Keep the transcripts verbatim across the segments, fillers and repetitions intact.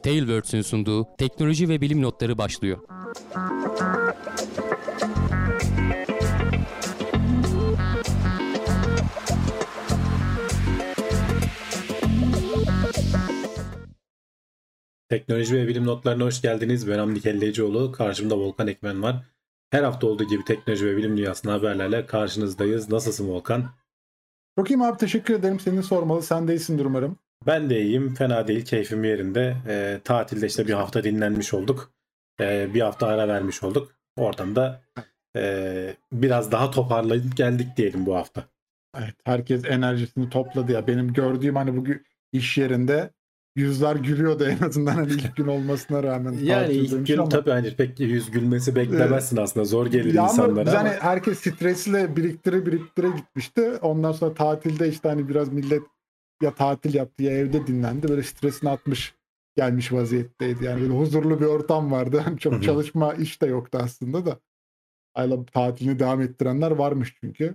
Tailwords'ün sunduğu teknoloji ve bilim notları başlıyor. Teknoloji ve bilim notlarına hoş geldiniz. Ben Hamdi Kellecioğlu. Karşımda Volkan Ekmen var. Her hafta olduğu gibi teknoloji ve bilim dünyasının haberlerle karşınızdayız. Nasılsın Volkan? Çok iyiyim abi, teşekkür ederim. Seni sormalı. Sen de iyisindir umarım. Ben de iyiyim. Fena değil. Keyfim yerinde. E, tatilde işte bir hafta dinlenmiş olduk. E, bir hafta ara vermiş olduk. Oradan da e, biraz daha toparlayıp geldik diyelim bu hafta. Evet, herkes enerjisini topladı ya. Benim gördüğüm hani bugün iş yerinde yüzler gülüyordu en azından hani ilk gün olmasına rağmen. Yani ilk gün ama tabii hani pek yüz gülmesi beklemezsin ee, aslında. Zor gelir ya insanlara ama. Hani herkes stresiyle biriktire biriktire gitmişti. Ondan sonra tatilde işte hani biraz millet ya tatil yaptı ya evde dinlendi. Böyle stresini atmış gelmiş vaziyetteydi. Yani böyle huzurlu bir ortam vardı. Çok çalışma iş de yoktu aslında da. Ayla tatilini devam ettirenler varmış çünkü.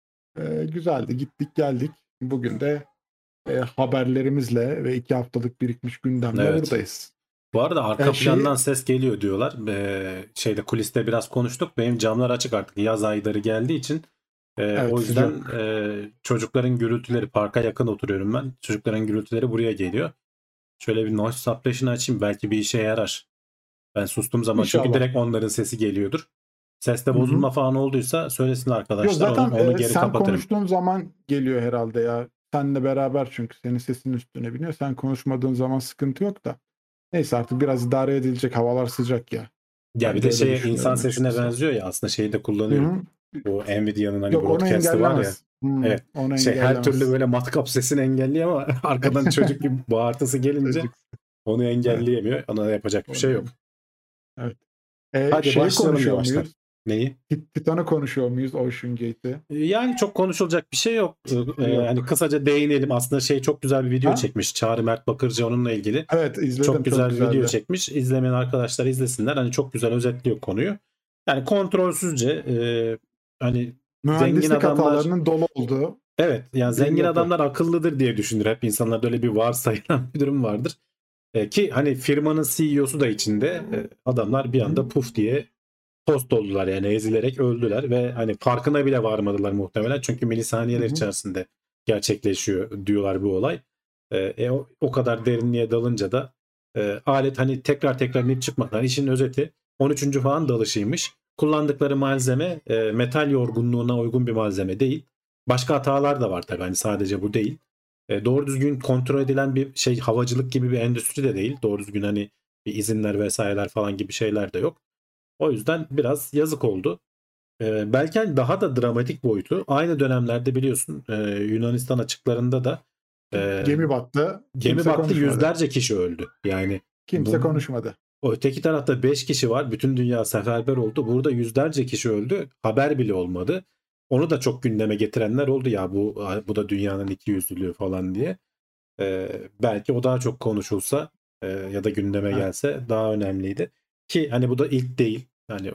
Ee, güzeldi. Gittik geldik. Bugün de e, haberlerimizle ve iki haftalık birikmiş gündemle evet, buradayız. Bu arada arka ee, plandan şey... ses geliyor diyorlar. Ee, şeyde kuliste biraz konuştuk. Benim camlar açık artık. Yaz ayları geldiği için. Ee, evet, o yüzden e, çocukların gürültüleri, parka yakın oturuyorum ben. Çocukların gürültüleri buraya geliyor. Şöyle bir noise suppression açayım. Belki bir işe yarar. Ben sustuğum zaman İnşallah. Çünkü direkt onların sesi geliyordur. Seste bozulma Hı-hı. falan olduysa söylesin arkadaşlar. Yok, zaten onu, onu geri sen kapatırım. Konuştuğun zaman geliyor herhalde ya. Seninle beraber çünkü senin sesinin üstüne biniyor. Sen konuşmadığın zaman sıkıntı yok da. Neyse artık biraz idare edilecek. Havalar sıcak ya. Ya ben bir de şey insan sesine açıkçası benziyor ya aslında şeyi de kullanıyorum. Hı-hı. Bu Nvidia'nın hani yok, broadcast'ı var ya. Hmm, evet. Şey her türlü böyle matkap sesini engelliyor ama arkadan çocuk gibi bağırtısı gelince onu engelleyemiyor. Evet. Ona yapacak bir şey yok. Evet. Ee, Hadi şeyi başlayalım yavaştan. Muyuz? Neyi? Titan'ı konuşuyor muyuz? Ocean Gate'i. Yani çok konuşulacak bir şey yok. Ee, hani kısaca değinelim. Aslında şey çok güzel bir video ha? çekmiş. Çağrı Mert Bakırcı onunla ilgili. Evet, izledim. Çok güzel çok bir video çekmiş. İzlemeyen arkadaşlar izlesinler. Hani çok güzel özetliyor konuyu. Yani kontrolsüzce e, hani mühendislik zengin adamlar hatalarının dolu olduğu. Evet, yani zengin yapı. Adamlar akıllıdır diye düşünür. Hep insanlarda öyle bir varsayılan bir durum vardır. E, ki hani firmanın C E O'su da içinde e, adamlar bir anda puf diye post oldular, yani ezilerek öldüler ve hani farkına bile varmadılar muhtemelen. Çünkü milisaniyeler Hı-hı. içerisinde gerçekleşiyor diyorlar bu olay. E, e, o, o kadar derinliğe dalınca da e, alet hani tekrar tekrar inip çıkmaklar. İşin özeti on üçüncü falan dalışıymış. Kullandıkları malzeme e, metal yorgunluğuna uygun bir malzeme değil. Başka hatalar da var tabii, hani sadece bu değil. E, doğru düzgün kontrol edilen bir şey, havacılık gibi bir endüstri de değil. Doğru düzgün hani bir izinler vesaireler falan gibi şeyler de yok. O yüzden biraz yazık oldu. Ee, belki hani daha da dramatik boyutu. Aynı dönemlerde biliyorsun e, Yunanistan açıklarında da e, gemi battı. Gemi battı, yüzlerce kişi öldü. Yani kimse bu, konuşmadı. O öteki tarafta beş kişi var. Bütün dünya seferber oldu. Burada yüzlerce kişi öldü. Haber bile olmadı. Onu da çok gündeme getirenler oldu ya, bu bu da dünyanın ikiyüzlülüğü falan diye. Ee, belki o daha çok konuşulsa e, ya da gündeme gelse evet. daha önemliydi. Ki hani bu da ilk değil. Yani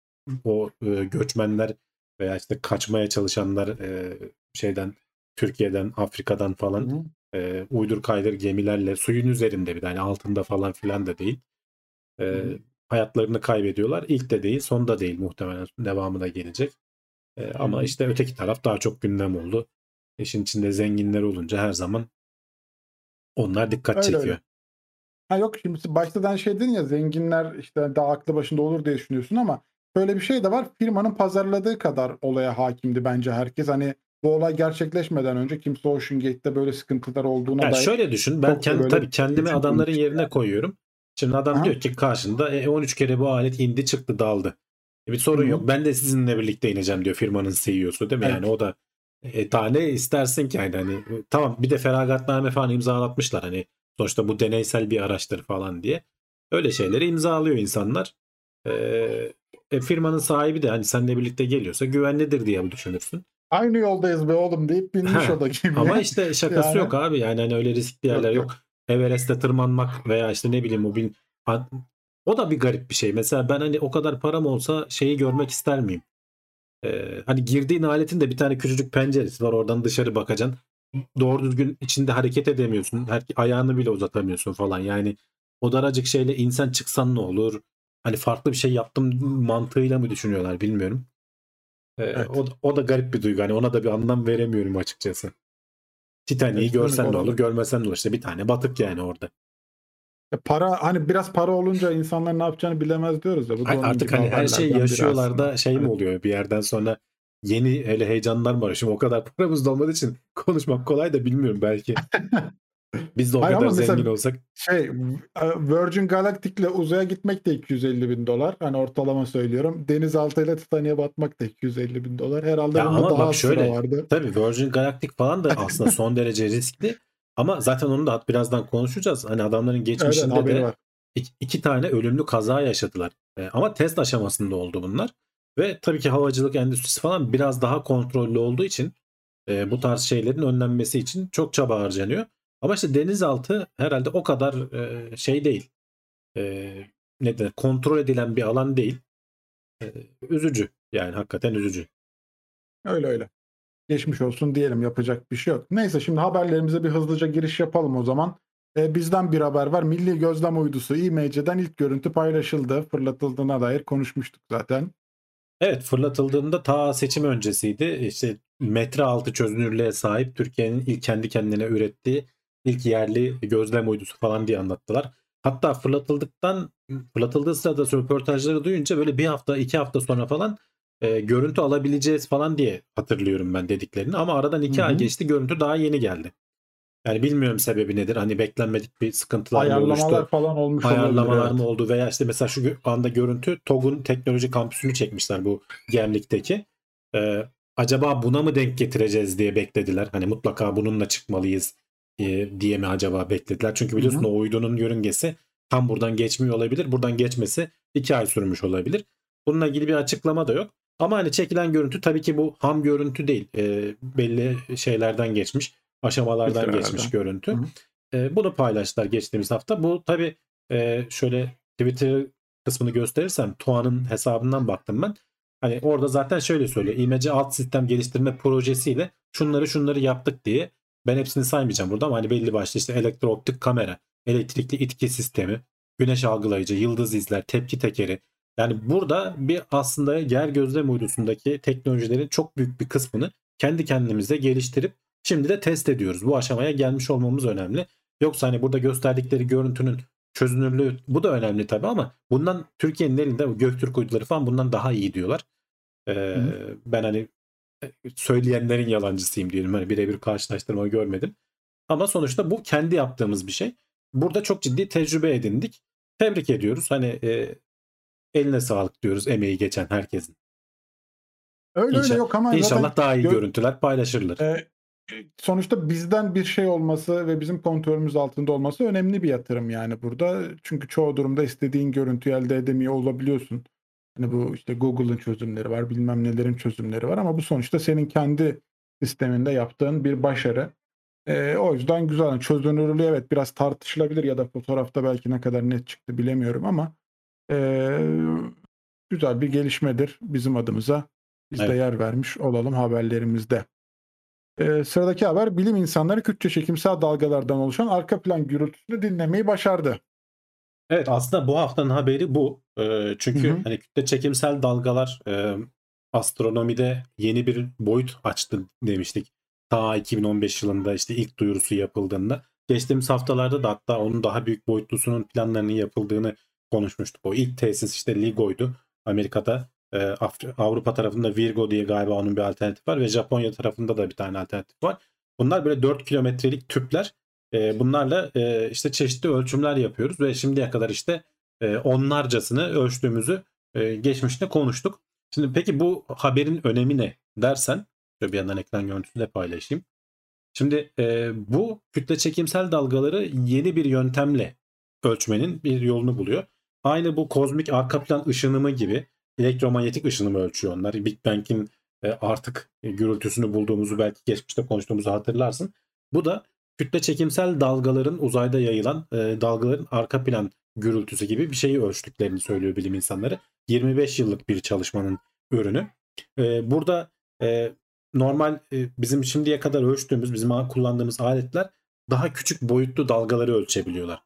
o e, göçmenler veya işte kaçmaya çalışanlar e, şeyden, Türkiye'den, Afrika'dan falan e, uydur kaydır gemilerle suyun üzerinde, bir de hani altında falan filan da değil. E, hayatlarını kaybediyorlar. İlk de değil, son da değil, muhtemelen devamı da gelecek. E, ama işte öteki taraf daha çok gündem oldu. İşin içinde zenginler olunca her zaman onlar dikkat öyle, çekiyor. Öyle. Ha yok, şimdi baştadan şey dedin ya, zenginler işte daha aklı başında olur diye düşünüyorsun ama böyle bir şey de var. Firmanın pazarladığı kadar olaya hakimdi bence herkes. Hani bu olay gerçekleşmeden önce kimse Ocean Gate'de böyle sıkıntılar olduğuna yani dair. Şöyle düşün, ben kendi, tabii kendimi adamların yerine yani. koyuyorum. Şimdi adam Aha. diyor ki karşında e, on üç kere bu alet indi çıktı daldı. E, bir sorun Hı-hı. yok. Ben de sizinle birlikte ineceğim diyor firmanın C E O'su, değil mi? Evet. Yani o da e, daha ne istersin ki yani, hani tamam, bir de feragatname falan imzalatmışlar hani. Sonuçta bu deneysel bir araçtır falan diye. Öyle şeyleri imzalıyor insanlar. Ee, e, firmanın sahibi de hani seninle birlikte geliyorsa güvenlidir diye düşünürsün. Aynı yoldayız be oğlum deyip binmiş o da gibi. Ama işte şakası yani. Yok abi. Yani hani öyle riskli yerler yok. yok. Everest'e tırmanmak veya işte ne bileyim o bin... O da bir garip bir şey. Mesela ben hani o kadar param olsa şeyi görmek ister miyim? Ee, hani girdiğin aletin de bir tane küçücük penceresi var. Oradan dışarı bakacaksın. Doğru düzgün içinde hareket edemiyorsun. Her ayağını bile uzatamıyorsun falan. Yani o daracık şeyle insan çıksan ne olur? Hani farklı bir şey yaptım mantığıyla mı düşünüyorlar bilmiyorum. Ee, Evet. o, o da garip bir duygu. Hani ona da bir anlam veremiyorum açıkçası. Titanic'i Evet, görsen ne orada. olur, görmesen ne olur. İşte bir tane batık yani orada. E, Para hani biraz para olunca insanlar ne yapacağını bilemez diyoruz ya. Bu da Ay, onun Artık gibi hani her şeyi haberlerden biri yaşıyorlar aslında. da şey mi Evet. oluyor bir yerden sonra yeni hele heyecanlar mı var? Şimdi o kadar paramız da olmadığı için konuşmak kolay da bilmiyorum belki. Biz de o Hayır kadar ama mesela zengin olsak. şey Virgin Galactic'le uzaya gitmek de iki yüz elli bin dolar. Hani ortalama söylüyorum. Denizaltıyla Titanic'e batmak da iki yüz elli bin dolar. Herhalde Ya bunda ama daha bak az sıra şöyle vardı. tabii Virgin Galactic falan da aslında son derece riskli ama zaten onu da birazdan konuşacağız. Hani adamların Evet, evet, geçmişinde haberi de var. iki, iki tane ölümlü kaza yaşadılar. E, ama test aşamasında oldu bunlar. Ve tabii ki havacılık endüstrisi falan biraz daha kontrollü olduğu için e, bu tarz şeylerin önlenmesi için çok çaba harcanıyor. Ama işte denizaltı herhalde o kadar e, şey değil. E, ne denir? Kontrol edilen bir alan değil. E, üzücü. Yani hakikaten üzücü. Öyle öyle. Geçmiş olsun diyelim, yapacak bir şey yok. Neyse, şimdi haberlerimize bir hızlıca giriş yapalım o zaman. Ee, bizden bir haber var. Milli Gözlem Uydusu İ M C'den ilk görüntü paylaşıldı. Fırlatıldığına dair konuşmuştuk zaten. Evet, fırlatıldığında ta seçim öncesiydi. İşte metre altı çözünürlüğe sahip Türkiye'nin ilk kendi kendine ürettiği ilk yerli gözlem uydusu falan diye anlattılar. Hatta fırlatıldıktan fırlatıldığı sırada röportajları duyunca böyle bir hafta iki hafta sonra falan e, görüntü alabileceğiz falan diye hatırlıyorum ben dediklerini. Ama aradan Hı iki ay hı. geçti, görüntü daha yeni geldi. Yani bilmiyorum sebebi nedir. Hani beklenmedik bir sıkıntılar mı Ayarlamalar oluştu? falan olmuş olabilir, Ayarlamalar mı evet. oldu veya işte mesela şu gö- anda görüntü TOG'un teknoloji kampüsünü çekmişler bu Gemlik'teki. Ee, acaba buna mı denk getireceğiz diye beklediler. Hani mutlaka bununla çıkmalıyız e, diye mi acaba beklediler. Çünkü Hı biliyorsun hı. o uydunun yörüngesi tam buradan geçmiyor olabilir. Buradan geçmesi iki ay sürmüş olabilir. Bununla ilgili bir açıklama da yok. Ama hani çekilen görüntü tabii ki bu ham görüntü değil. Ee, belli şeylerden geçmiş, aşamalardan geçmiş Filtrelerden. Hı görüntü. hı. E, bunu paylaştılar geçtiğimiz hafta. Bu tabii e, şöyle Twitter kısmını gösterirsem Tuan'ın hesabından baktım ben. Hani orada zaten şöyle söylüyor. İ M C alt sistem geliştirme projesiyle şunları şunları yaptık diye. Ben hepsini saymayacağım burada ama hani belli başlı işte elektrooptik kamera, elektrikli itki sistemi, güneş algılayıcı, yıldız izler, tepki tekeri. Yani burada bir aslında yer gözlem uydusundaki teknolojilerin çok büyük bir kısmını kendi kendimize geliştirip şimdi de test ediyoruz. Bu aşamaya gelmiş olmamız önemli. Yoksa hani burada gösterdikleri görüntünün çözünürlüğü bu da önemli tabii ama bundan Türkiye'nin elinde Göktürk uyduları falan bundan daha iyi diyorlar. Hı Ee, hı. ben hani söyleyenlerin yalancısıyım diyelim. Hani birebir karşılaştırma görmedim. Ama sonuçta bu kendi yaptığımız bir şey. Burada çok ciddi tecrübe edindik. Tebrik ediyoruz. Hani e, eline sağlık diyoruz emeği geçen herkesin. Öyle öyle, İnşallah, yok ama zaten inşallah daha iyi gö- görüntüler paylaşırlar. e, sonuçta bizden bir şey olması ve bizim kontrolümüz altında olması önemli bir yatırım yani burada. Çünkü çoğu durumda istediğin görüntüyü elde edemiyor olabiliyorsun. Hani bu işte Google'ın çözümleri var, bilmem nelerin çözümleri var ama bu sonuçta senin kendi sisteminde yaptığın bir başarı. Ee, o yüzden güzel. Yani çözünürlüğü evet biraz tartışılabilir ya da fotoğrafta belki ne kadar net çıktı bilemiyorum ama ee, güzel bir gelişmedir bizim adımıza. Biz de Evet. yer vermiş olalım haberlerimizde. Ee, sıradaki haber, bilim insanları kütle çekimsel dalgalardan oluşan arka plan gürültüsünü dinlemeyi başardı. Evet, aslında bu haftanın haberi bu. Ee, Hı çünkü hı. hani kütle çekimsel dalgalar e, astronomide yeni bir boyut açtı demiştik. Ta iki bin on beş yılında işte ilk duyurusu yapıldığında. Geçtiğimiz haftalarda da hatta onun daha büyük boyutlusunun planlarının yapıldığını konuşmuştuk. O ilk tesis işte LIGO'ydu. Amerika'da e, Af- Avrupa tarafında Virgo diye galiba onun bir alternatif var ve Japonya tarafında da bir tane alternatif var. Bunlar böyle dört kilometrelik tüpler. E, bunlarla e, işte çeşitli ölçümler yapıyoruz ve şimdiye kadar işte e, onlarcasını ölçtüğümüzü e, geçmişte konuştuk. Şimdi peki bu haberin önemi ne dersen, şöyle bir yandan ekran görüntüsü de paylaşayım. Şimdi e, bu kütle çekimsel dalgaları yeni bir yöntemle ölçmenin bir yolunu buluyor. Aynı bu kozmik arka plan ışınımı gibi elektromanyetik ışınımı ölçüyor onlar. Big Bang'in e, artık e, gürültüsünü bulduğumuzu belki geçmişte konuştuğumuzu hatırlarsın. Bu da kütle çekimsel dalgaların uzayda yayılan e, dalgaların arka plan gürültüsü gibi bir şeyi ölçtüklerini söylüyor bilim insanları. yirmi beş yıllık bir çalışmanın ürünü. E, burada e, normal e, bizim şimdiye kadar ölçtüğümüz, bizim kullandığımız aletler daha küçük boyutlu dalgaları ölçebiliyorlar.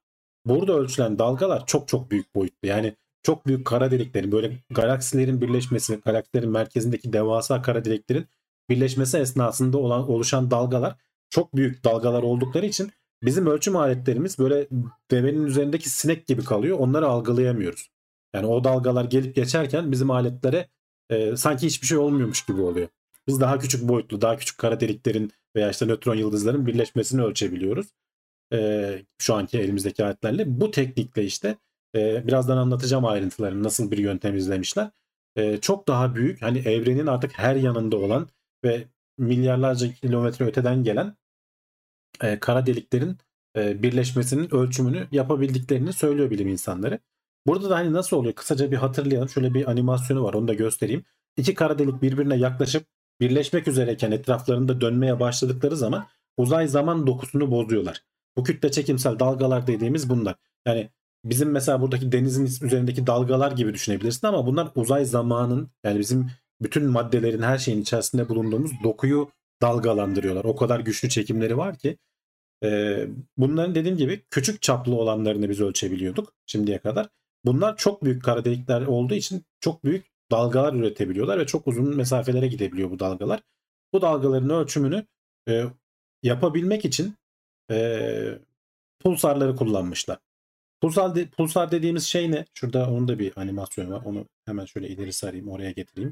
burada ölçülen dalgalar çok çok büyük boyutlu. Yani çok büyük kara deliklerin, böyle galaksilerin birleşmesi, galaksilerin merkezindeki devasa kara deliklerin birleşmesi esnasında olan oluşan dalgalar çok büyük dalgalar oldukları için bizim ölçüm aletlerimiz böyle devenin üzerindeki sinek gibi kalıyor. Onları algılayamıyoruz. Yani o dalgalar gelip geçerken bizim aletlere e, sanki hiçbir şey olmuyormuş gibi oluyor. Biz daha küçük boyutlu, daha küçük kara deliklerin veya işte nötron yıldızların birleşmesini ölçebiliyoruz. E, şu anki elimizdeki aletlerle. Bu teknikle işte e, birazdan anlatacağım ayrıntılarını, nasıl bir yöntem izlemişler. E, çok daha büyük, hani evrenin artık her yanında olan ve milyarlarca kilometre öteden gelen e, kara deliklerin e, birleşmesinin ölçümünü yapabildiklerini söylüyor bilim insanları. Burada da hani nasıl oluyor? Kısaca bir hatırlayalım. Şöyle bir animasyonu var, onu da göstereyim. İki kara delik birbirine yaklaşıp birleşmek üzereyken etraflarında dönmeye başladıkları zaman uzay zaman dokusunu bozuyorlar. Bu kütle çekimsel dalgalar dediğimiz bunlar. Yani bizim mesela buradaki denizin üzerindeki dalgalar gibi düşünebilirsin ama bunlar uzay zamanın, yani bizim bütün maddelerin, her şeyin içerisinde bulunduğumuz dokuyu dalgalandırıyorlar. O kadar güçlü çekimleri var ki e, bunların dediğim gibi küçük çaplı olanlarını biz ölçebiliyorduk şimdiye kadar. Bunlar çok büyük kara delikler olduğu için çok büyük dalgalar üretebiliyorlar ve çok uzun mesafelere gidebiliyor bu dalgalar. Bu dalgaların ölçümünü e, yapabilmek için e, pulsarları kullanmışlar. Pulsar, de, pulsar dediğimiz şey ne? Şurada onun da bir animasyonu var. Onu hemen şöyle ileri sarayım, oraya getireyim.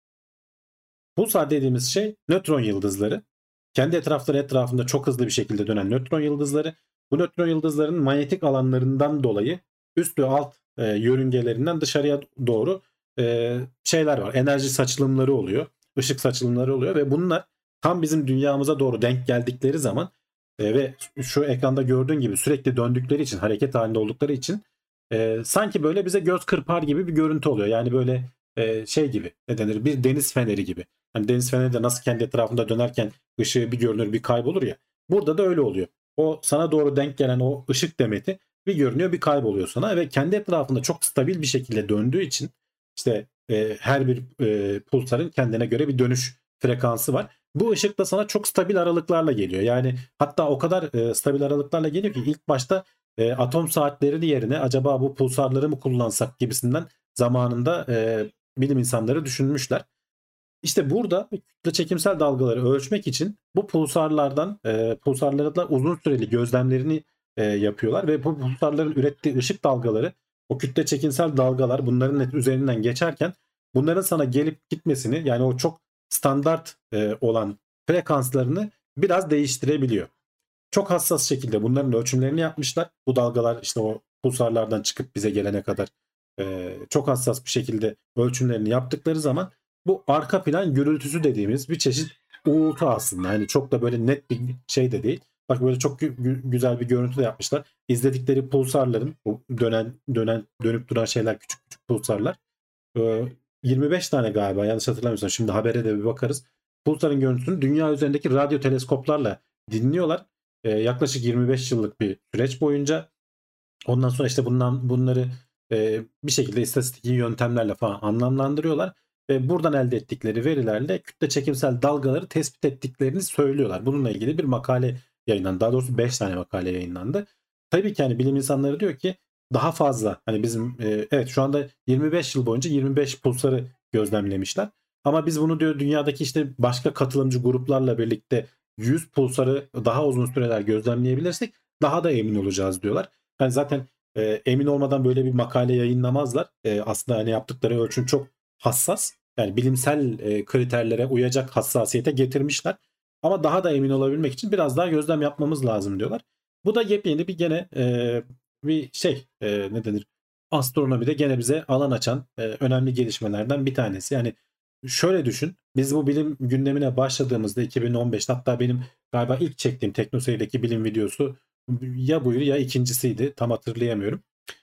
Pulsar dediğimiz şey nötron yıldızları. Kendi etrafları etrafında çok hızlı bir şekilde dönen nötron yıldızları. Bu nötron yıldızların manyetik alanlarından dolayı üst ve alt e, yörüngelerinden dışarıya doğru e, şeyler var. Enerji saçılımları oluyor. Işık saçılımları oluyor ve bunlar tam bizim dünyamıza doğru denk geldikleri zaman e, ve şu ekranda gördüğün gibi sürekli döndükleri için, hareket halinde oldukları için e, sanki böyle bize göz kırpar gibi bir görüntü oluyor. Yani böyle e, şey gibi, ne denir, bir deniz feneri gibi. Hani deniz feneri de nasıl kendi etrafında dönerken ışığı bir görünür bir kaybolur ya. Burada da öyle oluyor. O sana doğru denk gelen o ışık demeti bir görünüyor bir kayboluyor sana ve kendi etrafında çok stabil bir şekilde döndüğü için işte e, her bir e, pulsarın kendine göre bir dönüş frekansı var. Bu ışık da sana çok stabil aralıklarla geliyor. Yani hatta o kadar e, stabil aralıklarla geliyor ki ilk başta e, atom saatleri yerine acaba bu pulsarları mı kullansak gibisinden zamanında e, bilim insanları düşünmüşler. İşte burada kütle çekimsel dalgaları ölçmek için bu pulsarlardan e, pulsarlarla uzun süreli gözlemlerini e, yapıyorlar ve bu pulsarların ürettiği ışık dalgaları, o kütle çekimsel dalgalar bunların üzerinden geçerken bunların sana gelip gitmesini, yani o çok standart e, olan frekanslarını biraz değiştirebiliyor. Çok hassas şekilde bunların ölçümlerini yapmışlar. Bu dalgalar işte o pulsarlardan çıkıp bize gelene kadar e, çok hassas bir şekilde ölçümlerini yaptıkları zaman bu arka plan gürültüsü dediğimiz bir çeşit uğultu aslında. Yani çok da böyle net bir şey de değil. Bak böyle çok gü- güzel bir görüntü de yapmışlar. İzledikleri pulsarların, o dönen dönen dönüp duran şeyler, küçük küçük pulsarlar. Ee, yirmi beş tane galiba, yanlış hatırlamıyorsam. Şimdi habere de bir bakarız. Pulsarın görüntüsünü dünya üzerindeki radyo teleskoplarla dinliyorlar. Ee, yaklaşık yirmi beş yıllık bir süreç boyunca. Ondan sonra işte bundan bunları e, bir şekilde istatistik yöntemlerle falan anlamlandırıyorlar ve buradan elde ettikleri verilerle kütle çekimsel dalgaları tespit ettiklerini söylüyorlar. Bununla ilgili bir makale yayınlandı. Daha doğrusu beş tane makale yayınlandı. Tabii ki hani bilim insanları diyor ki daha fazla, hani bizim e, evet şu anda yirmi beş yıl boyunca yirmi beş pulsarı gözlemlemişler. Ama biz bunu diyor dünyadaki işte başka katılımcı gruplarla birlikte yüz pulsarı daha uzun süreler gözlemleyebilirsek daha da emin olacağız diyorlar. Yani zaten e, emin olmadan böyle bir makale yayınlamazlar. E, aslında hani yaptıkları ölçüm çok hassas. Yani bilimsel e, kriterlere uyacak hassasiyete getirmişler. Ama daha da emin olabilmek için biraz daha gözlem yapmamız lazım diyorlar. Bu da yepyeni bir gene e, bir şey e, ne denir? Astronomide gene bize alan açan e, önemli gelişmelerden bir tanesi. Yani şöyle düşün. Biz bu bilim gündemine başladığımızda iki bin on beşte, hatta benim galiba ilk çektiğim TeknoSeyir'deki bilim videosu ya buydu ya ikincisiydi. Tam hatırlayamıyorum.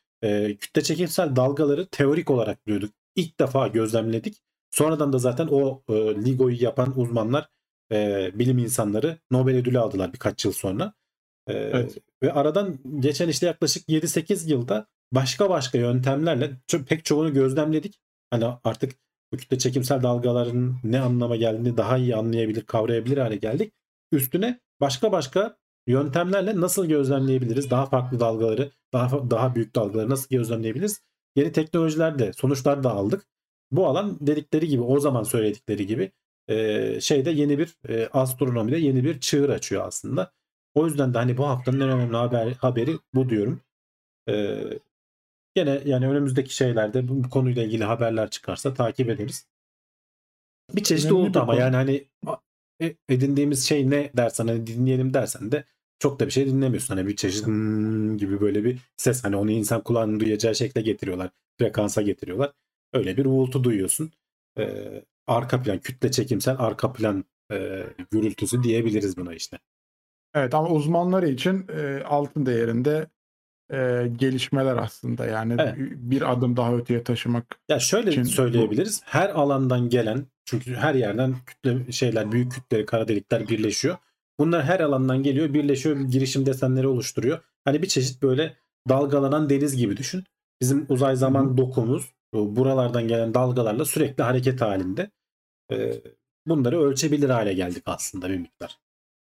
E, kütle çekimsel dalgaları teorik olarak biliyorduk. İlk defa gözlemledik. Sonradan da zaten o e, LIGO'yu yapan uzmanlar, e, bilim insanları Nobel ödülü aldılar birkaç yıl sonra. E, Evet. Ve aradan geçen işte yaklaşık yedi sekiz yılda başka başka yöntemlerle çok, pek çoğunu gözlemledik. Hani artık bu kütle çekimsel dalgaların ne anlama geldiğini daha iyi anlayabilir, kavrayabilir hale geldik. Üstüne başka başka yöntemlerle nasıl gözlemleyebiliriz? Daha farklı dalgaları, daha daha büyük dalgaları nasıl gözlemleyebiliriz? Yeni teknolojilerde sonuçlar da aldık. Bu alan dedikleri gibi, o zaman söyledikleri gibi e, şeyde yeni bir e, astronomide yeni bir çığır açıyor aslında. O yüzden de hani bu haftanın en önemli haber, haberi bu diyorum. E, Gene yani önümüzdeki şeylerde bu, bu konuyla ilgili haberler çıkarsa takip ederiz. Bir çeşit Önemli oldu bir ama konu. yani hani e, edindiğimiz şey ne dersen, hani dinleyelim dersen de çok da bir şey dinlemiyorsun. Hani bir çeşit "Hmm" gibi böyle bir ses, hani onu insan kulağının duyacağı şekle getiriyorlar. Frekansa getiriyorlar. Öyle bir uğultu duyuyorsun. Ee, arka plan, kütle çekimsel arka plan e, gürültüsü diyebiliriz buna işte. Evet, ama uzmanları için e, altın değerinde e, gelişmeler aslında. Yani Evet. bir adım daha öteye taşımak Ya şöyle için bu. söyleyebiliriz. Her alandan gelen, çünkü her yerden kütle şeyler, büyük kütleri, kara delikler birleşiyor. Bunlar her alandan geliyor, birleşiyor, girişim desenleri oluşturuyor. Hani bir çeşit böyle dalgalanan deniz gibi düşün. Bizim uzay Hı hı. zaman dokumuz bu buralardan gelen dalgalarla sürekli hareket halinde. Ee, bunları ölçebilir hale geldik aslında bir miktar.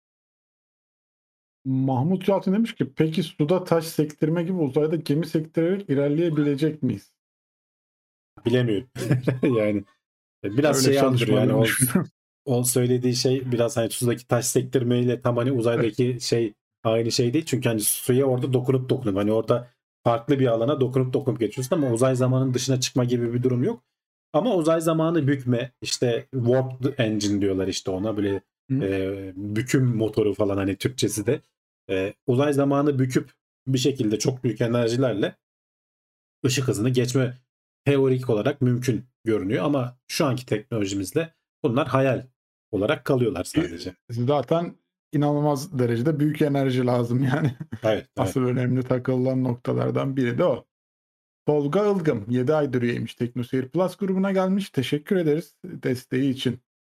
Mahmut Yalçın demiş ki peki suda taş sektirme gibi uzayda gemi sektirerek ilerleyebilecek miyiz? Bilemiyorum. Yani biraz Öyle şey andırıyor yani, çalışmadığını o düşünüyorum. o söylediği şey biraz hani sudaki taş sektirmeyle tam hani uzaydaki şey aynı şey değil. Çünkü hani suya orada dokunup dokunup, hani orada farklı bir alana dokunup dokunup geçiyorsun ama uzay zamanın dışına çıkma gibi bir durum yok. Ama uzay zamanı bükme, işte warp engine diyorlar işte ona, böyle Hı. e, büküm motoru falan, hani Türkçesi de. E, uzay zamanı büküp bir şekilde çok büyük enerjilerle ışık hızını geçme teorik olarak mümkün görünüyor ama şu anki teknolojimizle bunlar hayal olarak kalıyorlar sadece. Zaten inanılmaz derecede büyük enerji lazım yani. Evet, evet. Asıl önemli takılan noktalardan biri de o. Tolga Ilgım yedi aydır üyeymiş. Teknoseyir Plus grubuna gelmiş. Teşekkür ederiz desteği için.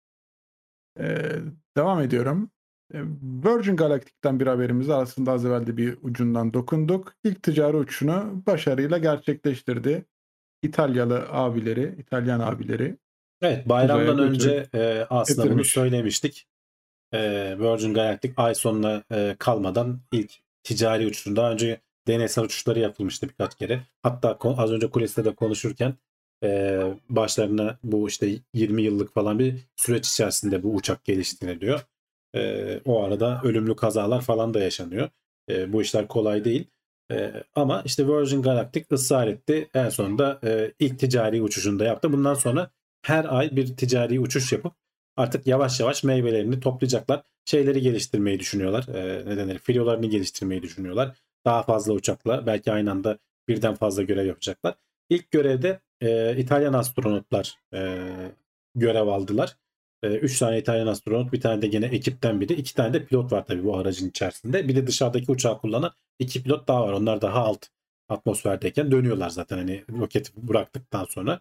Ee, devam ediyorum. Ee, Virgin Galactic'ten bir haberimiz var. Aslında az evvel de bir ucundan dokunduk. İlk ticari uçuşunu başarıyla gerçekleştirdi. İtalyalı abileri, İtalyan abileri Evet, uzaya bayramdan götürüp önce e, aslında bunu getirmiş. söylemiştik. E, Virgin Galactic ay sonuna e, kalmadan ilk ticari uçuşunu, daha önce deneysel uçuşları yapılmıştı birkaç kere. Hatta ko- az önce kuliste de konuşurken e, başlarına bu işte yirmi yıllık falan bir süreç içerisinde bu uçak geliştiriliyor. E, o arada ölümlü kazalar falan da yaşanıyor. E, bu işler kolay değil. E, ama işte Virgin Galactic ısrar etti. En sonunda e, ilk ticari uçuşunu da yaptı. Bundan sonra her ay bir ticari uçuş yapıp artık yavaş yavaş meyvelerini toplayacaklar. Şeyleri geliştirmeyi düşünüyorlar. E, ne denir? Filolarını geliştirmeyi düşünüyorlar. Daha fazla uçakla belki aynı anda birden fazla görev yapacaklar. İlk görevde e, İtalyan astronotlar e, görev aldılar. E, üç tane İtalyan astronot, bir tane de gene ekipten biri. İki tane de pilot var tabii bu aracın içerisinde. Bir de dışarıdaki uçağı kullanan iki pilot daha var. Onlar daha alt atmosferdeyken dönüyorlar zaten, hani roketi bıraktıktan sonra.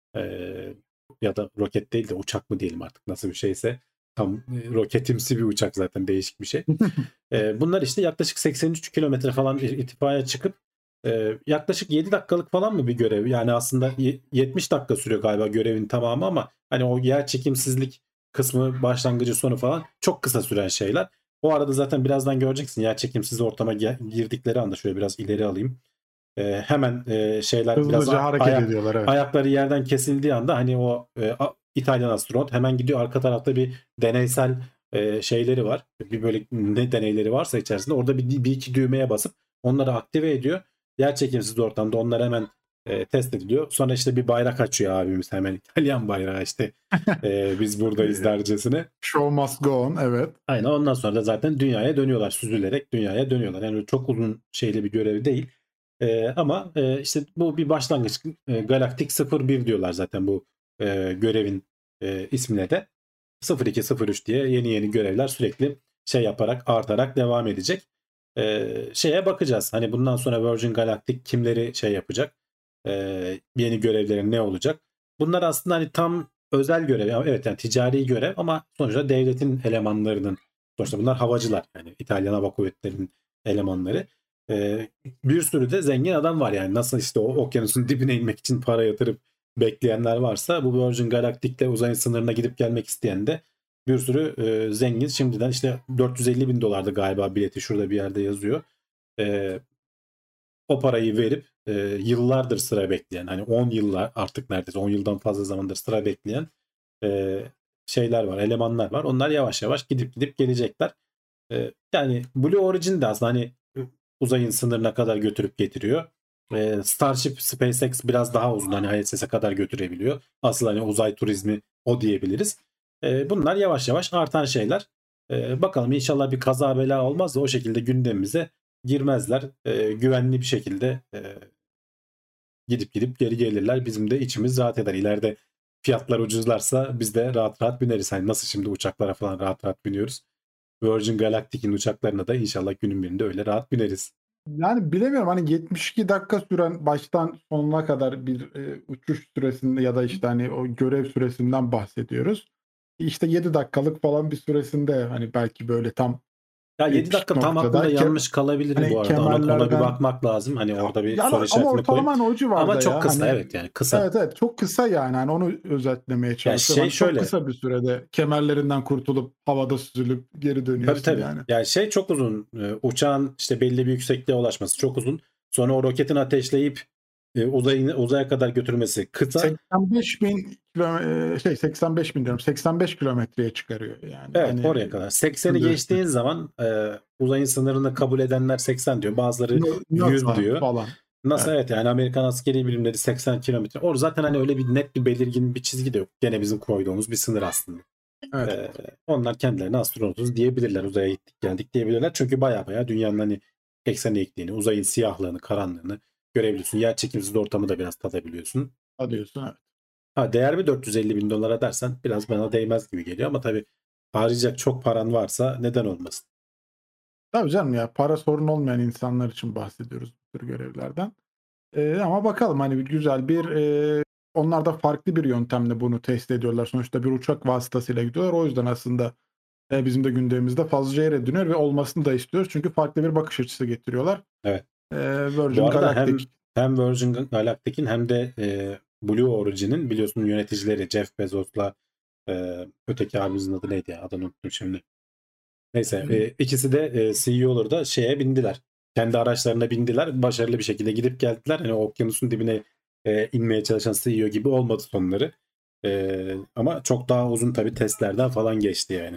E, ya da roket değil de uçak mı diyelim artık, nasıl bir şeyse, tam e, roketimsi bir uçak zaten, değişik bir şey. E, bunlar işte yaklaşık seksen üç kilometre falan irtifaya çıkıp e, yaklaşık yedi dakikalık falan mı bir görev? Yani aslında yetmiş dakika sürüyor galiba görevin tamamı ama hani o yer çekimsizlik kısmı, başlangıcı sonu falan çok kısa süren şeyler. O arada zaten birazdan göreceksin, yer çekimsiz ortama girdikleri anda, şöyle biraz ileri alayım. E, hemen e, şeyler biraz Hızlıca hareket ayak ediyorlar. Evet. ayakları yerden kesildiği anda hani o e, İtalyan astronot hemen gidiyor, arka tarafta bir deneysel e, şeyleri var. Bir böyle ne deneyleri varsa içerisinde, orada bir, bir iki düğmeye basıp onları aktive ediyor. Yer çekimsiz ortamda onlar hemen e, test ediliyor. Sonra işte bir bayrak açıyor abimiz, hemen İtalyan bayrağı işte e, biz buradayız dercesine. Show must go on. Evet. Aynen, ondan sonra da zaten dünyaya dönüyorlar. Süzülerek dünyaya dönüyorlar. Yani çok uzun şeyli bir görev değil. Ee, ama e, işte bu bir başlangıç. E, Galaktik sıfır bir diyorlar zaten bu e, görevin e, ismine de. sıfır iki sıfır üç diye yeni yeni görevler sürekli şey yaparak, artarak devam edecek. E, şeye bakacağız. Hani bundan sonra Virgin Galactic kimleri şey yapacak? E, yeni görevlerin ne olacak? Bunlar aslında hani tam özel görev. Yani evet, yani ticari görev ama sonuçta devletin elemanlarının, sonuçta bunlar havacılar. Yani İtalyan Hava Kuvvetleri'nin elemanları. Ee, bir sürü de zengin adam var yani, nasıl işte o okyanusun dibine inmek için para yatırıp bekleyenler varsa, bu Virgin Galactic'te uzayın sınırına gidip gelmek isteyen de bir sürü e, zengin şimdiden işte dört yüz elli bin dolardı galiba bileti, şurada bir yerde yazıyor. E, o parayı verip e, yıllardır sıra bekleyen, hani on yıllar, artık neredeyse on yıldan fazla zamandır sıra bekleyen e, şeyler var, elemanlar var. Onlar yavaş yavaş gidip gidip gelecekler. E, yani Blue Origin de aslında hani uzayın sınırına kadar götürüp getiriyor. E, Starship SpaceX biraz daha uzun, hani I S S'e kadar götürebiliyor. Asıl hani uzay turizmi o diyebiliriz. E, bunlar yavaş yavaş artan şeyler. E, bakalım inşallah bir kaza bela olmaz da o şekilde gündemimize girmezler. E, güvenli bir şekilde e, gidip gidip geri gelirler. Bizim de içimiz rahat eder. İleride fiyatlar ucuzlarsa biz de rahat rahat bineriz. Hani nasıl şimdi uçaklara falan rahat rahat biniyoruz. Virgin Galactic'in uçaklarına da inşallah günün birinde öyle rahat bineriz. Yani bilemiyorum, hani yetmiş iki dakika süren baştan sonuna kadar bir e, uçuş süresinde ya da işte hani o görev süresinden bahsediyoruz. İşte yedi dakikalık falan bir süresinde hani belki böyle tam Ya e, yedi pik dakika tam noktada aklımda ke, yanlış kalabilir bu hani arada. Ona, ona bir kemerlerden bakmak lazım. Hani orada bir yani soru ama işaretini koyayım. ortalama hani o Ama civarda çok ya kısa, hani evet, yani kısa. evet evet çok kısa yani hani onu özetlemeye Ya çalışıyorum. şey Hani çok şöyle. kısa bir sürede kemerlerinden kurtulup havada süzülüp geri Tabii dönüyorsun tabii. yani. Yani şey çok uzun. Ee, Uçağın işte belli bir yüksekliğe ulaşması çok uzun. Sonra o roketin ateşleyip e, uzayın, uzaya kadar götürmesi kısa. seksen beş bin kilo- şey seksen beş bin diyorum seksen beş kilometreye çıkarıyor yani Evet, hani oraya kadar. sekseni göster geçtiğin zaman e, uzayın sınırını kabul edenler seksen diyor. Bazıları yüz NASA diyor. falan. NASA, Evet, evet, yani Amerikan askeri bilimleri seksen kilometre. Orada zaten hani öyle bir net bir belirgin bir çizgi de yok. Gene bizim koyduğumuz bir sınır aslında. evet. Ee, onlar kendilerine astronotuz diyebilirler. Uzaya gittik geldik diyebilirler. Çünkü baya baya dünyanın hani eksen eğikliğini, uzayın siyahlığını, karanlığını görebiliyorsun. Yer çekimsiz ortamı da biraz tadabiliyorsun. Alıyorsun evet. Ha, değer mi dört yüz elli bin dolara dersen biraz bana değmez gibi geliyor ama tabii harcayacak çok paran varsa neden olmasın? Tabii canım ya, para sorun olmayan insanlar için bahsediyoruz bu tür görevlerden. Eee, ama bakalım hani güzel bir eee, onlar da farklı bir yöntemle bunu test ediyorlar. Sonuçta bir uçak vasıtasıyla gidiyorlar. O yüzden aslında eee, bizim de gündemimizde fazlaca yer ediniyor ve olmasını da istiyoruz. Çünkü farklı bir bakış açısı getiriyorlar. Evet. Eee, Bu Virgin arada Galactic. hem hem Virgin Galactic'in hem de e, Blue Origin'in biliyorsun yöneticileri Jeff Bezos'la e, öteki abimizin adı neydi ya? Adını unuttum şimdi. Neyse, e, ikisi de e, C E O'ları da şeye bindiler. Kendi araçlarına bindiler. Başarılı bir şekilde gidip geldiler. Hani okyanusun dibine e, inmeye çalışan C E O gibi olmadı sonları. E, ama çok daha uzun tabii testlerden falan geçti yani.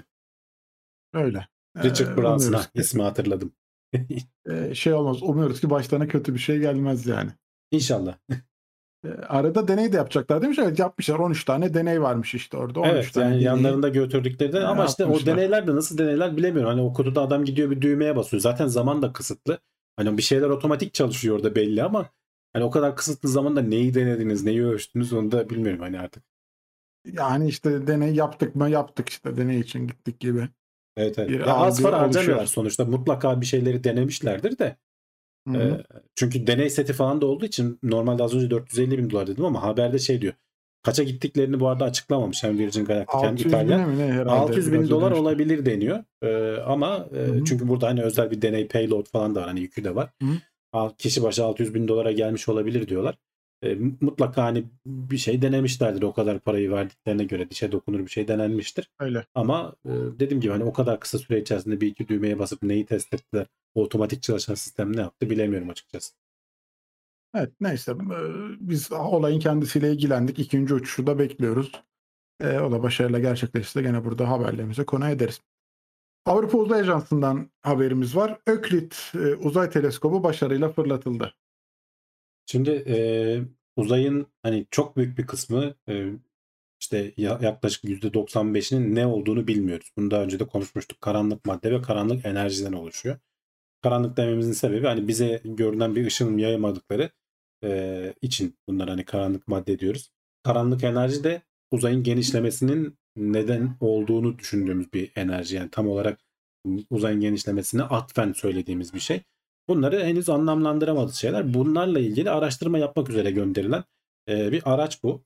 Öyle. Richard Eee, Branson, umuyoruz ha, ki ismi hatırladım. eee, şey olmaz. Umuyoruz ki başlarına kötü bir şey gelmez yani. İnşallah. Eee, arada deney de yapacaklar demiş. Evet, yapmışlar. on üç tane deney varmış işte orada. on üç Evet, tane yani deneyi yanlarında götürdükleri de eee, ama işte o yapmışlar. deneyler de nasıl deneyler bilemiyorum. Hani o kutuda adam gidiyor bir düğmeye basıyor. Zaten zaman da kısıtlı. Hani bir şeyler otomatik çalışıyor orada belli ama hani o kadar kısıtlı zamanda neyi denediniz, neyi ölçtünüz onu da bilmiyorum hani artık. Yani işte deney yaptık mı yaptık işte deney için gittik gibi Evet, evet. bir Ya az algı para harcamıyorlar oluşuyor. sonuçta. Mutlaka bir şeyleri denemişlerdir de. Hı hı. E, çünkü deney seti falan da olduğu için normalde az önce dört yüz elli bin dolar dedim ama haberde şey diyor. Kaça gittiklerini bu arada açıklamamış hem Virgin Galactic hem altı yüz İtalyan. bine mi ne herhalde altı yüz bin biraz dolar ödemişti. olabilir deniyor. E, ama Hı e, hı. çünkü burada hani özel bir deney payload falan da var. Hani yükü de var. Hı hı. Al- Kişi başı altı yüz bin dolara gelmiş olabilir diyorlar. E, mutlaka hani bir şey denemişlerdir. O kadar parayı verdiklerine göre dişe dokunur bir şey denenmiştir. Öyle. Ama e, dediğim gibi hani o kadar kısa süre içerisinde bir iki düğmeye basıp neyi test ettiler, o otomatik çalışan sistem ne yaptı bilemiyorum açıkçası. Evet neyse eee, biz olayın kendisiyle ilgilendik. İkinci uçuşu da bekliyoruz. Eee, o da başarıyla gerçekleşirse gene burada haberlerimize konu ederiz. Avrupa Uzay Ajansı'ndan haberimiz var. Öklit eee, uzay teleskobu başarıyla fırlatıldı. Şimdi e, uzayın hani çok büyük bir kısmı e, işte ya- yaklaşık yüzde doksan beşinin ne olduğunu bilmiyoruz. Bunu daha önce de konuşmuştuk. Karanlık madde ve karanlık enerjiden oluşuyor. Karanlık dememizin sebebi hani bize görünen bir ışın yayamadıkları e, için bunlar hani karanlık madde diyoruz. Karanlık enerji de uzayın genişlemesinin neden olduğunu düşündüğümüz bir enerji. Yani tam olarak uzayın genişlemesine atfen söylediğimiz bir şey. Bunları henüz anlamlandıramadığı şeyler. Bunlarla ilgili araştırma yapmak üzere gönderilen e, bir araç bu.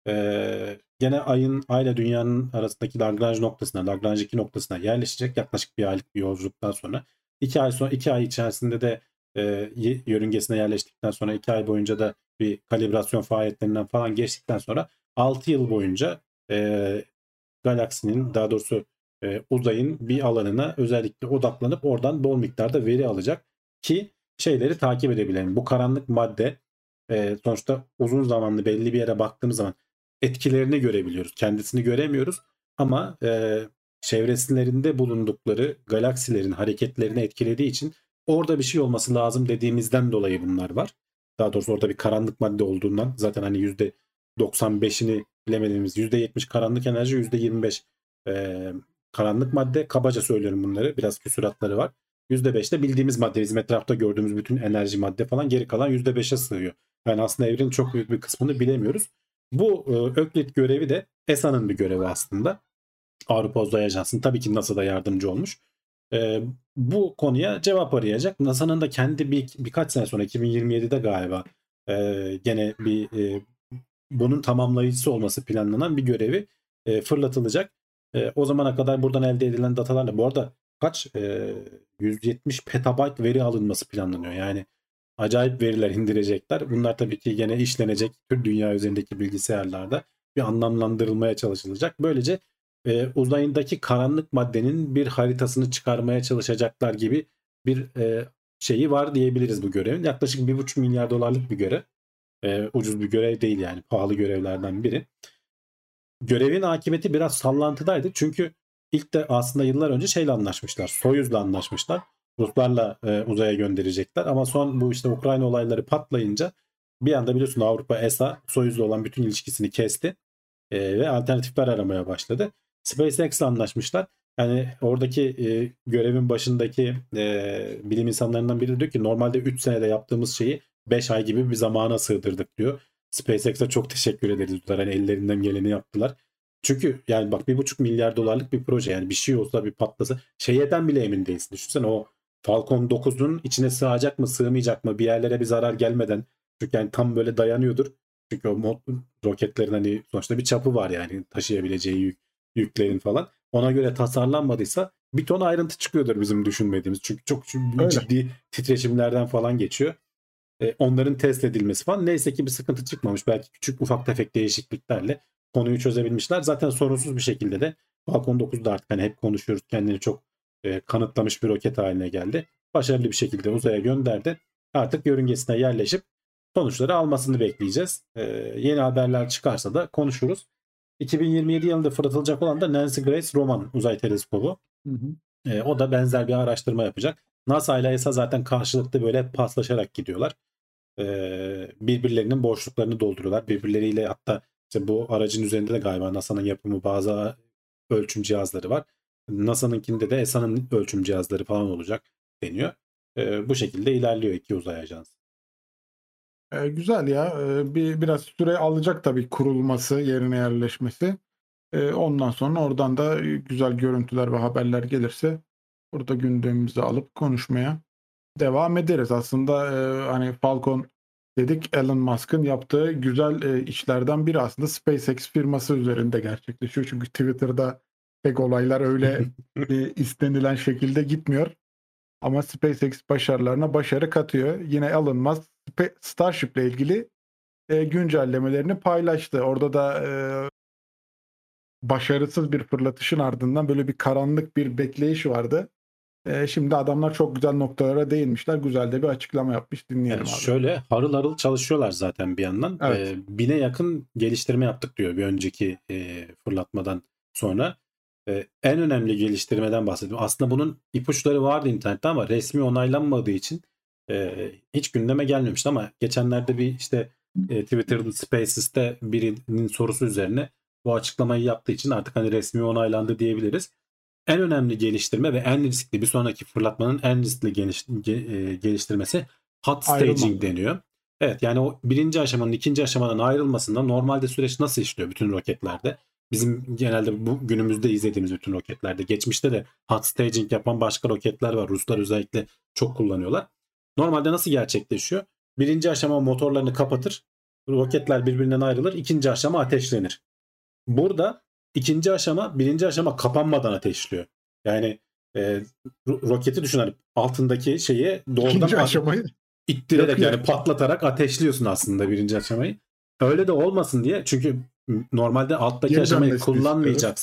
E, gene ayın ayla dünyanın arasındaki Lagrange noktasına, Lagrange iki noktasına yerleşecek yaklaşık bir aylık bir yolculuktan sonra. iki ay sonra iki ay içerisinde de e, yörüngesine yerleştikten sonra iki ay boyunca da bir kalibrasyon faaliyetlerinden falan geçtikten sonra altı yıl boyunca e, galaksinin, daha doğrusu e, uzayın bir alanına özellikle odaklanıp oradan bol miktarda veri alacak ki şeyleri takip edebilelim. Bu karanlık madde e, sonuçta uzun zamanlı belli bir yere baktığımız zaman etkilerini görebiliyoruz. Kendisini göremiyoruz ama e, çevrelerinde bulundukları galaksilerin hareketlerini etkilediği için orada bir şey olması lazım dediğimizden dolayı bunlar var. Daha doğrusu orada bir karanlık madde olduğundan zaten hani yüzde doksan beşini bilemediğimiz yüzde yetmiş karanlık enerji, yüzde yirmi beş e, karanlık madde. Kabaca söylüyorum bunları. Biraz küsuratları var. yüzde beş de bildiğimiz madde. Bizim etrafta gördüğümüz bütün enerji madde falan, geri kalan yüzde beşe sığıyor. Yani aslında evrenin çok büyük bir kısmını bilemiyoruz. Bu e, Öklit görevi de E S A'nın bir görevi aslında. Avrupa Uzay Ajansı'nın, tabii ki NASA'da yardımcı olmuş. E, bu konuya cevap arayacak. NASA'nın da kendi bir, birkaç sene sonra iki bin yirmi yedide galiba e, gene bir e, bunun tamamlayıcısı olması planlanan bir görevi e, fırlatılacak. E, o zamana kadar buradan elde edilen datalarla, bu arada kaç e, yüz yetmiş petabayt veri alınması planlanıyor. Yani acayip veriler indirecekler. Bunlar tabii ki gene işlenecek tüm dünya üzerindeki bilgisayarlarda bir anlamlandırılmaya çalışılacak. Böylece e, uzayındaki karanlık maddenin bir haritasını çıkarmaya çalışacaklar gibi bir e, şeyi var diyebiliriz bu görevin. Yaklaşık bir buçuk milyar dolarlık bir görev. E, ucuz bir görev değil yani. Pahalı görevlerden biri. Görevin akıbeti biraz sallantıdaydı. Çünkü ilk de aslında yıllar önce şeyle anlaşmışlar. Soyuz'la anlaşmışlar. Ruslarla e, uzaya gönderecekler. Ama son bu işte Ukrayna olayları patlayınca bir anda biliyorsun Avrupa E S A Soyuz'la olan bütün ilişkisini kesti. E, ve alternatifler aramaya başladı. SpaceX'le anlaşmışlar. Yani oradaki e, görevin başındaki e, bilim insanlarından biri diyor ki normalde üç senede yaptığımız şeyi beş ay gibi bir zamana sığdırdık diyor. SpaceX'e çok teşekkür ederiz. Yani ellerinden geleni yaptılar. Çünkü yani bak bir buçuk milyar dolarlık bir proje, yani bir şey olsa bir patlasa şeyden bile emin değilsin. Düşünsene o Falcon dokuzun içine sığacak mı sığmayacak mı, bir yerlere bir zarar gelmeden, çünkü yani tam böyle dayanıyordur. Çünkü o mod, roketlerin hani sonuçta bir çapı var yani taşıyabileceği yük, yüklerin falan. Ona göre tasarlanmadıysa bir ton ayrıntı çıkıyordur bizim düşünmediğimiz. Çünkü çok Öyle. ciddi titreşimlerden falan geçiyor. E, onların test edilmesi falan. Neyse ki bir sıkıntı çıkmamış. Belki küçük ufak tefek değişikliklerle konuyu çözebilmişler. Zaten sorunsuz bir şekilde de Falcon dokuzda artık hani hep konuşuyoruz, kendini çok e, kanıtlamış bir roket haline geldi. Başarılı bir şekilde uzaya gönderdi. Artık yörüngesine yerleşip sonuçları almasını bekleyeceğiz. E, yeni haberler çıkarsa da konuşuruz. iki bin yirmi yedi yılında fırlatılacak olan da Nancy Grace Roman uzay teleskobu. Hı hı. E, o da benzer bir araştırma yapacak. NASA ile E S A zaten karşılıklı böyle paslaşarak gidiyorlar. E, birbirlerinin boşluklarını dolduruyorlar. Birbirleriyle, hatta işte bu aracın üzerinde de galiba NASA'nın yapımı bazı ölçüm cihazları var. NASA'nınkinde de E S A'nın ölçüm cihazları falan olacak deniyor. E, bu şekilde ilerliyor iki uzay ajansı. E, güzel ya. E, bir biraz süre alacak tabii kurulması, yerine yerleşmesi. E, ondan sonra oradan da e, güzel görüntüler ve haberler gelirse burada gündemimize alıp konuşmaya devam ederiz. Aslında e, hani Falcon dedik, Elon Musk'ın yaptığı güzel e, işlerden biri aslında SpaceX firması üzerinde gerçekleşiyor. Çünkü Twitter'da pek olaylar öyle e, istenilen şekilde gitmiyor. Ama SpaceX başarılarına başarı katıyor. Yine Elon Musk Spa- Starship ile ilgili e, güncellemelerini paylaştı. Orada da e, başarısız bir fırlatışın ardından böyle bir karanlık bir bekleyiş vardı. E, şimdi adamlar çok güzel noktalara değinmişler. Güzel de bir açıklama yapmış. Dinleyelim Yani abi. şöyle harıl harıl çalışıyorlar zaten bir yandan. Evet. Ee, bine yakın geliştirme yaptık diyor bir önceki e, fırlatmadan sonra. Ee, en önemli geliştirmeden bahsediyorum. Aslında bunun ipuçları vardı internette ama resmi onaylanmadığı için e, hiç gündeme gelmemişti, ama geçenlerde bir işte e, Twitter'da Spaces'te birinin sorusu üzerine bu açıklamayı yaptığı için artık hani resmi onaylandı diyebiliriz. En önemli geliştirme ve en riskli, bir sonraki fırlatmanın en riskli geliş, ge- e, geliştirmesi hot staging Ayrılma. deniyor. Evet, yani o birinci aşamanın ikinci aşamadan ayrılmasında normalde süreç nasıl işliyor bütün roketlerde? Bizim genelde bu günümüzde izlediğimiz bütün roketlerde. Geçmişte de hot staging yapan başka roketler var. Ruslar özellikle çok kullanıyorlar. Normalde nasıl gerçekleşiyor? Birinci aşama motorlarını kapatır. Roketler birbirinden ayrılır. İkinci aşama ateşlenir. Burada ikinci aşama birinci aşama kapanmadan ateşliyor. Yani e, ro- roketi düşün, hani altındaki şeyi doğrudan İkinci a- aşamayı ittirerek yakıyor. yani patlatarak ateşliyorsun aslında birinci aşamayı. Öyle de olmasın diye, çünkü normalde alttaki Geri aşamayı dönmesini kullanmayacaksan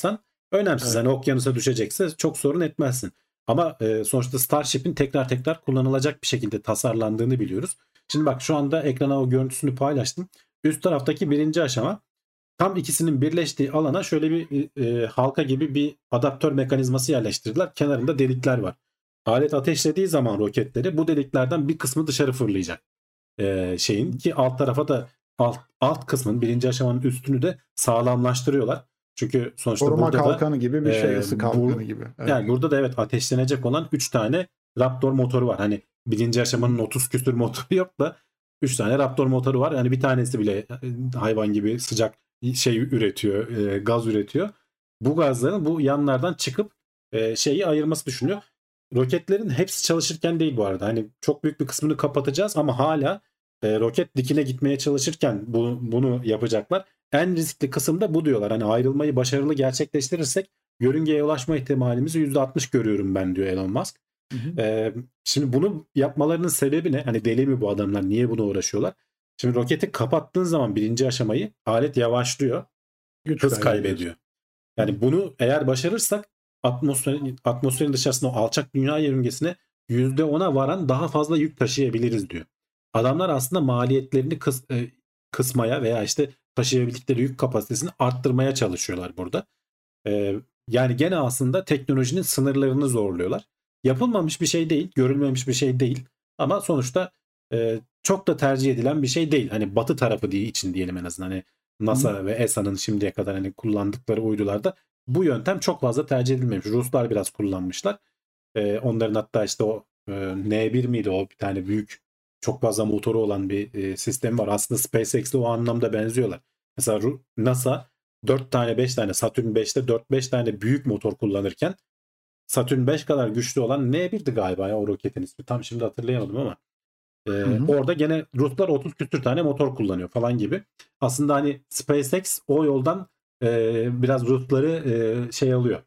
Önemsiz. Evet. Hani okyanusa düşecekse çok sorun etmezsin. Ama e, sonuçta Starship'in tekrar tekrar kullanılacak bir şekilde tasarlandığını biliyoruz. Şimdi bak şu anda ekrana o görüntüsünü paylaştım. Üst taraftaki birinci aşama, tam ikisinin birleştiği alana şöyle bir e, halka gibi bir adaptör mekanizması yerleştirdiler. Kenarında delikler var. Alet ateşlediği zaman roketleri bu deliklerden bir kısmı dışarı fırlayacak. E, şeyin ki alt tarafa da alt, alt kısmın, birinci aşamanın üstünü de sağlamlaştırıyorlar. Çünkü sonuçta Koruma burada kalkanı da gibi bir şey, e, ısı bu- kalkanı gibi. Evet. yani burada da evet ateşlenecek olan üç tane Raptor motoru var. Hani birinci aşamanın otuz küsür motoru yok da üç tane Raptor motoru var. Yani bir tanesi bile hayvan gibi sıcak şey üretiyor, e, gaz üretiyor. Bu gazların bu yanlardan çıkıp e, şeyi ayırması düşünüyor. Roketlerin hepsi çalışırken değil bu arada. Hani çok büyük bir kısmını kapatacağız ama hala e, roket dikine gitmeye çalışırken bu, bunu yapacaklar. En riskli kısım da bu diyorlar. Hani ayrılmayı başarılı gerçekleştirirsek yörüngeye ulaşma ihtimalimizi yüzde altmış görüyorum ben diyor Elon Musk. Hı hı. Ee, şimdi bunu yapmalarının sebebi ne? Hani deli mi bu adamlar? Niye buna uğraşıyorlar? Şimdi roketi kapattığın zaman birinci aşamayı alet yavaşlıyor. Güç Hız kaybediyorsun. kaybediyor. Yani bunu eğer başarırsak atmosferin, atmosferin dışarısında o alçak dünya yörüngesine yüzde ona varan daha fazla yük taşıyabiliriz diyor. Adamlar aslında maliyetlerini kıs, e, kısmaya veya işte taşıyabildikleri yük kapasitesini arttırmaya çalışıyorlar burada. Ee, yani gene aslında teknolojinin sınırlarını zorluyorlar. Yapılmamış bir şey değil, görülmemiş bir şey değil. Ama sonuçta e, çok da tercih edilen bir şey değil. Hani Batı tarafı diye için diyelim en azından. Hani NASA Hı. ve E S A'nın şimdiye kadar hani kullandıkları uydularda bu yöntem çok fazla tercih edilmemiş. Ruslar biraz kullanmışlar. E, onların hatta işte o e, N bir miydi o, bir tane büyük çok fazla motoru olan bir e, sistem var. Aslında SpaceX'le o anlamda benziyorlar. Mesela Ru- NASA dört tane beş tane Saturn beşte dört beş tane büyük motor kullanırken Saturn beş kadar güçlü olan N birdi galiba ya o roketin ismi. Tam şimdi hatırlayamadım ama e, hı. orada gene Ruslar otuz küsür tane motor kullanıyor falan gibi. Aslında hani SpaceX o yoldan e, biraz Rusları e, şey alıyor.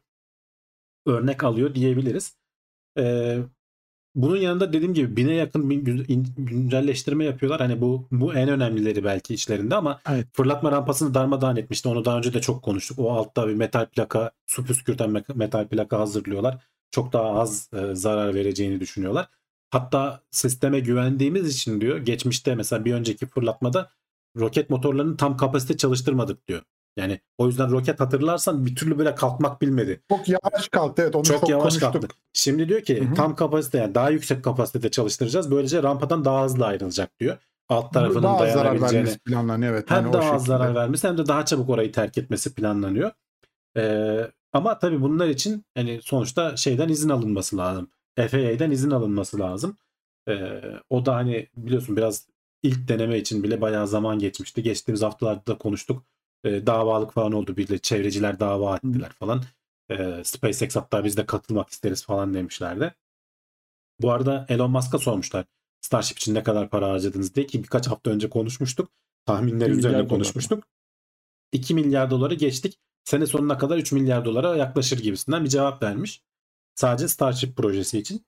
Örnek alıyor diyebiliriz. E, Bunun yanında dediğim gibi bine yakın bir gün- in- güncelleştirme yapıyorlar. Hani bu bu en önemlileri belki içlerinde ama Evet. fırlatma rampasını darmadağın etmişti. Onu daha önce de çok konuştuk. O altta bir metal plaka, su püskürten me- metal plaka hazırlıyorlar. Çok daha az e, zarar vereceğini düşünüyorlar. Hatta sisteme güvendiğimiz için diyor, geçmişte mesela bir önceki fırlatmada roket motorlarını tam kapasite çalıştırmadık diyor. Yani o yüzden roket hatırlarsan bir türlü böyle kalkmak bilmedi. Çok yavaş kalktı. Evet, onu Çok, çok, yavaş konuştuk. kalktı. Şimdi diyor ki Hı hı. tam kapasite, yani daha yüksek kapasitede çalıştıracağız. Böylece rampadan daha hızlı ayrılacak diyor. Alt tarafının Daha az zarar dayanabileceğini, vermesi planlanıyor. Evet, hem hani o daha az şekilde. zarar vermesi hem de daha çabuk orayı terk etmesi planlanıyor. Ee, ama tabii bunlar için hani sonuçta şeyden izin alınması lazım. F A A'den izin alınması lazım. Ee, o da hani biliyorsun biraz ilk deneme için bile bayağı zaman geçmişti. Geçtiğimiz haftalarda da konuştuk. Ee, davalık falan oldu. Bir de çevreciler dava ettiler falan. Ee, SpaceX hatta biz de katılmak isteriz falan demişlerdi. Bu arada Elon Musk'a sormuşlar Starship için ne kadar para harcadınız diye, ki birkaç hafta önce konuşmuştuk. Tahminler Bir üzerine milyar dolar mı? konuşmuştuk. iki milyar doları geçtik. Sene sonuna kadar üç milyar dolara yaklaşır gibisinden bir cevap vermiş. Sadece Starship projesi için.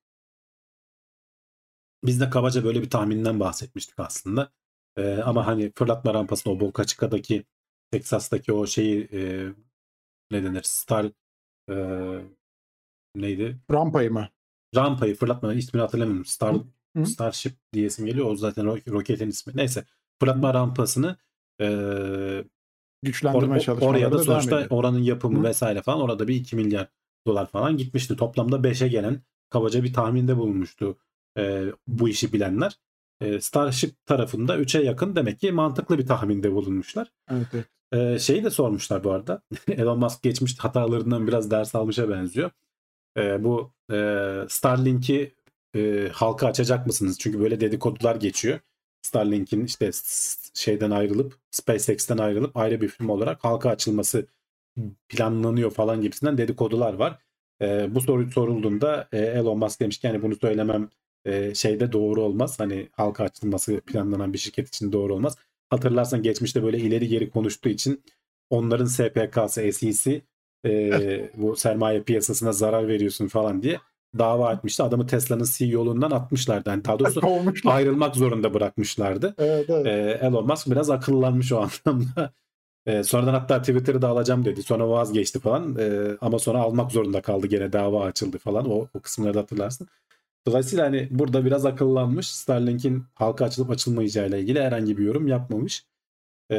Biz de kabaca böyle bir tahminden bahsetmiştik aslında. Ee, ama hani fırlatma rampasını, o Boca Chica'daki, Texas'taki o şeyi e, ne denir? Star e, neydi? Rampayı mı? Rampayı fırlatma, ismini hatırlamıyorum. Star Hı. Starship diyesim geliyor. O zaten ro- roketin ismi. Neyse. Fırlatma rampasını e, Güçlendirme or- çalışmaları oraya da da devam sonuçta ediyor. oranın yapımı Hı. vesaire falan, orada bir iki milyar dolar falan gitmişti. Toplamda beşe gelen kabaca bir tahminde bulunmuştu e, bu işi bilenler. E, Starship tarafında üçe yakın, demek ki mantıklı bir tahminde bulunmuşlar. Evet, evet. E, şeyi de sormuşlar bu arada. Elon Musk geçmiş hatalarından biraz ders almışa benziyor. E, bu e, Starlink'i e, halka açacak mısınız? Çünkü böyle dedikodular geçiyor. Starlink'in işte s- şeyden ayrılıp, SpaceX'ten ayrılıp ayrı bir firma olarak halka açılması planlanıyor falan gibisinden dedikodular var. E, bu soru sorulduğunda e, Elon Musk demiş ki yani bunu söylemem e, şeyde doğru olmaz. Hani halka açılması planlanan bir şirket için doğru olmaz. Hatırlarsan geçmişte böyle ileri geri konuştuğu için onların S P K'sı, S E C e, bu sermaye piyasasına zarar veriyorsun falan diye dava etmişti. Adamı Tesla'nın C E O'luğundan atmışlardı. Yani daha doğrusu Kovmuşlar. ayrılmak zorunda bırakmışlardı. Evet, evet. E, Elon Musk biraz akıllanmış o anlamda. E, sonradan hatta Twitter'ı da alacağım dedi. Sonra vazgeçti falan. E, ama sonra almak zorunda kaldı. Gene dava açıldı falan. O, o kısımları da hatırlarsın. Dolayısıyla hani burada biraz akıllanmış. Starlink'in halka açılıp açılmayacağıyla ilgili herhangi bir yorum yapmamış. E,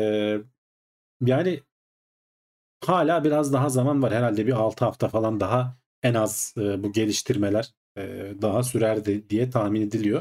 yani hala biraz daha zaman var. Herhalde bir altı hafta falan daha en az e, bu geliştirmeler e, daha sürer de, diye tahmin ediliyor.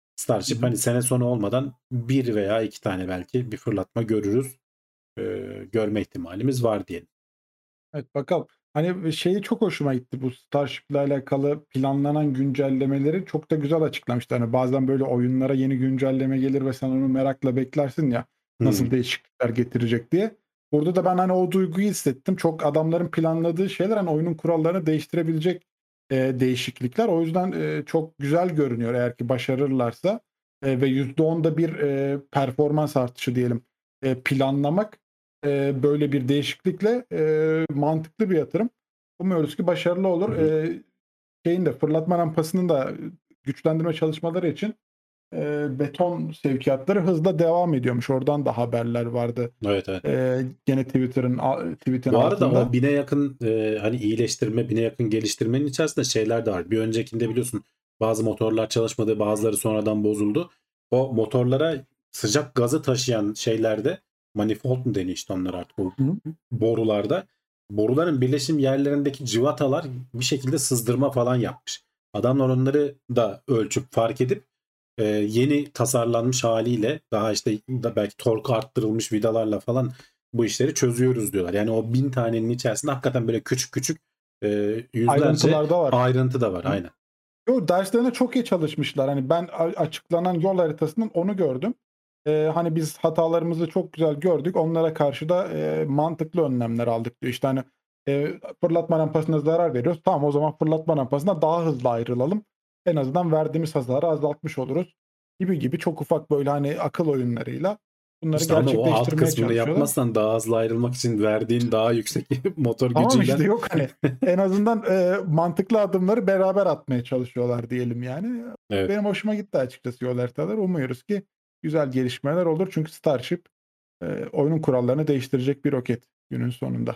Hı Starship hı. hani sene sonu olmadan bir veya iki tane belki bir fırlatma görürüz. E, görme ihtimalimiz var diyelim. Evet, bakalım. Hani şeyi çok hoşuma gitti, bu Starship'le alakalı planlanan güncellemeleri çok da güzel açıklamışlar. Hani bazen böyle oyunlara yeni güncelleme gelir ve sen onu merakla beklersin ya, nasıl Hmm. değişiklikler getirecek diye. Burada da ben hani o duyguyu hissettim. Çok adamların planladığı şeyler hani oyunun kurallarını değiştirebilecek e, değişiklikler. O yüzden e, çok güzel görünüyor eğer ki başarırlarsa. E, ve yüzde onda bir e, performans artışı diyelim e, planlamak e, böyle bir değişiklikle e, mantıklı bir yatırım. Umuyoruz ki başarılı olur. Hı hı. E, şeyin de fırlatma rampasının da güçlendirme çalışmaları için e, beton sevkiyatları hızla devam ediyormuş. Oradan da haberler vardı. Evet, evet. E, gene Twitter'ın a- tweet'in Bu arada o altında. bine yakın e, hani iyileştirme, bine yakın geliştirmenin içerisinde şeyler de var. Bir öncekinde biliyorsun bazı motorlar çalışmadı, bazıları sonradan bozuldu. O motorlara sıcak gazı taşıyan şeylerde manifold mu deniyor işte onlar artık o Hı hı. borularda. Boruların birleşim yerlerindeki cıvatalar bir şekilde sızdırma falan yapmış. Adamlar onları da ölçüp fark edip e, yeni tasarlanmış haliyle daha işte da belki torku arttırılmış vidalarla falan bu işleri çözüyoruz diyorlar. Yani o bin tanenin içerisinde hakikaten böyle küçük küçük e, yüzlerce Ayrıntılar da var. ayrıntı da var. Hı. Aynen. Yo, derslerine çok iyi çalışmışlar. Hani ben a- açıklanan yol haritasından onu gördüm. Ee, hani biz hatalarımızı çok güzel gördük. Onlara karşı da e, mantıklı önlemler aldık diyor. İşte hani e, fırlatma rampasına zarar veriyoruz. Tamam, o zaman fırlatma rampasına daha hızlı ayrılalım. En azından verdiğimiz hasarı azaltmış oluruz. Gibi gibi çok ufak böyle hani akıl oyunlarıyla bunları İşte ama o alt gerçekleştirmeye kısmını çalışıyorlar. yapmazsan daha hızlı ayrılmak için verdiğin daha yüksek motor Tamam işte, gücüyle yok hani en azından e, mantıklı adımları beraber atmaya çalışıyorlar diyelim yani. evet. Benim hoşuma gitti açıkçası yol haritaları. Umuyoruz ki güzel gelişmeler olur. Çünkü Starship e, oyunun kurallarını değiştirecek bir roket günün sonunda.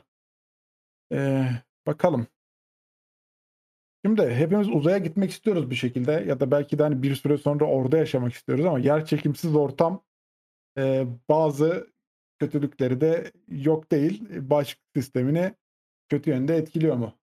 E, bakalım. Şimdi hepimiz uzaya gitmek istiyoruz bir şekilde ya da belki de hani bir süre sonra orada yaşamak istiyoruz ama yerçekimsiz ortam e, bazı kötülükleri de yok değil. Bağışıklık sistemini kötü yönde etkiliyor mu?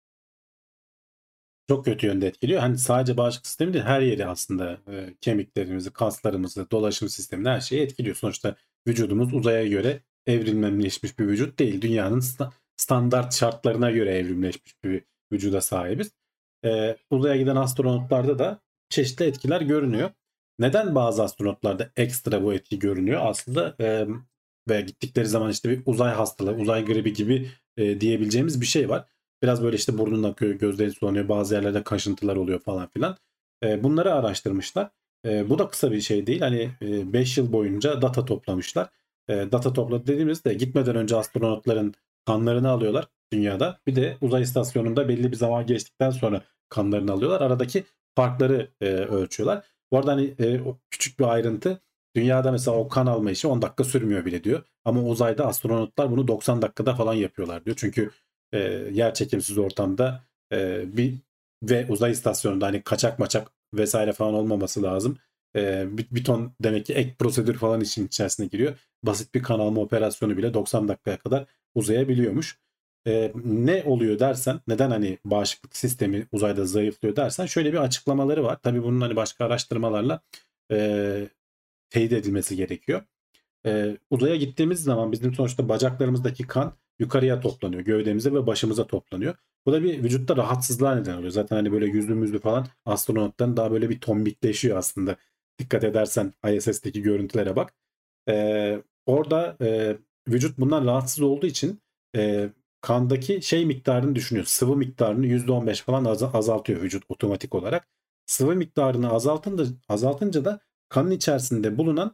Çok kötü yönde etkiliyor. Hani sadece bağışıklık sistemi değil, her yeri aslında e, kemiklerimizi, kaslarımızı, dolaşım sistemini, her şeyi etkiliyor. Sonuçta vücudumuz uzaya göre evrimleşmiş bir vücut değil. Dünyanın sta- standart şartlarına göre evrimleşmiş bir vücuda sahibiz. E, uzaya giden astronotlarda da çeşitli etkiler görünüyor. Neden bazı astronotlarda ekstra bu etki görünüyor? Aslında e, ve gittikleri zaman işte bir uzay hastalığı, uzay gribi gibi e, diyebileceğimiz bir şey var. Biraz böyle işte burnundan akıyor, gözleri sulanıyor, bazı yerlerde kaşıntılar oluyor falan filan. E, bunları araştırmışlar. E, bu da kısa bir şey değil. Hani beş yıl boyunca data toplamışlar. E, data topladı dediğimizde gitmeden önce astronotların kanlarını alıyorlar dünyada. Bir de uzay istasyonunda belli bir zaman geçtikten sonra kanlarını alıyorlar. Aradaki farkları e, ölçüyorlar. Bu arada hani e, o küçük bir ayrıntı. Dünyada mesela o kan alma işi on dakika sürmüyor bile diyor. Ama uzayda astronotlar bunu doksan dakikada falan yapıyorlar diyor. Çünkü e, yer çekimsiz ortamda e, bir ve uzay istasyonunda hani kaçak maçak vesaire falan olmaması lazım. E, bir, bir ton demek ki ek prosedür falan için içerisine giriyor. Basit bir kan alma operasyonu bile doksan dakikaya kadar uzayabiliyormuş. E, ne oluyor dersen, neden hani bağışıklık sistemi uzayda zayıflıyor dersen, şöyle bir açıklamaları var. Tabii bunun hani başka araştırmalarla e, teyit edilmesi gerekiyor. Ee, uzaya gittiğimiz zaman bizim sonuçta bacaklarımızdaki kan yukarıya toplanıyor. Gövdemize ve başımıza toplanıyor. Bu da bir vücutta rahatsızlığa neden oluyor. Zaten hani böyle yüzlü müzlü falan astronotların daha böyle bir tombikleşiyor aslında. Dikkat edersen I S S'teki görüntülere bak. Ee, orada e, vücut bundan rahatsız olduğu için e, kandaki şey miktarını düşünüyor. Sıvı miktarını yüzde on beş falan az- azaltıyor vücut otomatik olarak. Sıvı miktarını azaltınca, azaltınca da kanın içerisinde bulunan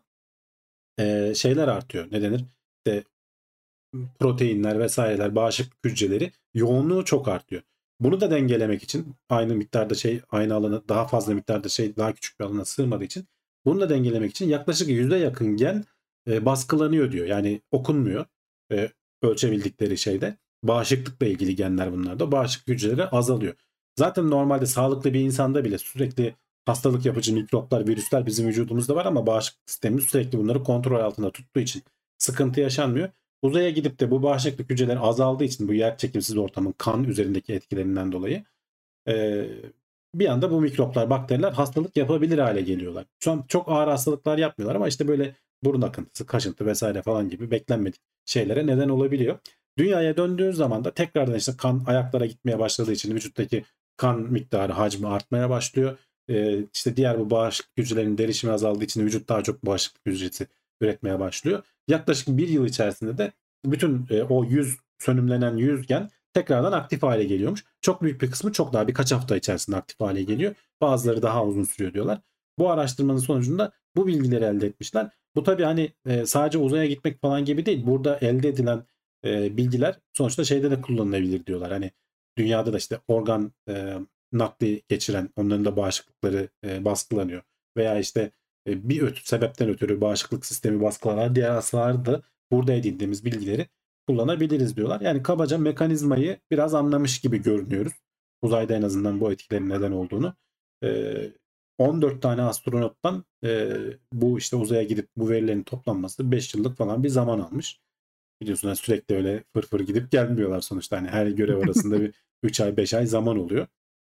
e, şeyler artıyor. Ne denir? İşte proteinler vesaireler, bağışıklık hücreleri yoğunluğu çok artıyor. Bunu da dengelemek için aynı miktarda şey, aynı alana daha fazla miktarda şey, daha küçük bir alana sığmadığı için bunu da dengelemek için yaklaşık yüzde yakın gen e, baskılanıyor diyor. Yani okunmuyor. e, ölçebildikleri şeyde. Bağışıklıkla ilgili genler bunlarda. Bağışıklık hücreleri azalıyor. Zaten normalde sağlıklı bir insanda bile sürekli hastalık yapıcı mikroplar, virüsler bizim vücudumuzda var ama bağışıklık sistemimiz sürekli bunları kontrol altında tuttuğu için sıkıntı yaşanmıyor. Uzaya gidip de bu bağışıklık hücreleri azaldığı için bu yerçekimsiz ortamın kan üzerindeki etkilerinden dolayı e, bir anda bu mikroplar, bakteriler hastalık yapabilir hale geliyorlar. Şu an çok ağır hastalıklar yapmıyorlar ama işte böyle burun akıntısı, kaşıntı vesaire falan gibi beklenmedik şeylere neden olabiliyor. Dünyaya döndüğün zaman da tekrardan işte kan ayaklara gitmeye başladığı için vücuttaki kan miktarı, hacmi artmaya başlıyor. Ee, işte diğer bu bağışıklık hücrelerinin derişimi azaldığı için vücut daha çok bağışıklık hücresi üretmeye başlıyor. Yaklaşık bir yıl içerisinde de bütün e, o yüz sönümlenen yüzgen tekrardan aktif hale geliyormuş. Çok büyük bir kısmı çok daha birkaç hafta içerisinde aktif hale geliyor. Bazıları daha uzun sürüyor diyorlar. Bu araştırmanın sonucunda bu bilgileri elde etmişler. Bu tabii hani e, sadece uzaya gitmek falan gibi değil. Burada elde edilen e, bilgiler sonuçta şeyde de kullanılabilir diyorlar. Hani dünyada da işte organ e, nakli geçiren, onların da bağışıklıkları e, baskılanıyor. Veya işte e, bir ötü, sebepten ötürü bağışıklık sistemi baskılanan diğer hastalarda da burada edindiğimiz bilgileri kullanabiliriz diyorlar. Yani kabaca mekanizmayı biraz anlamış gibi görünüyoruz. Uzayda en azından bu etkilerin neden olduğunu. Ee, on dört tane astronottan e, bu işte uzaya gidip bu verilerin toplanması beş yıllık falan bir zaman almış. Biliyorsun hani sürekli öyle fırfır gidip gelmiyorlar sonuçta. Hani her görev arasında bir üç ay beş ay zaman oluyor.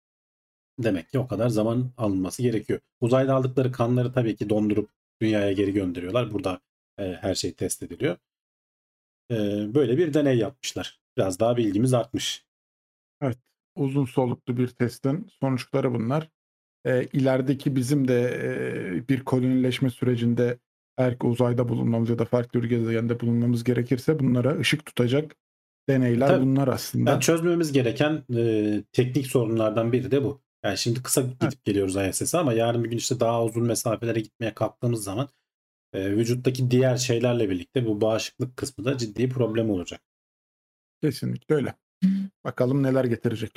Demek ki o kadar zaman alınması gerekiyor. Uzayda aldıkları kanları tabii ki dondurup dünyaya geri gönderiyorlar. Burada e, her şey test ediliyor. Ee, böyle bir deney yapmışlar. Biraz daha bilgimiz artmış. Evet. Uzun soluklu bir testin sonuçları bunlar. E, ilerideki bizim de e, bir kolonileşme sürecinde eğer ki uzayda bulunmamız ya da farklı bir gezegende bulunmamız gerekirse bunlara ışık tutacak deneyler Tabii, bunlar aslında. yani çözmemiz gereken e, teknik sorunlardan biri de bu. Yani şimdi kısa gidip Evet. geliyoruz I S S'e ama yarın bir gün işte daha uzun mesafelere gitmeye kalktığımız zaman e, vücuttaki diğer şeylerle birlikte bu bağışıklık kısmı da ciddi problem olacak. Kesinlikle öyle. Bakalım neler getirecek.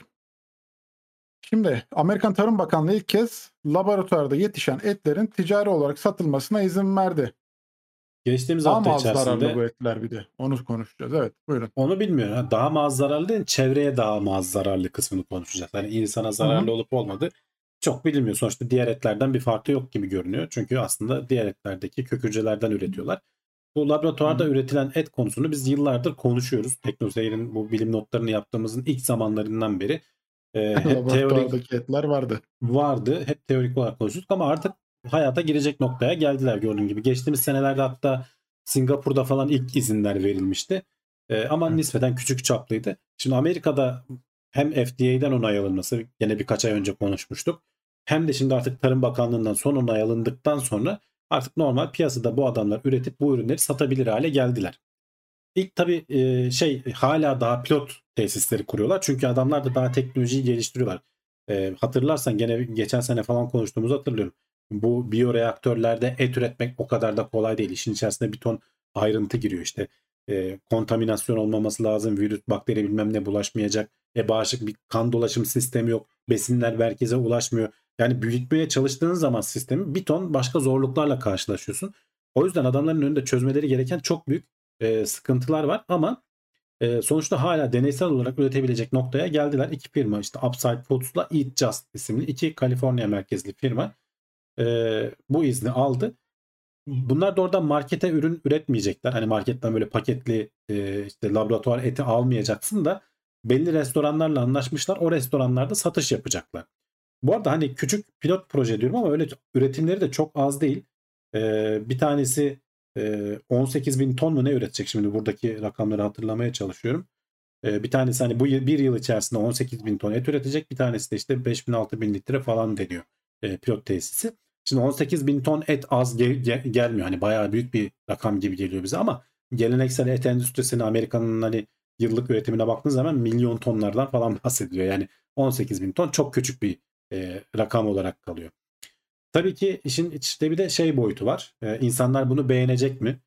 Şimdi Amerikan Tarım Bakanlığı ilk kez laboratuvarda yetişen etlerin ticari olarak satılmasına izin verdi. Geçtiğimiz Daha hafta mı az zararlı bu içerisinde etler bir de? Onu konuşacağız. Evet, buyurun. onu bilmiyorum. Ha, daha mı az zararlı değil, çevreye daha mı az zararlı kısmını konuşacağız. Hani insana Hı zararlı hı. olup olmadığı çok bilinmiyor. Sonuçta diğer etlerden bir farkı yok gibi görünüyor. Çünkü aslında diğer etlerdeki kök hücrelerden üretiyorlar. Bu Hı laboratuvarda hı. üretilen et konusunu biz yıllardır konuşuyoruz. TeknoSeyir'in bu bilim notlarını yaptığımızın ilk zamanlarından beri e, hep teorik Laboratuvardaki etler vardı. vardı. Hep teorik olarak konuştuk ama artık hayata girecek noktaya geldiler gördüğün gibi. Geçtiğimiz senelerde hatta Singapur'da falan ilk izinler verilmişti. E, ama Evet. nispeten küçük çaplıydı. Şimdi Amerika'da hem F D A'den onay alınması, gene birkaç ay önce konuşmuştuk. Hem de şimdi artık Tarım Bakanlığı'ndan son onay alındıktan sonra artık normal piyasada bu adamlar üretip bu ürünleri satabilir hale geldiler. İlk tabii e, şey hala daha pilot tesisleri kuruyorlar. Çünkü adamlar da daha teknolojiyi geliştiriyorlar. E, hatırlarsan gene geçen sene falan konuştuğumuzu hatırlıyorum. Bu biyoreaktörlerde et üretmek o kadar da kolay değil. İşin içerisinde bir ton ayrıntı giriyor işte. E, kontaminasyon olmaması lazım. Virüs, bakteri bilmem ne bulaşmayacak. E, bağışık bir kan dolaşım sistemi yok. Besinler merkeze ulaşmıyor. Yani büyütmeye çalıştığın zaman sistemi bir ton başka zorluklarla karşılaşıyorsun. O yüzden adamların önünde çözmeleri gereken çok büyük e, sıkıntılar var ama e, sonuçta hala deneysel olarak üretebilecek noktaya geldiler. İki firma işte Upside Foods'la Eat Just isimli iki Kaliforniya merkezli firma e, bu izni aldı. Bunlar da oradan markete ürün üretmeyecekler. Hani marketten böyle paketli e, işte laboratuvar eti almayacaksın da belli restoranlarla anlaşmışlar. O restoranlarda satış yapacaklar. Bu arada hani küçük pilot proje diyorum ama öyle üretimleri de çok az değil. Ee, bir tanesi e, on sekiz bin ton mu ne üretecek, şimdi buradaki rakamları hatırlamaya çalışıyorum. Ee, bir tanesi hani bu yıl, bir yıl içerisinde on sekiz bin ton et üretecek. Bir tanesi de işte beş bin altı bin litre falan deniyor e, pilot tesisi. Şimdi on sekiz bin ton et az gel, gel, gelmiyor. Hani bayağı büyük bir rakam gibi geliyor bize ama geleneksel et endüstrisinin Amerika'nın hani yıllık üretimine baktığınız zaman milyon tonlardan falan bahsediliyor. Yani on sekiz bin ton çok küçük bir e, rakam olarak kalıyor. Tabii ki işin işte bir de şey boyutu var. E, insanlar bunu beğenecek mi?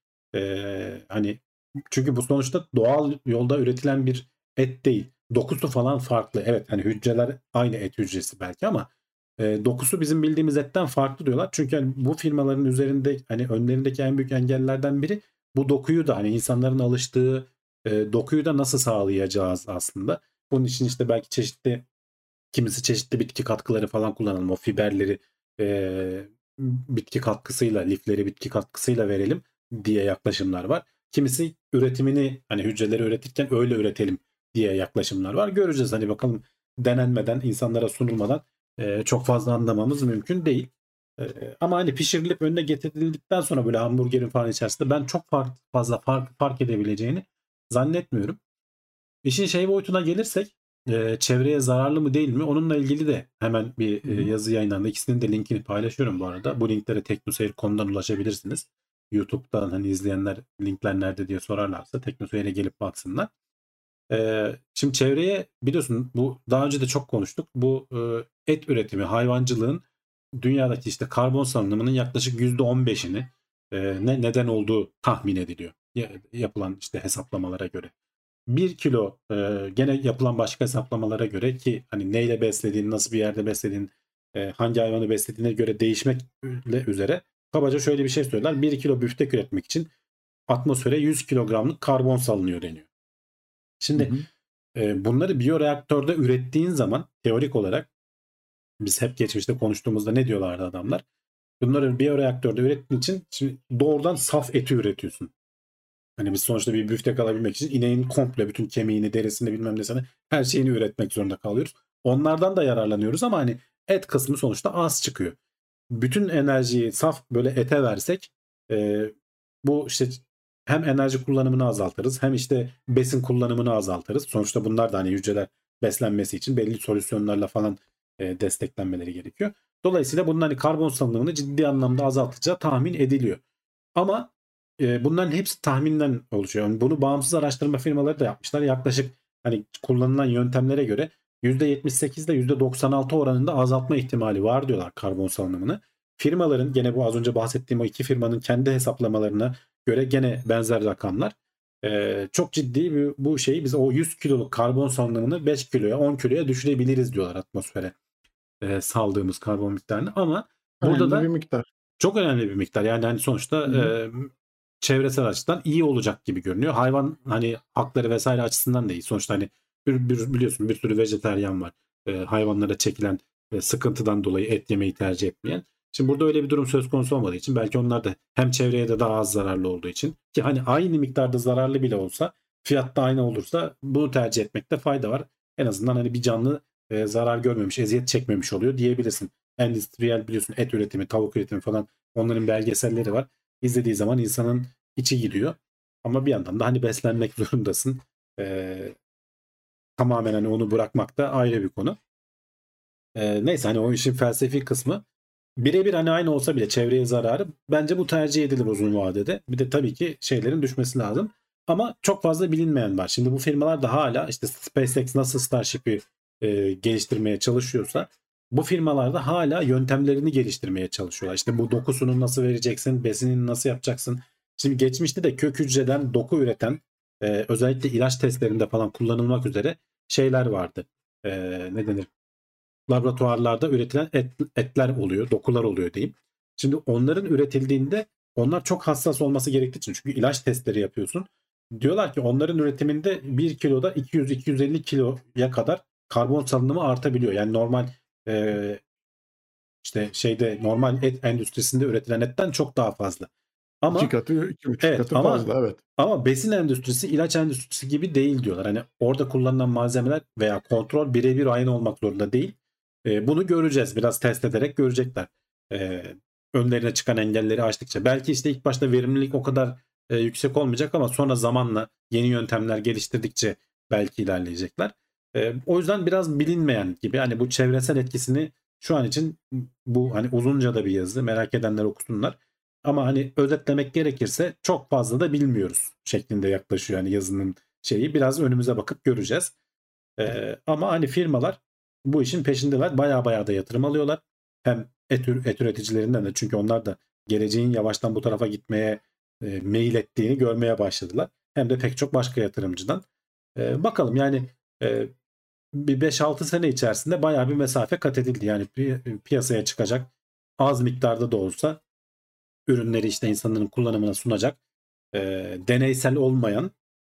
E, hani çünkü bu sonuçta doğal yolda üretilen bir et değil. Dokusu falan farklı. Evet hani hücreler aynı et hücresi belki ama e, dokusu bizim bildiğimiz etten farklı diyorlar. Çünkü hani bu firmaların üzerinde hani önlerindeki en büyük engellerden biri bu dokuyu da hani insanların alıştığı e, dokuyu da nasıl sağlayacağız aslında. Bunun için işte belki çeşitli kimisi çeşitli bitki katkıları falan kullanalım. O fiberleri e, bitki katkısıyla, lifleri bitki katkısıyla verelim diye yaklaşımlar var. Kimisi üretimini hani hücreleri üretirken öyle üretelim diye yaklaşımlar var. Göreceğiz hani bakalım, denenmeden, insanlara sunulmadan e, çok fazla anlamamız mümkün değil. E, ama hani pişirilip önüne getirildikten sonra böyle hamburgerin falan içerisinde ben çok fark, fazla fark, fark edebileceğini zannetmiyorum. İşin şey boyutuna gelirsek, e, çevreye zararlı mı değil mi? Onunla ilgili de hemen bir e, yazı yayınlandı. İkisinin de linkini paylaşıyorum bu arada. Bu linklere teknoseyir nokta com'dan ulaşabilirsiniz. YouTube'dan hani izleyenler linkler nerede diye sorarlarsa Teknoseyir'e gelip baksınlar. E, şimdi çevreye biliyorsun, bu daha önce de çok konuştuk. Bu e, et üretimi, hayvancılığın dünyadaki işte karbon salınımının yaklaşık yüzde on beşini e, ne neden olduğu tahmin ediliyor. Ya- yapılan işte hesaplamalara göre. Bir kilo e, gene yapılan başka hesaplamalara göre, ki hani neyle beslediğin, nasıl bir yerde beslediğin, e, hangi hayvanı beslediğine göre değişmekle üzere kabaca şöyle bir şey söyler. Bir kilo büftek üretmek için atmosfere yüz kilogramlık karbon salınıyor deniyor. Hı Şimdi hı. e, bunları biyoreaktörde ürettiğin zaman teorik olarak, biz hep geçmişte konuştuğumuzda ne diyorlardı adamlar? Bunları biyoreaktörde ürettiğin için şimdi doğrudan saf eti üretiyorsun. Hani biz sonuçta bir büftek alabilmek için ineğin komple bütün kemiğini, derisini, bilmem nesini, her şeyini üretmek zorunda kalıyoruz. Onlardan da yararlanıyoruz ama hani et kısmı sonuçta az çıkıyor. Bütün enerjiyi saf böyle ete versek e, bu işte hem enerji kullanımını azaltırız, hem işte besin kullanımını azaltırız. Sonuçta bunlar da hani hücreler beslenmesi için belli solüsyonlarla falan e, desteklenmeleri gerekiyor. Dolayısıyla bunun hani karbon salınımını ciddi anlamda azaltacağı tahmin ediliyor. Ama e, bunların hepsi tahminden oluşuyor. Yani bunu bağımsız araştırma firmaları da yapmışlar. Yaklaşık hani kullanılan yöntemlere göre yüzde yetmiş sekiz ile yüzde doksan altı oranında azaltma ihtimali var diyorlar karbon salınımını. Firmaların, gene bu az önce bahsettiğim o iki firmanın kendi hesaplamalarına göre gene benzer rakamlar. E, çok ciddi bir, bu şeyi, biz o yüz kiloluk karbon salınımını beş kiloya, on kiloya düşürebiliriz diyorlar atmosfere e, saldığımız karbon miktarını. Ama burada Önemli bir da miktar. çok önemli bir miktar. Yani hani sonuçta Hı hı. e, çevresel açıdan iyi olacak gibi görünüyor. Hayvan hani hakları vesaire açısından da iyi. Sonuçta hani bir, bir- biliyorsun bir sürü vejetaryen var. E, hayvanlara çekilen e, sıkıntıdan dolayı et yemeyi tercih etmeyen. Şimdi burada öyle bir durum söz konusu olmadığı için, belki onlar da hem çevreye de daha az zararlı olduğu için, ki hani aynı miktarda zararlı bile olsa, fiyatta aynı olursa bunu tercih etmekte fayda var. En azından hani bir canlı e, zarar görmemiş, eziyet çekmemiş oluyor diyebilirsin. Endüstriyel biliyorsun et üretimi, tavuk üretimi falan, onların belgeselleri var. İzlediği zaman insanın içi gidiyor. Ama bir yandan da hani beslenmek zorundasın. Ee, tamamen hani onu bırakmak da ayrı bir konu. Ee, neyse, hani o işin felsefi kısmı, birebir hani aynı olsa bile çevreye zararı, bence bu tercih edilir uzun vadede. Bir de tabii ki şeylerin düşmesi lazım. Ama çok fazla bilinmeyen var. Şimdi bu firmalar da hala işte SpaceX nasıl Starship'i e, geliştirmeye çalışıyorsa, bu firmalar da hala yöntemlerini geliştirmeye çalışıyorlar. İşte bu dokusunu nasıl vereceksin, besinini nasıl yapacaksın. Şimdi geçmişte de kök hücreden doku üreten, e, özellikle ilaç testlerinde falan kullanılmak üzere şeyler vardı. E, ne denir? Laboratuvarlarda üretilen et, etler oluyor, dokular oluyor diyeyim. Şimdi onların üretildiğinde onlar çok hassas olması gerektiği için, çünkü ilaç testleri yapıyorsun. Diyorlar ki onların üretiminde bir kiloda iki yüz iki yüz elli kiloya kadar karbon salınımı artabiliyor. Yani normal e, işte şeyde, normal et endüstrisinde üretilen etten çok daha fazla. İki Ama katı, iki buçuk evet, katı ama fazla. Evet. ama besin endüstrisi ilaç endüstrisi gibi değil diyorlar. Hani orada kullanılan malzemeler veya kontrol birebir aynı olmak zorunda değil. E, bunu göreceğiz. Biraz test ederek görecekler. E, önlerine çıkan engelleri aştıkça. Belki işte ilk başta verimlilik o kadar e, yüksek olmayacak ama sonra zamanla yeni yöntemler geliştirdikçe belki ilerleyecekler. E, o yüzden biraz bilinmeyen gibi. Hani bu çevresel etkisini şu an için, bu hani uzunca da bir yazı, merak edenler okusunlar. Ama hani özetlemek gerekirse çok fazla da bilmiyoruz şeklinde yaklaşıyor yani yazının şeyi. Biraz önümüze bakıp göreceğiz. Ee, ama hani firmalar bu işin peşindeler. Baya baya da yatırım alıyorlar. Hem et, et üreticilerinden de, çünkü onlar da geleceğin yavaştan bu tarafa gitmeye e, meyil ettiğini görmeye başladılar. Hem de pek çok başka yatırımcıdan. Ee, bakalım yani e, bir beş altı sene içerisinde baya bir mesafe kat edildi. Yani pi- piyasaya çıkacak, az miktarda da olsa ürünleri işte insanların kullanımına sunacak, e, deneysel olmayan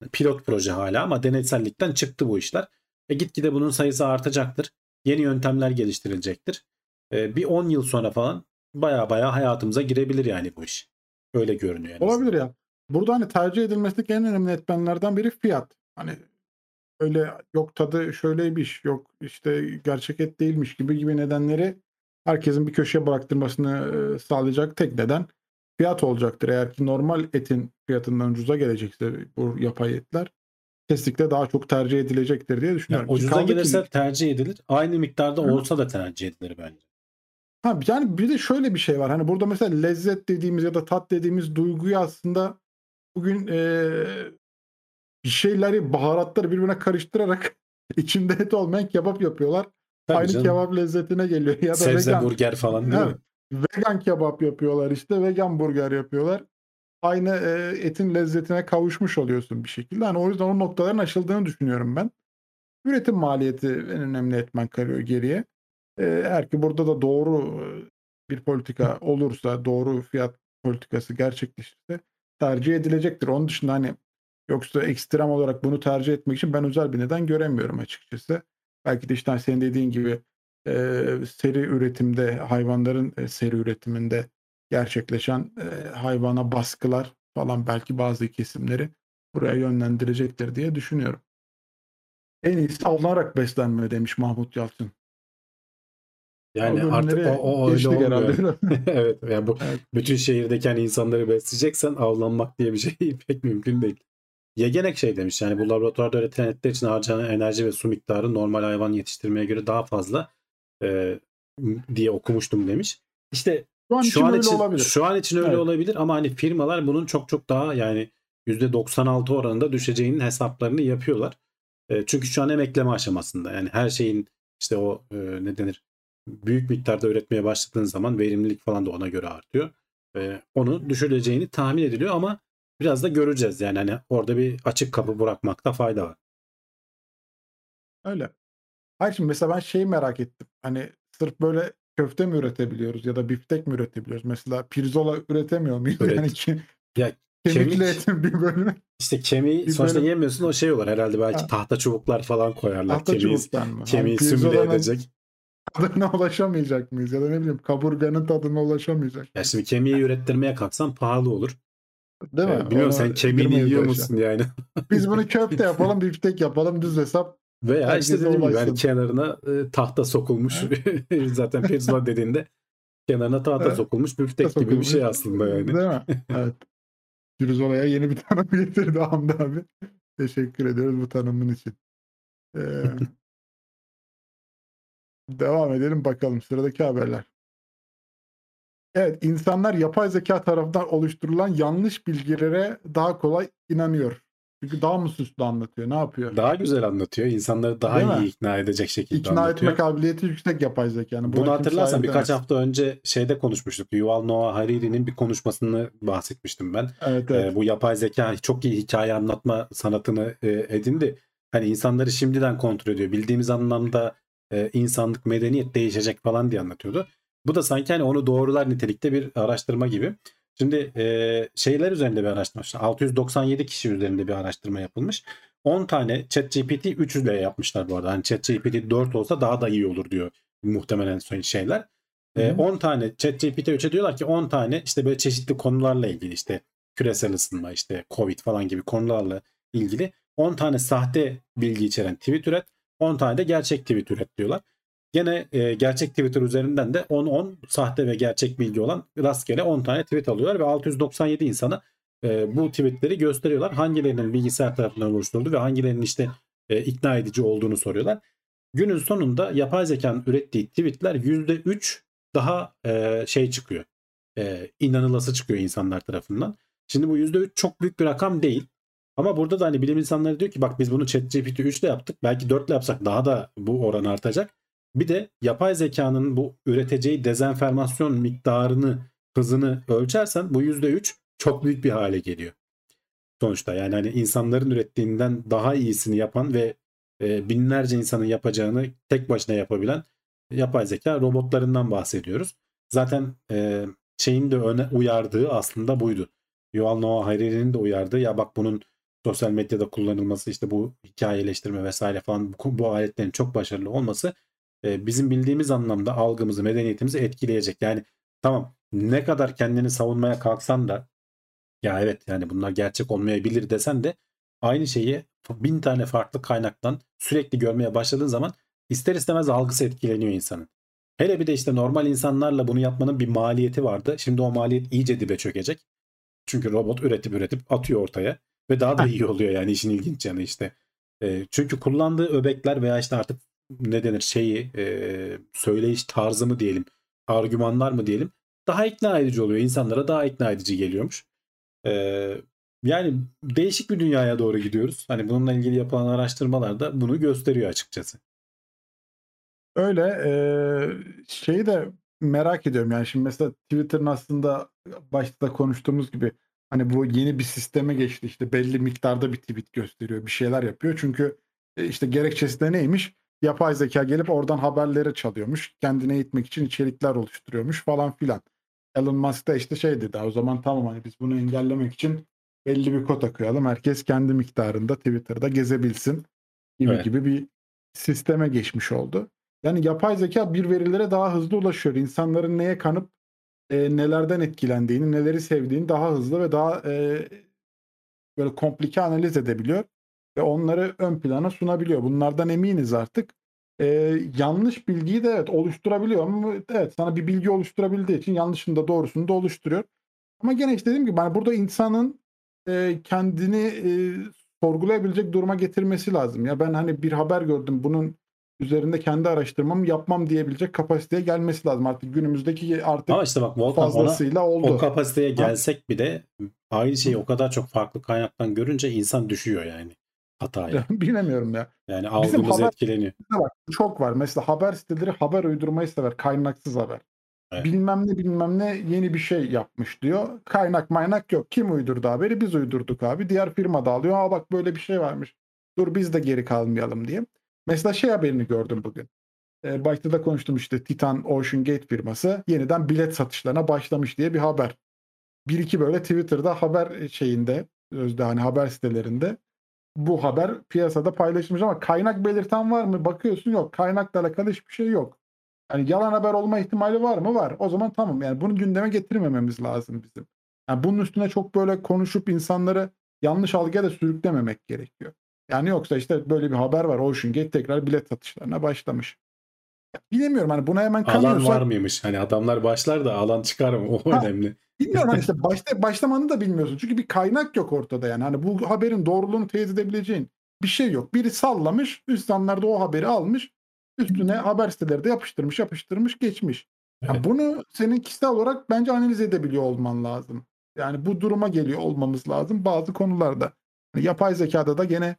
Pilot proje hala ama deneysellikten çıktı bu işler. E gitgide bunun sayısı artacaktır. Yeni yöntemler geliştirilecektir. E, bir on yıl sonra falan baya baya hayatımıza girebilir yani bu iş. Öyle görünüyor. En Olabilir ya. Burada hani tercih edilmesindeki en önemli etmenlerden biri fiyat. Hani öyle yok tadı şöyleymiş, yok işte gerçek et değilmiş gibi gibi nedenleri herkesin bir köşeye bıraktırmasını e, sağlayacak tek neden fiyat olacaktır. Eğer ki normal etin fiyatından ucuza gelecekse bu yapay etler kesinlikle daha çok tercih edilecektir diye Yani düşünüyorum. Ki ucuza kaldı ki gelirse tercih edilir. Aynı miktarda Hı. olsa da tercih edilir bence. ha, yani bir de şöyle bir şey var. Hani burada mesela lezzet dediğimiz ya da tat dediğimiz duyguyu aslında bugün eee bir şeyleri, baharatları birbirine karıştırarak içinde et olmayan kebap yapıyorlar. Tabii Aynı canım. kebap lezzetine geliyor. Ya da Sebze vegan, burger falan değil mi? evet, vegan kebap yapıyorlar işte. Vegan burger yapıyorlar. Aynı e, etin lezzetine kavuşmuş oluyorsun bir şekilde. Hani o yüzden o noktaların aşıldığını düşünüyorum ben. Üretim maliyeti en önemli etmen kalıyor geriye. E, eğer ki burada da doğru e, bir politika olursa, doğru fiyat politikası gerçekleşirse tercih edilecektir. Onun dışında hani yoksa ekstrem olarak bunu tercih etmek için ben özel bir neden göremiyorum açıkçası. Belki de işte hani senin dediğin gibi e, seri üretimde, hayvanların e, seri üretiminde gerçekleşen e, hayvana baskılar falan belki bazı kesimleri buraya yönlendirecektir diye düşünüyorum. En iyisi alınarak beslenme demiş Mahmut Yalçın. O Yani artık o, günleri o öyle geçtik olmuyor. herhalde. Evet yani bu Evet. bütün şehirdeki hani insanları besleyeceksen avlanmak diye bir şey pek mümkün değil. Yegenek şey demiş yani bu laboratuvarda üretilen etler için harcanan enerji ve su miktarı normal hayvan yetiştirmeye göre daha fazla e, diye okumuştum demiş. İşte Şu an şu için an öyle için olabilir. şu an için öyle Evet. olabilir ama hani firmalar bunun çok çok daha yani yüzde doksan altı oranında düşeceğinin hesaplarını yapıyorlar. E, çünkü şu an emekleme aşamasında yani her şeyin işte o e, ne denir büyük miktarda üretmeye başladığın zaman verimlilik falan da ona göre artıyor. E, onu düşüreceğini tahmin ediliyor ama biraz da göreceğiz yani hani orada bir açık kapı bırakmakta fayda var. Öyle. Hayır şimdi mesela ben şeyi merak ettim. Hani sırf böyle köfte mi üretebiliyoruz ya da biftek mi üretebiliyoruz? Mesela pirzola üretemiyor muyuz? Yani Üret. ki, Ya kemikli kemik etin bir bölümü işte kemiği bir sonuçta bölüm yemiyorsun o şey olur herhalde belki ha, tahta çubuklar falan koyarlar tahta kemiği çubuktan mı? Hani kemiği simüle pirzolanın edecek. tadına ulaşamayacak mıyız? Ya da ne bileyim kaburganın tadına ulaşamayacak Ya mıyız? şimdi kemiği ürettirmeye kalksan pahalı olur. Değil mi? E, bilmiyorum Onu sen kemiğini girmeyiz o yiyor işe. musun yani? Biz bunu köfte yapalım, biftek yapalım, düz hesap Veya işte herkese dediğim gibi hani ulaşsın. kenarına e, tahta sokulmuş Ha? zaten pirzola dediğinde kenarına tahta Ha? sokulmuş büftek gibi bir Sokulmuş. şey aslında yani. Değil mi? Evet. Pirzola'ya yeni bir tanım getirdi Hamdi abi. Teşekkür ediyoruz bu tanımın için. Ee, devam edelim bakalım sıradaki haberler. Evet, insanlar yapay zeka tarafından oluşturulan yanlış bilgilere daha kolay inanıyor. Çünkü daha mı süslü anlatıyor? Ne yapıyor? Daha güzel anlatıyor. İnsanları daha Değil iyi mi? ikna edecek şekilde İkna etme anlatıyor. kabiliyeti yüksek yapay zekanın. Bunu Buna kimse hatırlarsan hayır birkaç demez. hafta önce şeyde konuşmuştuk. Yuval Noah Harari'nin bir konuşmasını bahsetmiştim ben. Evet Ee, evet. bu yapay zeka çok iyi hikaye anlatma sanatını e, edindi. Hani insanları şimdiden kontrol ediyor. Bildiğimiz anlamda e, insanlık, medeniyet değişecek falan diye anlatıyordu. Bu da sanki hani onu doğrular nitelikte bir araştırma gibi. Şimdi e, şeyler üzerinde bir araştırma. İşte altı yüz doksan yedi kişi üzerinde bir araştırma yapılmış. on tane ChatGPT üç ile yapmışlar bu arada. Hani ChatGPT dört olsa daha da iyi olur diyor muhtemelen şeyler. Hı E, hı. on tane ChatGPT üçe diyorlar ki on tane işte böyle çeşitli konularla ilgili işte küresel ısınma işte Covid falan gibi konularla ilgili on tane sahte bilgi içeren tweet üret, on tane de gerçek tweet üret diyorlar. Gene e, gerçek Twitter üzerinden de on on sahte ve gerçek bilgi olan rastgele on tane tweet alıyorlar ve altı yüz doksan yedi insana e, bu tweetleri gösteriyorlar. Hangilerinin bilgisayar tarafından oluşturulduğu ve hangilerinin işte e, ikna edici olduğunu soruyorlar. Günün sonunda yapay zekanın ürettiği tweetler yüzde üç daha e, şey çıkıyor. E, inanılası çıkıyor insanlar tarafından. Şimdi bu yüzde üç çok büyük bir rakam değil. Ama burada da hani bilim insanları diyor ki bak biz bunu ChatGPT üç ile yaptık. Belki dört ile yapsak daha da bu oran artacak. Bir de yapay zekanın bu üreteceği dezenformasyon miktarını, hızını ölçersen bu yüzde üç çok büyük bir hale geliyor. Sonuçta yani hani insanların ürettiğinden daha iyisini yapan ve e, binlerce insanın yapacağını tek başına yapabilen yapay zeka robotlarından bahsediyoruz. Zaten e, şeyin de öne uyardığı aslında buydu. Yuval Noah Harari'nin de uyardığı ya bak bunun sosyal medyada kullanılması, işte bu hikayeleştirme vesaire falan bu, bu aletlerin çok başarılı olması e, bizim bildiğimiz anlamda algımızı, medeniyetimizi etkileyecek. Yani tamam, ne kadar kendini savunmaya kalksan da ya evet yani bunlar gerçek olmayabilir desen de aynı şeyi bin tane farklı kaynaktan sürekli görmeye başladığın zaman ister istemez algısı etkileniyor insanın. Hele bir de işte normal insanlarla bunu yapmanın bir maliyeti vardı. Şimdi o maliyet iyice dibe çökecek. Çünkü robot üretip üretip atıyor ortaya ve daha da iyi oluyor yani işin ilginç yanı işte. E, çünkü kullandığı öbekler veya işte artık ne denir şeyi e, söyleyiş tarzı mı diyelim, argümanlar mı diyelim, daha ikna edici oluyor. İnsanlara daha ikna edici geliyormuş. E, Yani değişik bir dünyaya doğru gidiyoruz. Hani bununla ilgili yapılan araştırmalar da bunu gösteriyor açıkçası. Öyle eee, şeyi de merak ediyorum yani şimdi mesela Twitter'ın aslında başta da konuştuğumuz gibi hani bu yeni bir sisteme geçti, işte belli miktarda bir tweet gösteriyor, bir şeyler yapıyor çünkü e, işte gerekçesi de neymiş, yapay zeka gelip oradan haberleri çalıyormuş, kendine eğitmek için içerikler oluşturuyormuş falan filan. Elon Musk da işte şey dedi, o zaman tamam hani biz bunu engellemek için belli bir kota koyalım, herkes kendi miktarında Twitter'da gezebilsin gibi Evet. gibi bir sisteme geçmiş oldu. Yani yapay zeka bir verilere daha hızlı ulaşıyor. İnsanların neye kanıp e, nelerden etkilendiğini, neleri sevdiğini daha hızlı ve daha e, böyle komplike analiz edebiliyor ve onları ön plana sunabiliyor. Bunlardan eminiz artık. E, yanlış bilgiyi de evet oluşturabiliyor ama evet sana bir bilgi oluşturabildiği için yanlışını da doğrusunu da oluşturuyor. Ama gene işte dediğim gibi hani burada insanın e, kendini e, sorgulayabilecek duruma getirmesi lazım. Ya ben hani bir haber gördüm, bunun üzerinde kendi araştırmamı yapmam diyebilecek kapasiteye gelmesi lazım. Artık günümüzdeki artık Ama işte bak Volkan, ona fazlasıyla o oldu. kapasiteye Ha? gelsek bile aynı şeyi Hı? o kadar çok farklı kaynaktan görünce insan düşüyor yani hataya. Bilemiyorum ya. Yani Bizim algımız haber etkileniyor. siteleri var. Çok var. Mesela haber siteleri haber uydurmayı sever. Kaynaksız haber. Evet. Bilmem ne bilmem ne yeni bir şey yapmış diyor. Kaynak maynak yok. Kim uydurdu haberi? Biz uydurduk abi. Diğer firma da alıyor. Aa bak böyle bir şey varmış. Dur biz de geri kalmayalım diye. Mesela şey haberini gördüm bugün. Ee, başta da konuştum, işte Titan Ocean Gate firması yeniden bilet satışlarına başlamış diye bir haber. Bir iki böyle Twitter'da haber şeyinde, özde hani haber sitelerinde bu haber piyasada paylaşılmış ama kaynak belirten var mı? Bakıyorsun yok. Kaynakla alakalı hiçbir şey yok. Yani yalan haber olma ihtimali var mı? Var. O zaman tamam. Yani bunu gündeme getirmememiz lazım bizim. Yani bunun üstüne çok böyle konuşup insanları yanlış algıya da sürüklememek gerekiyor. Yani yoksa işte böyle bir haber var. Ocean Gate tekrar bilet satışlarına başlamış. Ya bilemiyorum hani buna hemen Alan var kanıyorsak, mıymış? Hani adamlar başlar da alan çıkar mı? O ha, önemli. bilmiyorum hani işte başta başlamanı da bilmiyorsun. Çünkü bir kaynak yok ortada yani. Hani bu haberin doğruluğunu teyit edebileceğin bir şey yok. Biri sallamış, insanlar da o haberi almış, üstüne haber siteleri de yapıştırmış, yapıştırmış, geçmiş. Ya Evet. bunu senin kişisel olarak bence analiz edebiliyor olman lazım. Yani bu duruma geliyor olmamız lazım bazı konularda. Hani yapay zekada da gene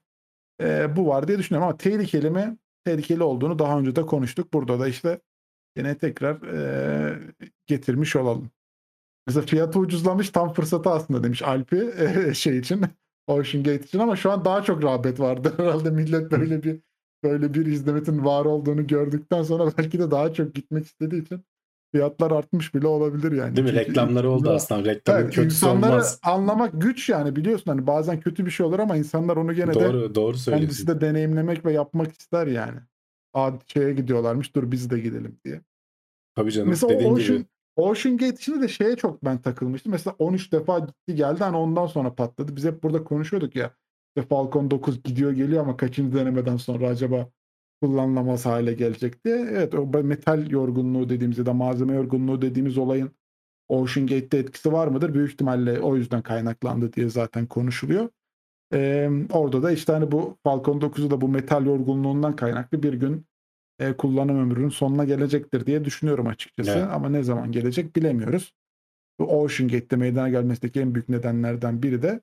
e, bu var diye düşünüyorum ama tehlikeli mi? Tehlikeli olduğunu daha önce de konuştuk. Burada da işte gene tekrar e, getirmiş olalım. Mesela fiyatı ucuzlamış, tam fırsatı aslında demiş Alpi eee, şey için, Ocean Gate için, ama şu an daha çok rağbet vardı. Herhalde millet böyle bir böyle bir hizmetin var olduğunu gördükten sonra belki de daha çok gitmek istediği için fiyatlar artmış bile olabilir yani. Değil mi? Çünkü Reklamları oldu insanlara, aslında. Reklamın evet, kötüsü insanları olmaz. anlamak güç yani, biliyorsun hani bazen kötü bir şey olur ama insanlar onu gene de Doğru, doğru kendisi söylüyorsun. de deneyimlemek ve yapmak ister yani. Aa, şeye gidiyorlarmış, dur biz de gidelim diye. Tabii canım. Mesela o Dediğin gibi. Ocean Ocean Gate işinde de şeye çok ben takılmıştım. Mesela on üç defa gitti geldi, hani ondan sonra patladı. Biz hep burada konuşuyorduk ya. İşte Falcon dokuz gidiyor geliyor ama kaçıncı denemeden sonra acaba kullanılamaz hale gelecek diye. Evet, o metal yorgunluğu dediğimiz ya da malzeme yorgunluğu dediğimiz olayın Ocean Gate'de etkisi var mıdır? Büyük ihtimalle o yüzden kaynaklandı diye zaten konuşuluyor. Ee, orada da işte hani bu Falcon dokuzu da bu metal yorgunluğundan kaynaklı bir gün e, kullanım ömrünün sonuna gelecektir diye düşünüyorum açıkçası. Evet. Ama ne zaman gelecek bilemiyoruz. Bu Ocean Gate'de meydana gelmesindeki en büyük nedenlerden biri de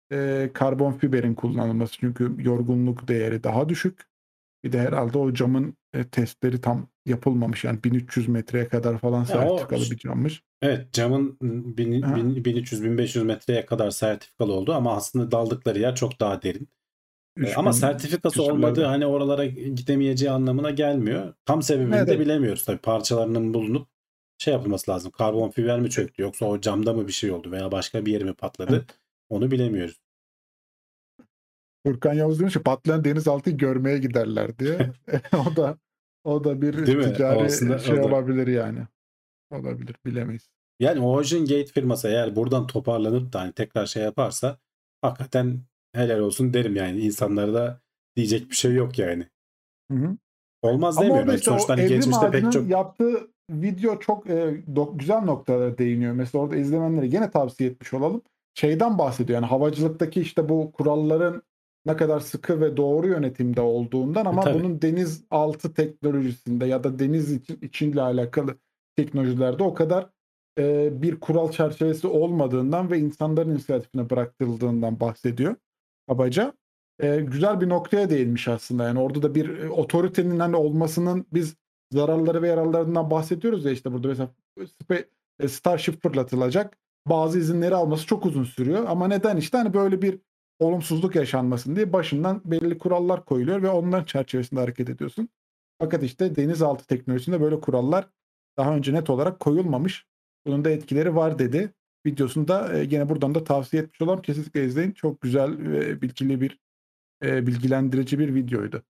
e, karbon fiberin kullanılması. Çünkü yorgunluk değeri daha düşük. Bir de herhalde o camın e, testleri tam yapılmamış. Yani bin üç yüz metreye kadar falan Ya o sertifikalı bir cammış. evet, camın bin- Ha, bin- bin üç yüz bin beş yüz metreye kadar sertifikalı oldu ama aslında daldıkları yer çok daha derin. E, Ama üç bin sertifikası olmadığı küsürlerde. hani oralara gidemeyeceği anlamına gelmiyor. Tam sebebini de Evet. bilemiyoruz tabii. Parçalarının bulunup şey yapılması lazım. Karbon fiber mi çöktü yoksa o camda mı bir şey oldu veya başka bir yeri mi Evet. patladı? Onu bilemiyoruz. Furkan Yavuz demiş ki patlayan denizaltıyı görmeye giderler diye. o da o da bir Değil mi? ticari Aslında şey o da. olabilir yani. Olabilir, bilemeyiz. Yani Ocean Gate firması eğer buradan toparlanıp da hani tekrar şey yaparsa hakikaten helal olsun derim yani. İnsanlara da diyecek bir şey yok yani. Hı hı. Olmaz Ama demiyorum. orada Yani işte sonuçta o hani Evrim geçmişte pek Ağacı'nın çok yaptığı video çok e, do- güzel noktalara değiniyor. Mesela orada izlemenlere gene tavsiye etmiş olalım. Şeyden bahsediyor, yani havacılıktaki işte bu kuralların ne kadar sıkı ve doğru yönetimde olduğundan, e, ama tabii. bunun denizaltı teknolojisinde ya da deniz için, içinle alakalı teknolojilerde o kadar e, bir kural çerçevesi olmadığından ve insanların inisiyatifine bırakıldığından bahsediyor kabaca. Eee, güzel bir noktaya değinmiş aslında. Yani orada da bir, eee, otoritenin, hani, olmasının biz zararları ve yararlarından bahsediyoruz ya, işte burada mesela spe eee, Starship fırlatılacak. Bazı izinleri alması çok uzun sürüyor ama neden? İşte, hani, böyle bir olumsuzluk yaşanmasın diye başından belirli kurallar koyuluyor ve onların çerçevesinde hareket ediyorsun. Fakat, işte, denizaltı teknolojisinde böyle kurallar daha önce net olarak koyulmamış. Bunun da etkileri var dedi. Videosunu da, eee, gene buradan da tavsiye etmiş olalım. Kesinlikle izleyin. Çok güzel ve bilgili bir Eee, bilgilendirici bir videoydu.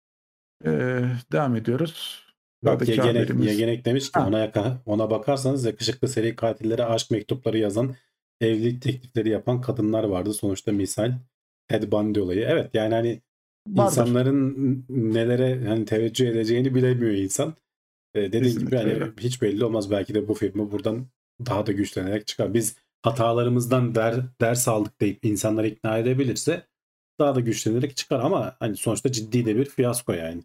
Eee, devam ediyoruz. Bak Sıradaki Yegenek, haberimiz. Yegenek demiş ki Ha, ona yaka, ona bakarsanız yakışıklı seri katillere aşk mektupları yazan, evlilik teklifleri yapan kadınlar vardı. Sonuçta misal Ted Bundy olayı. Evet yani hani vardır. insanların nelere hani teveccüh edeceğini bilemiyor insan. E, dediğin gibi Kesinlikle hani öyle. hiç belli olmaz. Belki de bu filmi buradan daha da güçlenerek çıkar. Biz hatalarımızdan der, ders aldık deyip insanları ikna edebilirse daha da güçlenerek çıkar. Ama hani sonuçta ciddi de bir fiyasko yani.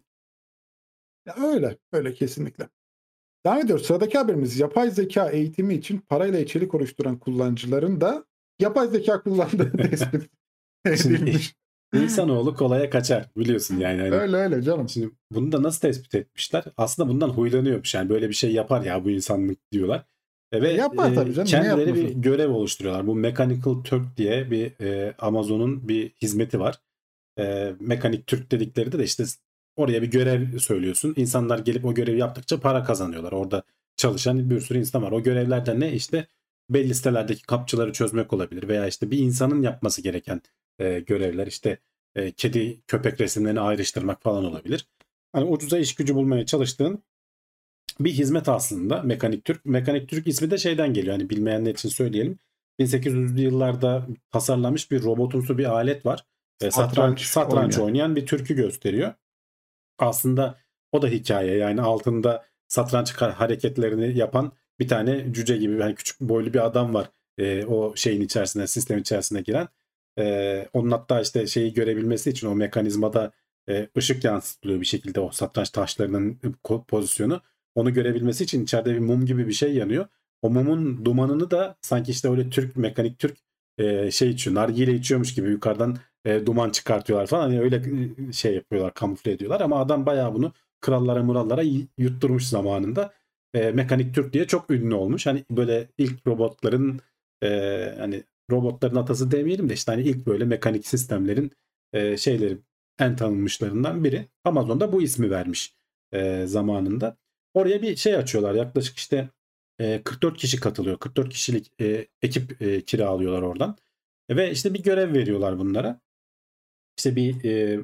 Ya, öyle, öyle kesinlikle. Devam ediyoruz. Sıradaki haberimiz, yapay zeka eğitimi için parayla içerik oluşturan kullanıcıların da yapay zeka kullandığı tespit Şimdi edilmiş. insanoğlu kolaya kaçar biliyorsun yani hani. Öyle öyle canım. Şimdi bunu da nasıl tespit etmişler? Aslında bundan huylanıyormuş yani böyle bir şey yapar ya bu insanlık diyorlar. E, E, ve yapar tabii e, canım. Niye kendileri bir yapmasın? görev oluşturuyorlar. Bu Mechanical Turk diye bir e, Amazon'un bir hizmeti var. E, Mekanik Türk dedikleri de, de işte oraya bir görev söylüyorsun. İnsanlar gelip o görevi yaptıkça para kazanıyorlar. Orada çalışan bir sürü insan var. O görevlerden ne? İşte belli sitelerdeki kapçıları çözmek olabilir veya işte bir insanın yapması gereken e, görevler, işte e, kedi köpek resimlerini ayrıştırmak falan olabilir. Hani ucuza iş gücü bulmaya çalıştığın bir hizmet aslında Mekanik Türk. Mekanik Türk ismi de şeyden geliyor. Hani bilmeyenler için söyleyelim. bin sekiz yüzlü yıllarda tasarlanmış bir robotumsu bir alet var. E, satranç, Satranç satranç oynayan. oynayan bir Türk'ü gösteriyor. Aslında o da hikaye yani altında satranç hareketlerini yapan bir tane cüce gibi yani küçük boylu bir adam var. E, o şeyin içerisine, sistem içerisine giren. E, onun hatta işte şeyi görebilmesi için o mekanizmada e, ışık yansıtılıyor bir şekilde o satranç taşlarının pozisyonu. Onu görebilmesi için içeride bir mum gibi bir şey yanıyor. O mumun dumanını da sanki işte öyle Türk mekanik Türk e, şey içiyor, nargile içiyormuş gibi yukarıdan e, duman çıkartıyorlar falan. Hani öyle e, şey yapıyorlar, kamufle ediyorlar ama adam bayağı bunu krallara murallara yutturmuş zamanında. E, Mekanik Türk diye çok ünlü olmuş. Hani böyle ilk robotların e, hani robotların atası demeyelim de işte hani ilk böyle mekanik sistemlerin e, şeyleri en tanınmışlarından biri. Amazon'da bu ismi vermiş e, zamanında. Oraya bir şey açıyorlar. Yaklaşık işte e, kırk dört kişi katılıyor. kırk dört kişilik e, ekip e, kiralıyorlar oradan. Ve işte bir görev veriyorlar bunlara. İşte bir e,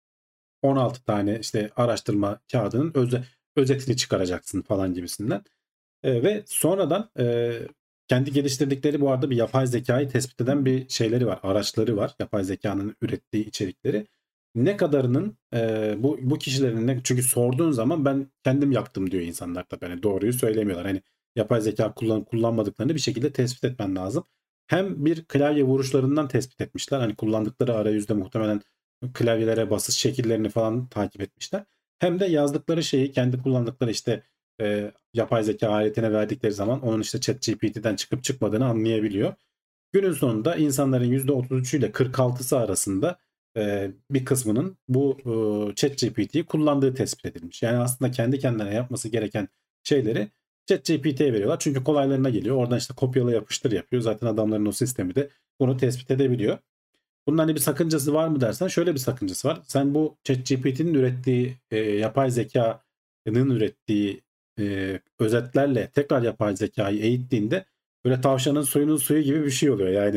on altı tane işte araştırma kağıdının öze, özetini çıkaracaksın falan gibisinden. E, ve sonradan e, kendi geliştirdikleri bu arada bir yapay zekayı tespit eden bir şeyleri var. Araçları var. Yapay zekanın ürettiği içerikleri. Ne kadarının e, bu bu kişilerin ne, çünkü sorduğun zaman ben kendim yaptım diyor insanlar tabii. Yani doğruyu söylemiyorlar. Hani yapay zeka kullan, kullanmadıklarını bir şekilde tespit etmen lazım. Hem bir klavye vuruşlarından tespit etmişler. Hani kullandıkları arayüzde muhtemelen klavyelere basış şekillerini falan takip etmişler. Hem de yazdıkları şeyi kendi kullandıkları işte e, yapay zeka aletine verdikleri zaman onun işte ChatGPT'den çıkıp çıkmadığını anlayabiliyor. Günün sonunda insanların yüzde otuz üç ile kırk altısı arasında e, bir kısmının bu e, ChatGPT'yi kullandığı tespit edilmiş. Yani aslında kendi kendine yapması gereken şeyleri ChatGPT'ye veriyorlar. Çünkü kolaylarına geliyor. Oradan işte kopyala yapıştır yapıyor. Zaten adamların o sistemi de bunu tespit edebiliyor. Bunun hani bir sakıncası var mı dersen şöyle bir sakıncası var. Sen bu ChatGPT'nin ürettiği e, yapay zekanın ürettiği e, özetlerle tekrar yapay zekayı eğittiğinde böyle tavşanın suyunun suyu gibi bir şey oluyor. Yani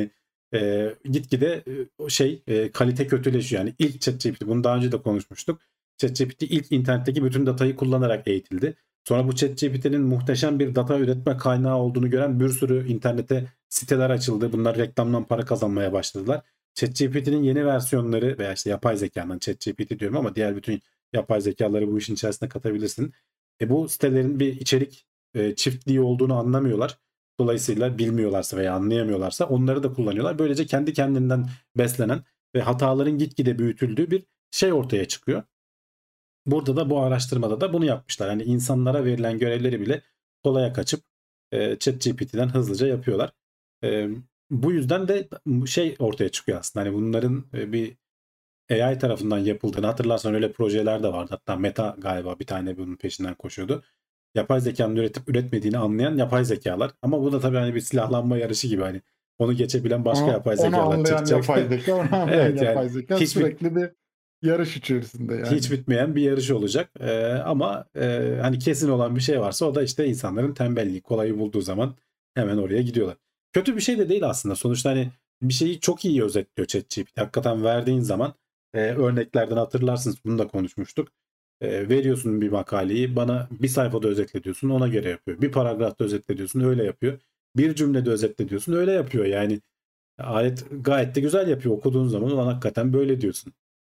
e, gitgide e, o şey e, kalite kötüleşiyor. Yani ilk ChatGPT, bunu daha önce de konuşmuştuk. ChatGPT ilk internetteki bütün datayı kullanarak eğitildi. Sonra bu ChatGPT'nin muhteşem bir data üretme kaynağı olduğunu gören bir sürü internete siteler açıldı. Bunlar reklamdan para kazanmaya başladılar. ChatGPT'nin yeni versiyonları veya işte yapay zekanın, ChatGPT diyorum ama diğer bütün yapay zekaları bu işin içerisine katabilirsin. E bu sitelerin bir içerik e, çiftliği olduğunu anlamıyorlar. Dolayısıyla bilmiyorlarsa veya anlayamıyorlarsa onları da kullanıyorlar. Böylece kendi kendinden beslenen ve hataların gitgide büyütüldüğü bir şey ortaya çıkıyor. Burada da bu araştırmada da bunu yapmışlar. Yani insanlara verilen görevleri bile kolaya kaçıp e, ChatGPT'den hızlıca yapıyorlar. E, bu yüzden de şey ortaya çıkıyor aslında. Hani bunların e, bir A I tarafından yapıldığını hatırlarsan öyle projeler de vardı. Hatta Meta galiba bir tane bunun peşinden koşuyordu. Yapay zekanın üretip üretmediğini anlayan yapay zekalar. Ama bu da tabii hani bir silahlanma yarışı gibi, hani onu geçebilen başka Onu, yapay onu zekalar anlayan çıkacak. yapay zeka, onu anlayan Evet, yani yapay zeka hiçbir sürekli bir yarış içerisinde yani. hiç bitmeyen bir yarış olacak. Ee, ama e, hani kesin olan bir şey varsa o da işte insanların tembelliği. Kolayı bulduğu zaman hemen oraya gidiyorlar. Kötü bir şey de değil aslında. Sonuçta hani bir şeyi çok iyi özetliyor ChatGPT. Hakikaten verdiğin zaman e, örneklerden hatırlarsınız, bunu da konuşmuştuk. E, veriyorsun bir makaleyi, bana bir sayfada özetle diyorsun, ona göre yapıyor. Bir paragrafta özetle diyorsun, öyle yapıyor. Bir cümlede özetle diyorsun, öyle yapıyor. Yani alet gayet de güzel yapıyor. Okuduğun zaman ulan hakikaten böyle diyorsun.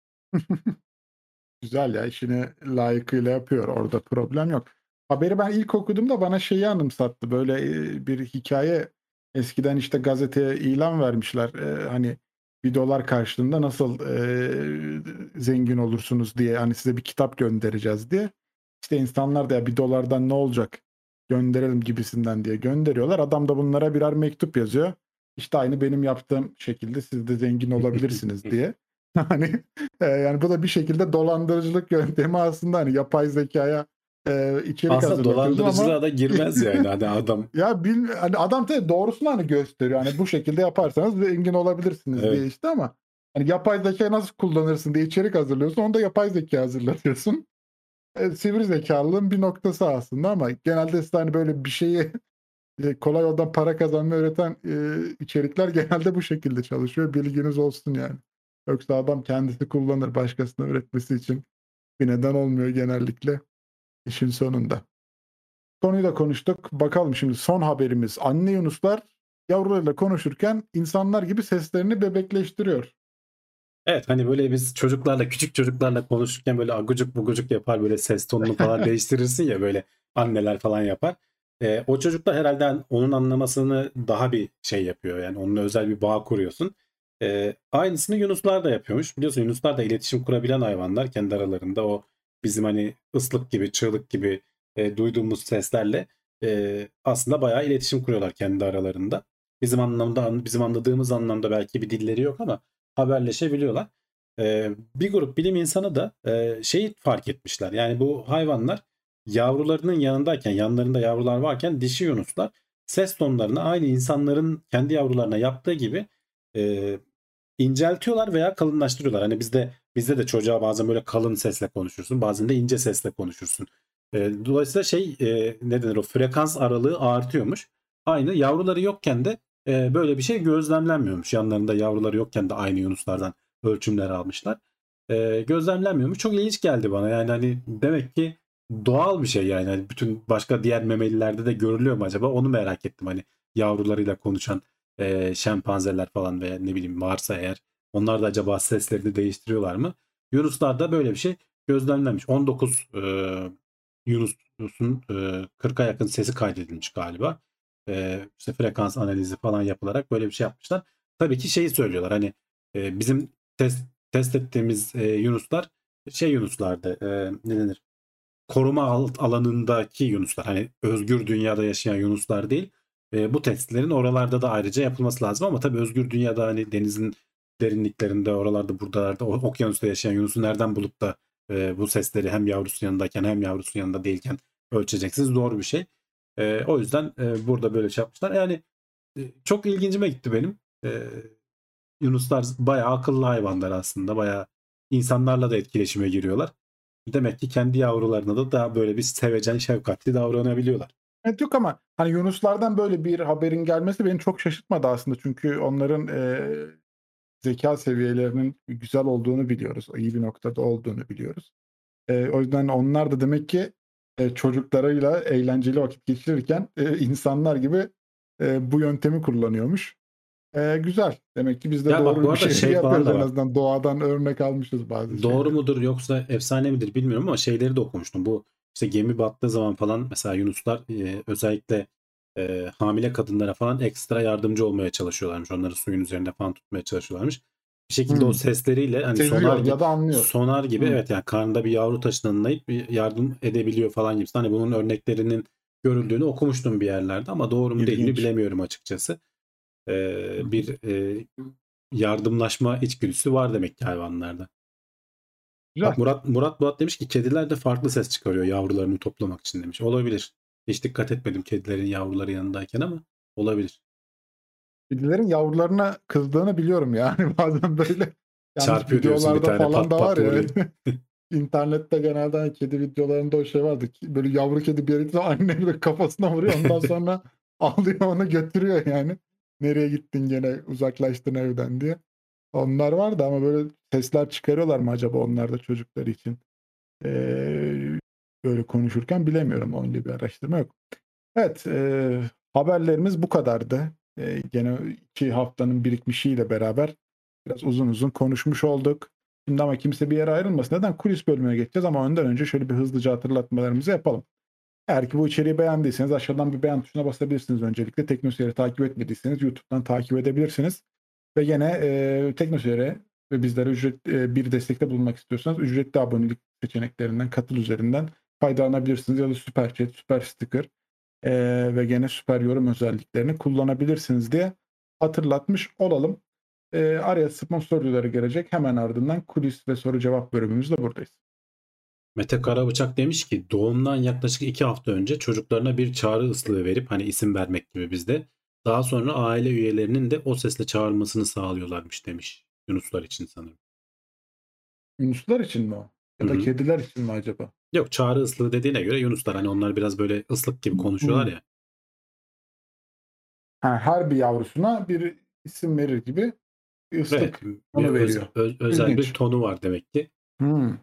Güzel ya, işini layıkıyla yapıyor. Orada problem yok. Haberi ben ilk okuduğumda bana şeyi anımsattı. Böyle e, bir hikaye, eskiden işte gazeteye ilan vermişler. E, hani bir dolar karşılığında nasıl e, zengin olursunuz diye, hani size bir kitap göndereceğiz diye. İşte insanlar da ya bir dolardan ne olacak, gönderelim gibisinden diye gönderiyorlar. Adam da bunlara birer mektup yazıyor. İşte aynı benim yaptığım şekilde siz de zengin olabilirsiniz diye. Hani e, yani bu da bir şekilde dolandırıcılık yöntemi aslında, hani yapay zekaya e, içerik Aslında hazırlatıyorsun ama dolandırıcılığa da girmez yani, hani adam. ya bil, hani adam tabii doğrusunu hani gösteriyor. Hani bu şekilde yaparsanız zengin olabilirsiniz diye Evet. işte, ama hani yapay zekayı nasıl kullanırsın diye içerik hazırlıyorsun. Onu da yapay zeka hazırlatıyorsun. E, sivri zekalılığın bir noktası aslında, ama genelde size hani böyle bir şeyi e, kolay yoldan para kazanmayı öğreten e, içerikler genelde bu şekilde çalışıyor. Bilginiz olsun yani. Yoksa adam kendisi kullanır, başkasına öğretmesi için bir neden olmuyor genellikle işin sonunda. Konuyu da konuştuk. Bakalım şimdi son haberimiz. Anne yunuslar yavrularıyla konuşurken insanlar gibi seslerini bebekleştiriyor. Evet, hani böyle biz çocuklarla, küçük çocuklarla konuşurken böyle agucuk bugucuk yapar, böyle ses tonunu falan değiştirirsin ya, böyle anneler falan yapar. Ee, o çocuklar herhalde hani onun anlamasını daha bir şey yapıyor, yani onunla özel bir bağ kuruyorsun. Ee, aynısını yunuslar da yapıyormuş. Biliyorsun yunuslar da iletişim kurabilen hayvanlar kendi aralarında, o bizim hani ıslık gibi, çığlık gibi e, duyduğumuz seslerle e, aslında bayağı iletişim kuruyorlar kendi aralarında. Bizim anlamda, bizim anladığımız anlamda belki bir dilleri yok ama haberleşebiliyorlar. Ee, bir grup bilim insanı da e, şeyi fark etmişler. Yani bu hayvanlar yavrularının yanındayken, yanlarında yavrular varken dişi yunuslar ses tonlarını aynı insanların kendi yavrularına yaptığı gibi e, inceltiyorlar veya kalınlaştırıyorlar. Hani bizde bizde de çocuğa bazen böyle kalın sesle konuşursun, bazen de ince sesle konuşursun. E, dolayısıyla şey e, ne denir, o frekans aralığı artıyormuş. Aynı yavruları yokken de e, böyle bir şey gözlemlenmiyormuş. Yanlarında yavruları yokken de aynı yunuslardan ölçümler almışlar. E, gözlemlenmiyormuş. Çok ilginç geldi bana. Yani hani demek ki doğal bir şey yani. Hani bütün başka diğer memelilerde de görülüyor mu acaba? Onu merak ettim. Hani yavrularıyla konuşan e, şempanzeler falan veya ne bileyim varsa eğer, onlar da acaba seslerini değiştiriyorlar mı? Yunuslarda böyle bir şey gözlemlenmiş. on dokuz e, Yunus'un e, kırka yakın sesi kaydedilmiş galiba. E, işte frekans analizi falan yapılarak böyle bir şey yapmışlar. Tabii ki şeyi söylüyorlar, hani e, bizim test test ettiğimiz e, Yunuslar şey Yunuslardı, e, ne denir? Koruma alt alanındaki yunuslar, hani özgür dünyada yaşayan yunuslar değil. E, bu testlerin oralarda da ayrıca yapılması lazım ama tabii özgür dünyada, hani denizin derinliklerinde, oralarda, buralarda, o- okyanusta yaşayan yunusu nereden bulup da e, bu sesleri hem yavrusu yanındayken hem yavrusu yanında değilken ölçeceksiniz, zor bir şey. E, o yüzden e, burada böyle şey yapmışlar. Yani e, çok ilgincime gitti benim. E, Yunuslar bayağı akıllı hayvanlar aslında. Bayağı insanlarla da etkileşime giriyorlar. Demek ki kendi yavrularına da daha böyle bir sevecen, şefkatli davranabiliyorlar. Evet, yok ama hani Yunuslardan böyle bir haberin gelmesi beni çok şaşırtmadı aslında. Çünkü onların eee zeka seviyelerinin güzel olduğunu biliyoruz. İyi bir noktada olduğunu biliyoruz. Eee, o yüzden onlar da demek ki eee, çocuklarıyla eğlenceli vakit geçirirken eee, insanlar gibi eee, bu yöntemi kullanıyormuş. Eee, güzel. Demek ki biz de Ya bak bu doğru bir arada şeyleri şey falan yapıyoruz. da En var. azından doğadan örnek almışız bazı Doğru şeyleri. mudur yoksa efsane midir bilmiyorum ama şeyleri de okumuştum. Bu işte gemi battığı zaman falan mesela Yunuslar e, özellikle e, hamile kadınlara falan ekstra yardımcı olmaya çalışıyorlarmış. Onları suyun üzerinde falan tutmaya çalışıyorlarmış. Bir şekilde o Hımm. sesleriyle hani sonar Seziyor gibi ya da anlıyor. sonar gibi Hımm. evet yani karnında bir yavru taşını anlayıp bir yardım edebiliyor falan gibi. Hani bunun örneklerinin görüldüğünü okumuştum bir yerlerde ama doğru mu değil mi İlginç. bilemiyorum açıkçası. E, Hı hı. bir e, yardımlaşma içgüdüsü var demek ki hayvanlarda. Bak Güzel. Murat Murat Bulat demiş ki kediler de farklı ses çıkarıyor yavrularını toplamak için demiş. Olabilir. Hiç dikkat etmedim kedilerin yavruları yanındayken ama olabilir. Kedilerin yavrularına kızdığını biliyorum yani bazen böyle yalnız Çarpıyor diyorsun bir videolarda tane falan pat da var pat ya vuruyor. internette genelde hani kedi videolarında o şey vardı. Ki böyle yavru kedi bir yere gidiyor, anne böyle kafasına vuruyor. Ondan sonra alıyor onu götürüyor yani. Nereye gittin gene uzaklaştın evden diye. Onlar vardı ama böyle sesler çıkarıyorlar mı acaba onlar da çocukları için? Eee, böyle konuşurken bilemiyorum. Öyle bir araştırma yok. Evet, eee, haberlerimiz bu kadardı. Eee, gene iki haftanın birikmişiyle beraber biraz uzun uzun konuşmuş olduk. Şimdi ama kimse bir yere ayrılmasın. Neden? Kulis bölümüne geçeceğiz ama ondan önce şöyle bir hızlıca hatırlatmalarımızı yapalım. Eğer ki bu içeriği beğendiyseniz aşağıdan bir beğen tuşuna basabilirsiniz öncelikle. Teknoseyir'i takip etmediyseniz YouTube'dan takip edebilirsiniz. Ve gene eee Teknoseyir'e ve bizlere ücret eee, bir destekte bulunmak istiyorsanız ücretli abonelik seçeneklerinden katıl üzerinden faydalanabilirsiniz ya da süper chat, süper sticker eee, ve gene süper yorum özelliklerini kullanabilirsiniz diye hatırlatmış olalım. Eee, araya sponsorluları gelecek. Hemen ardından kulis ve soru cevap bölümümüzde buradayız. Mete Karabıçak demiş ki doğumdan yaklaşık iki hafta önce çocuklarına bir çağrı ıslığı verip hani isim vermek gibi bizde. Daha sonra aile üyelerinin de o sesle çağırmasını sağlıyorlarmış demiş. Yunuslar için sanırım. Yunuslar için mi o? Hı Ya da hı. kediler için mi acaba? Yok çağrı ıslığı dediğine göre Yunuslar hani onlar biraz böyle ıslık gibi konuşuyorlar Hımm. ya. Ha, her bir yavrusuna bir isim verir gibi bir Evet, ıslık bir onu öz- veriyor. öz- özel bir İlginç. tonu var demek ki. Hımm,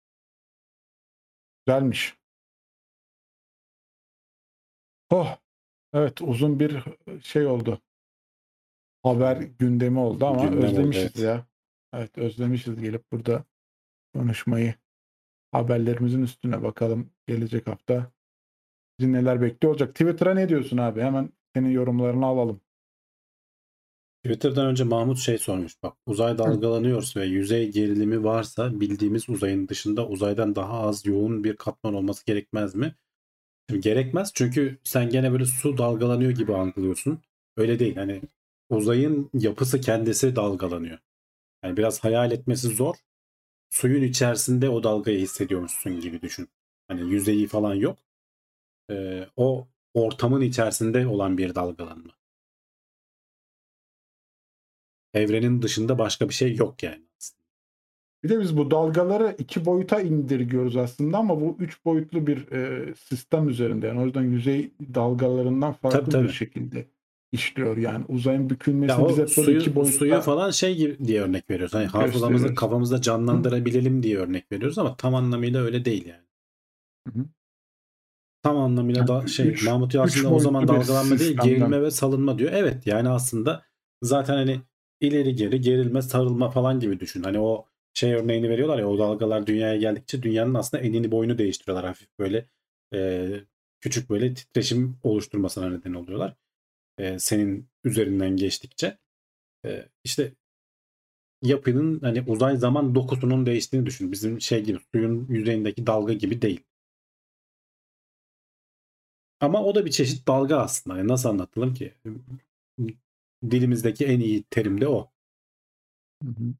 güzelmiş. Oh! Evet, uzun bir şey oldu, haber gündemi oldu ama Gündem oldu özlemişiz evet. ya. Evet, özlemişiz gelip burada konuşmayı. Haberlerimizin üstüne bakalım gelecek hafta bizi neler bekliyor olacak. Twitter'a ne diyorsun abi? Hemen senin yorumlarını alalım. Twitter'dan önce Mahmut şey sormuş bak. Uzay Hı. dalgalanıyorsa ve yüzey gerilimi varsa bildiğimiz uzayın dışında uzaydan daha az yoğun bir katman olması gerekmez mi? Şimdi gerekmez çünkü sen gene böyle su dalgalanıyor gibi algılıyorsun. Öyle değil. Hani uzayın yapısı kendisi dalgalanıyor. Yani biraz hayal etmesi zor. Suyun içerisinde o dalgayı hissediyormuşsun gibi düşün. Hani yüzeyi falan yok. Ee, o ortamın içerisinde olan bir dalgalanma. Evrenin dışında başka bir şey yok yani. Bir de biz bu dalgaları iki boyuta indirgiyoruz aslında ama bu üç boyutlu bir, eee, sistem üzerinde. Yani o yüzden yüzey dalgalarından Tabii farklı bir tabii. şekilde işliyor. Yani uzayın Ya bükülmesini biz o hep böyle iki suyu suyu boyutta falan şey gibi diye örnek veriyoruz. Hani hafızamızda gösteriyoruz. kafamızda Hı. canlandırabilelim diye örnek veriyoruz ama tam anlamıyla öyle değil yani. Hı hı. Tam anlamıyla Yani da şey üç Mahmut Yalçın üç da o zaman boyutlu bir dalgalanma değil sistemden. gerilme ve salınma diyor. Evet yani aslında zaten hani ileri geri gerilme sarılma falan gibi düşün. Hani o şey örneğini veriyorlar ya o dalgalar dünyaya geldikçe dünyanın aslında enini boyunu değiştiriyorlar hafif böyle e, küçük böyle titreşim oluşturmasına neden oluyorlar. E, senin üzerinden geçtikçe. E, işte yapının hani uzay zaman dokusunun değiştiğini düşün. Bizim şey gibi suyun yüzeyindeki dalga gibi değil. Ama o da bir çeşit dalga aslında. Yani nasıl anlatılır ki? Dilimizdeki en iyi terim de o. Hı hı.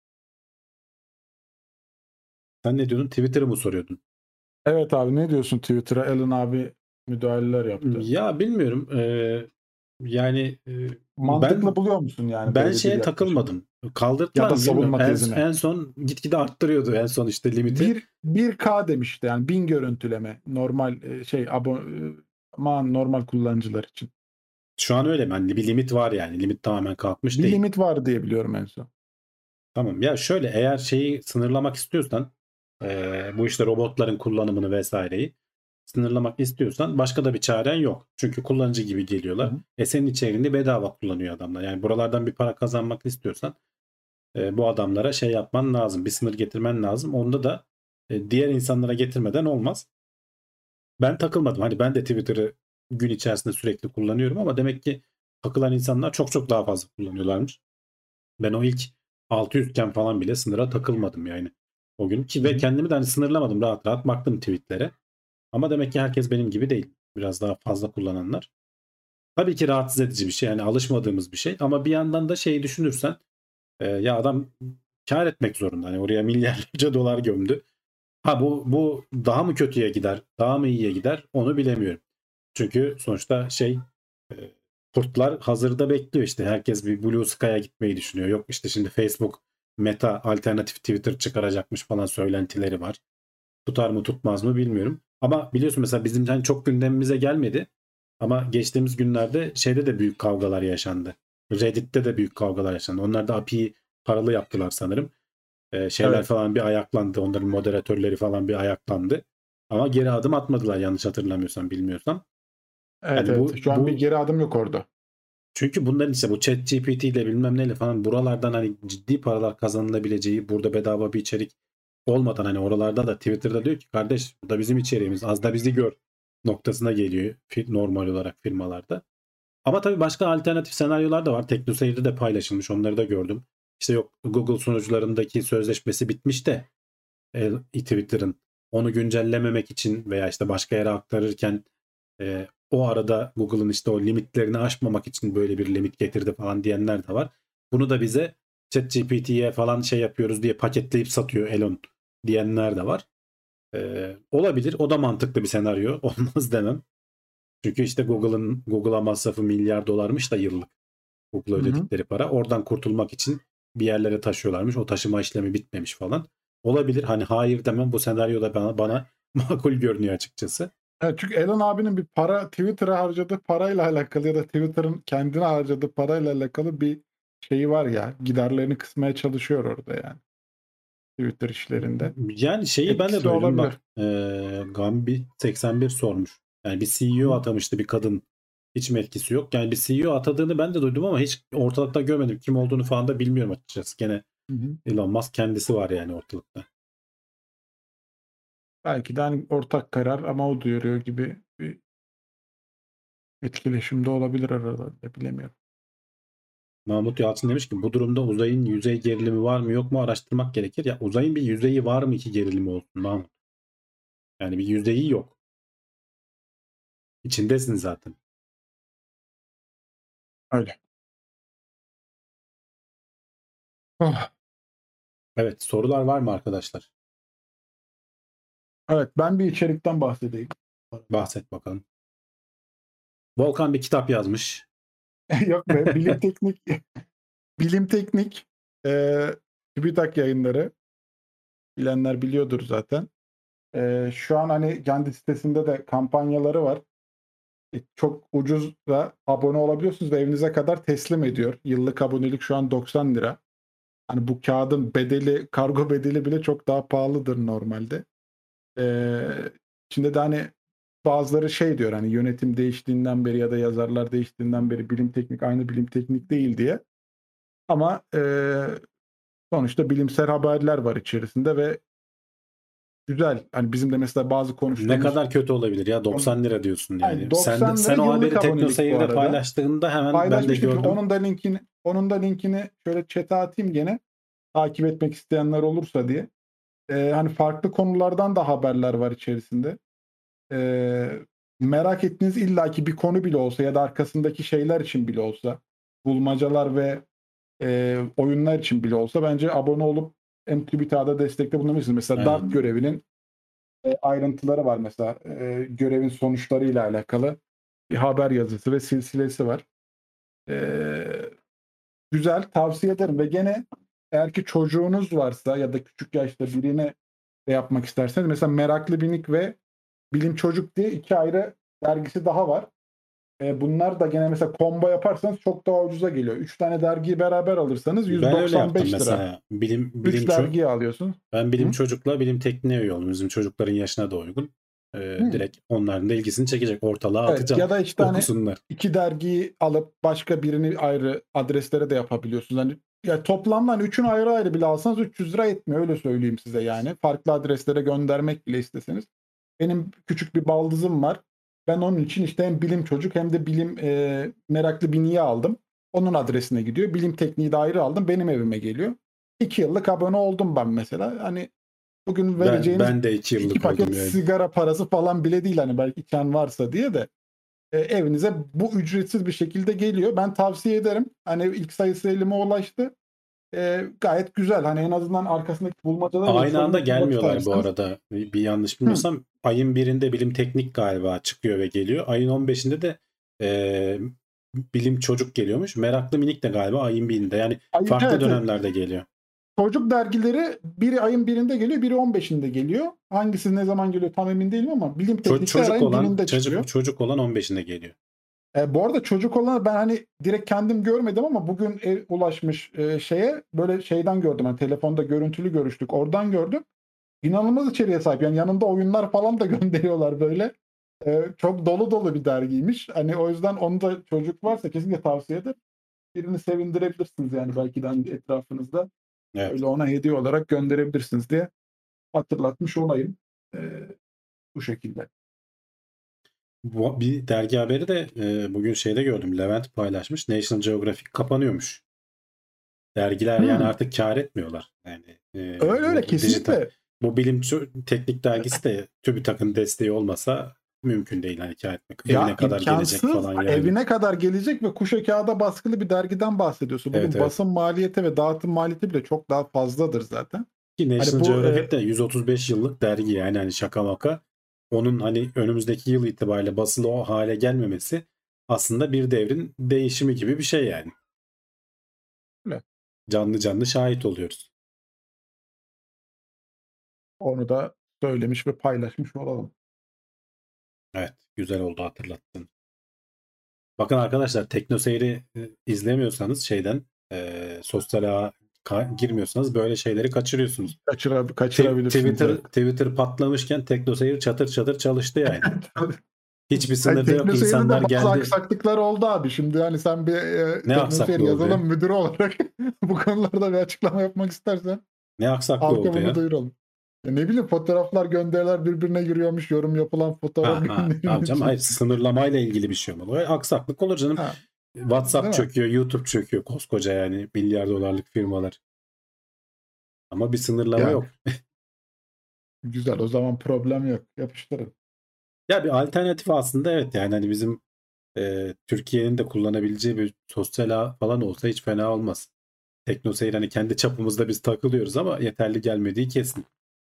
Sen ne diyordun? Twitter'ı mı soruyordun? Evet abi, ne diyorsun Twitter'a? Alan abi müdahaleler yaptı. Ya bilmiyorum. Ee, yani e, Mantıklı ben buluyor musun yani ben böyle bir şeye yaklaşımı? takılmadım. Ya Kaldırdılar da mı bilmiyorum. savunma En, tezine. en son gitgide arttırıyordu en son işte limiti. Bir bir K demişti yani bin görüntüleme normal e, şey abo, e, Ama normal kullanıcılar için. Şu an öyle mi? Hani bir limit var yani. Limit tamamen kalkmış Bir değil. limit var diye biliyorum en son. Tamam. Ya şöyle, eğer şeyi sınırlamak istiyorsan, eee, bu işte robotların kullanımını vesaireyi sınırlamak istiyorsan başka da bir çaren yok. Çünkü kullanıcı gibi Hı geliyorlar. hı. E senin içeriğini bedava kullanıyor adamlar. Yani buralardan bir para kazanmak istiyorsan e, bu adamlara şey yapman lazım. Bir sınır getirmen lazım. Onda da e, diğer insanlara getirmeden olmaz. Ben takılmadım. Hani ben de Twitter'ı gün içerisinde sürekli kullanıyorum ama demek ki takılan insanlar çok çok daha fazla kullanıyorlarmış. Ben o ilk altı yüz iken falan bile sınıra takılmadım yani. O gün ki Hı ve hı. kendimi de hani sınırlamadım. Rahat rahat baktım tweetlere. Ama demek ki herkes benim gibi değil. Biraz daha fazla kullananlar. Tabii ki rahatsız edici bir şey. Yani alışmadığımız bir şey. Ama bir yandan da şeyi düşünürsen e, ya adam kar etmek zorunda. Hani oraya milyarlarca dolar gömdü. Ha bu bu daha mı kötüye gider, daha mı iyiye gider onu bilemiyorum. Çünkü sonuçta şey e, kurtlar hazırda bekliyor işte. Herkes bir Blue Sky'a gitmeyi düşünüyor. Yok işte şimdi Facebook Meta alternatif Twitter çıkaracakmış falan söylentileri var. Tutar mı tutmaz mı bilmiyorum. Ama biliyorsun mesela bizim hani çok gündemimize gelmedi. Ama geçtiğimiz günlerde şeyde de büyük kavgalar yaşandı. Reddit'te de büyük kavgalar yaşandı. Onlar da A P I'yi paralı yaptılar sanırım. Ee, şeyler Evet. falan bir ayaklandı. Onların moderatörleri falan bir ayaklandı. Ama geri adım atmadılar yanlış hatırlamıyorsam, bilmiyorsam. Evet Yani evet. bu Şu an bir bu geri adım yok orada. çünkü bunların işte bu ChatGPT ile bilmem neyle falan buralardan hani ciddi paralar kazanılabileceği, burada bedava bir içerik olmadan hani oralarda da Twitter'da diyor ki kardeş bu da bizim içeriğimiz, az da bizi gör noktasına geliyor fi- normal olarak firmalarda. Ama tabii başka alternatif senaryolar da var. TeknoSeyir'de de paylaşılmış. Onları da gördüm. İşte yok Google sunucularındaki sözleşmesi bitmiş de e, Twitter'ın onu güncellememek için veya işte başka yere aktarırken e, o arada Google'ın işte o limitlerini aşmamak için böyle bir limit getirdi falan diyenler de var. Bunu da bize ChatGPT'ye falan şey yapıyoruz diye paketleyip satıyor Elon diyenler de var. E, olabilir. O da mantıklı bir senaryo. Olmaz demem. Çünkü işte Google'ın Google'a masrafı milyar dolarmış da yıllık. Google'a Hı hı. ödedikleri para. Oradan kurtulmak için bir yerlere taşıyorlarmış. O taşıma işlemi bitmemiş falan. Olabilir. Hani hayır demem, bu senaryoda bana, bana makul görünüyor açıkçası. Evet, çünkü Elon abinin bir para Twitter'a harcadığı parayla alakalı ya da Twitter'ın kendine harcadığı parayla alakalı bir şeyi var ya. Giderlerini kısmaya çalışıyor orada yani. Twitter işlerinde. Yani şeyi ben de Etkisi duydum olabilir. bak. E, Gambi seksen bir sormuş. Yani bir C E O Hı. atamıştı bir kadın. Hiç mi etkisi yok? Yani bir C E O atadığını ben de duydum ama hiç ortalıkta görmedim. Kim olduğunu falan da bilmiyorum açıkçası. Gene Hı hı. Elon Musk kendisi var yani ortalıkta. Belki de hani ortak karar ama o duyuruyor gibi bir etkileşimde olabilir aralarında bilemiyorum. Mahmut Yalçın demiş ki bu durumda uzayın yüzey gerilimi var mı yok mu araştırmak gerekir. Ya uzayın bir yüzeyi var mı ki gerilimi olsun Mahmut? Yani bir yüzeyi yok. İçindesin zaten. Öyle. Oh. Evet, sorular var mı arkadaşlar? Evet, ben bir içerikten bahsedeyim. Bahset bakalım. Volkan bir kitap yazmış. Yok be, bilim teknik bilim teknik eee TÜBİTAK yayınları. Bilenler biliyordur zaten. Eee, şu an hani kendi sitesinde de kampanyaları var. E, çok ucuz da abone olabiliyorsunuz ve evinize kadar teslim ediyor. Yıllık abonelik şu an doksan lira. Hani bu kağıdın bedeli, kargo bedeli bile çok daha pahalıdır normalde. Eee içinde de hani bazıları şey diyor hani yönetim değiştiğinden beri ya da yazarlar değiştiğinden beri bilim teknik aynı bilim teknik değil diye. Ama eee, sonuçta bilimsel haberler var içerisinde ve güzel. Hani bizim de mesela bazı Ne konuştuğumuz kadar kötü olabilir ya, konu- doksan lira diyorsun yani yani. Sen doksan lira sen o yıllık haberi abonelik bu TeknoSeyir'de arada. paylaştığında hemen ben de Paylaşmıştım çünkü gördüm. onun da linkini onun da linkini şöyle chat'e atayım gene takip etmek isteyenler olursa diye. Eee, hani farklı konulardan da haberler var içerisinde. Eee, merak ettiğiniz illaki bir konu bile olsa ya da arkasındaki şeyler için bile olsa, bulmacalar ve eee, oyunlar için bile olsa bence abone olup hem TÜBİTAK'da destekte bulunabilirsiniz. Mesela Evet. DART görevinin e, ayrıntıları var mesela. E, görevin sonuçlarıyla alakalı bir haber yazısı ve silsilesi var. E, güzel, tavsiye ederim ve gene eğer ki çocuğunuz varsa ya da küçük yaşta birine de yapmak isterseniz mesela Meraklı Binik ve Bilim Çocuk diye iki ayrı dergisi daha var. E, bunlar da gene mesela combo yaparsanız çok daha ucuza geliyor. üç tane dergiyi beraber alırsanız Ben öyle yaptım yüz doksan beş lira. mesela. Bilim bilim üç ço- dergiyi alıyorsun. ben bilim Hı? çocukla bilim tekniğe üye oldum. Bizim çocukların yaşına da uygun. Ee, Hı. direkt onların da ilgisini çekecek. Ortalığa Evet, atacağım. ya da işte hani Okusunlar. iki dergiyi alıp başka birini ayrı adreslere de yapabiliyorsunuz. Hani ya toplamda hani üçünü ayrı ayrı bile alsanız üç yüz lira etmiyor, öyle söyleyeyim size yani. Farklı adreslere göndermek bile isteseniz. Benim küçük bir baldızım var. Ben onun için işte hem bilim çocuk hem de bilim e, meraklı bir niye aldım. Onun adresine gidiyor. Bilim tekniği de ayrı aldım. Benim evime geliyor. iki yıllık abone oldum ben mesela. Hani bugün Ben, vereceğiniz ben de iki iki yıllık paket oldum yani. sigara parası falan bile değil, hani belki içen varsa diye de e, evinize bu ücretsiz bir şekilde geliyor. Ben tavsiye ederim. Hani ilk sayısı elime ulaştı. E, gayet güzel. Hani en azından arkasındaki bulmacaları da Aynı anda çözmek vakit gelmiyorlar bu ayırırsanız. arada. Bir bir yanlış Hı. bilmiyorsam ayın birinde bilim teknik galiba çıkıyor ve geliyor. Ayın on beşinde de e, bilim çocuk geliyormuş. Meraklı minik de galiba ayın birinde. Yani Ay, farklı evet, evet. dönemlerde geliyor. Çocuk dergileri biri ayın birinde geliyor, biri on beşinde geliyor. Hangisi ne zaman geliyor tam emin değilim ama bilim Ço- teknikte her çocuk ayın olan birinde çıkıyor. çocuk çocuk olan on beşinde geliyor. E, bu arada çocuk olan ben hani direkt kendim görmedim ama bugün e, ulaşmış e, şeye böyle şeyden gördüm. Hani telefonda görüntülü görüştük. Oradan gördüm. İnanılmaz içeriğe sahip. Yani yanında oyunlar falan da gönderiyorlar böyle. E, çok dolu dolu bir dergiymiş. Hani o yüzden onu da çocuk varsa kesinlikle tavsiye ederim. Birini sevindirebilirsiniz yani belki de hani etrafınızda. Evet. Öyle ona hediye olarak gönderebilirsiniz diye hatırlatmış olayım. E, bu şekilde. Bu, bir dergi haberi de e, bugün şeyde gördüm. Levent paylaşmış. National Geographic kapanıyormuş. Dergiler yani Hmm. artık kâr etmiyorlar. Yani e, Öyle öyle bu dijital kesinlikle. bu bilim ço- teknik dergisi de TÜBİTAK'ın desteği olmasa mümkün değil hani kâr etmek. Ya Evine kadar gelecek imkansız, falan yani. evine kadar gelecek ve kuşa kağıda baskılı bir dergiden bahsediyorsun. Bugün Evet evet. basın maliyeti ve dağıtım maliyeti bile çok daha fazladır zaten. Ki Hani National bu Geographic e, de yüz otuz beş yıllık dergi yani hani şaka maka. Onun hani önümüzdeki yıl itibariyle basılı o hale gelmemesi aslında bir devrin değişimi gibi bir şey yani. öyle. Canlı canlı şahit oluyoruz. Onu da söylemiş ve paylaşmış olalım. Evet, güzel oldu hatırlattın. Bakın arkadaşlar Tekno Seyir'i e, izlemiyorsanız şeyden e, sosyal ağa ka- girmiyorsanız böyle şeyleri kaçırıyorsunuz. Kaçıra, Tw- kaçırabilirsiniz. Twitter Evet. Twitter patlamışken Tekno Seyir çatır çatır çalıştı yani. Hiçbir Yani sınır da yok. teknoseyirde İnsanlar de bazı geldi. aksaklıklar oldu abi. Şimdi hani sen bir e, Ne teknoseyir aksaklığı oldu ya? yazılım müdürü olarak bu konularda bir açıklama yapmak istersen Ne aksaklığı halka oldu bunu ya? duyuralım. Ya ne bileyim, fotoğraflar gönderiler birbirine giriyormuş, yorum yapılan fotoğraf Ha ha tamam canım. Hayır, gönderiyormuş. sınırlamayla ilgili bir şey olmalı. O aksaklık olur canım. Ha, WhatsApp değil mi? çöküyor, YouTube çöküyor. Koskoca yani milyar dolarlık firmalar. Ama bir sınırlama Yani yok. güzel, o zaman problem yok. Yapıştırın. Ya bir alternatif aslında evet yani hani bizim e, Türkiye'nin de kullanabileceği bir sosyal ağ falan olsa hiç fena olmaz. TeknoSeyir hani kendi çapımızda biz takılıyoruz ama yeterli gelmediği kesin.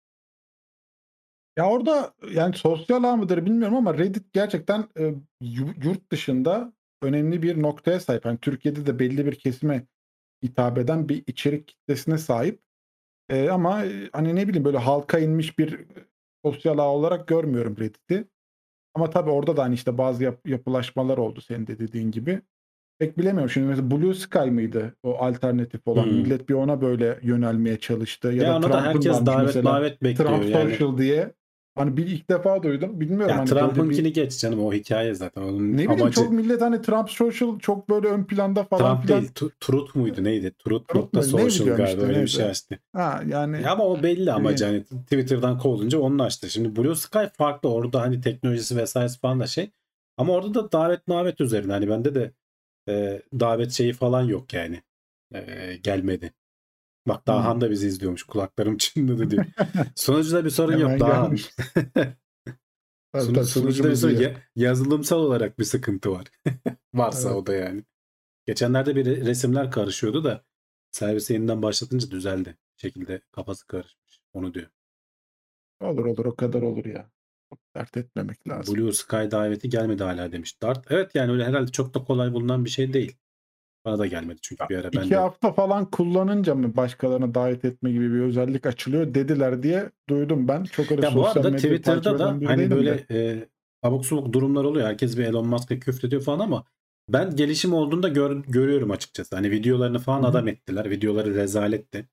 Ya orada yani sosyal ağ mıdır bilmiyorum ama Reddit gerçekten e, yu- yurt dışında önemli bir noktaya sahip. Yani Türkiye'de de belli bir kesime hitap eden bir içerik kitlesine sahip. E, ama e, hani ne bileyim böyle halka inmiş bir e, sosyal ağ olarak görmüyorum Reddit'i. Ama tabii orada da hani işte bazı yap- yapılaşmalar oldu senin de dediğin gibi. Pek bilemiyorum. Şimdi mesela Blue Sky mıydı o alternatif olan? Hmm. Millet bir ona böyle yönelmeye çalıştı. Ya Ya da ona da Trump'ın herkes varmış davet mesela. mavet bekliyor Trump yani. Social diye. Hani bir ilk defa duydum. Bilmiyorum Ya hani böyle bir Trump'ınkini geç canım, o hikaye zaten. Onun ne bileyim, çok amacı millet hani Trump Social çok böyle ön planda falan Trump değil, filan. tu- Truth muydu neydi? Truth Truth nokta mu? Ne social biliyorum galiba, işte, öyle bir şey neyse. açtı. Ha yani Ya ama o belli amacı, ilginç. hani Twitter'dan kovulunca onun açtı. Şimdi Blue Sky farklı, orada hani teknolojisi vesairesi falan da şey. Ama orada da davet mavet üzerine, hani bende de e, davet şeyi falan yok yani. E, gelmedi. Bak Dahan Hmm. da bizi izliyormuş, kulaklarım çınladı diyor. Sonucuda bir sorun yok Hemen Dahan. gelmiş. Tabii Sonu- tabii, Sonucuda bir sunucumuz sorun, iyi. ya- yazılımsal olarak bir sıkıntı var. Varsa Evet. o da yani. Geçenlerde bir re- resimler karışıyordu da servisi yeniden başlatınca düzeldi. Bir şekilde kafası karışmış. Onu diyor. Olur olur, o kadar olur ya. Çok dert etmemek lazım. Blue Sky daveti gelmedi hala demiş Dart. Evet yani öyle herhalde çok da kolay bulunan bir şey değil. Bana da gelmedi çünkü bir ara ben İki de. hafta falan kullanınca mı başkalarına davet etme gibi bir özellik açılıyor dediler diye duydum ben. Çok öyle Ya bu sosyal arada medya takip Twitter'da eden da biri hani değilim de. böyle e, abuk subuk durumlar oluyor. Herkes bir Elon Musk'a küfrediyor falan ama ben gelişim olduğunda gör- görüyorum açıkçası. Hani videolarını falan Hı hı. adam ettiler. Videoları rezaletti.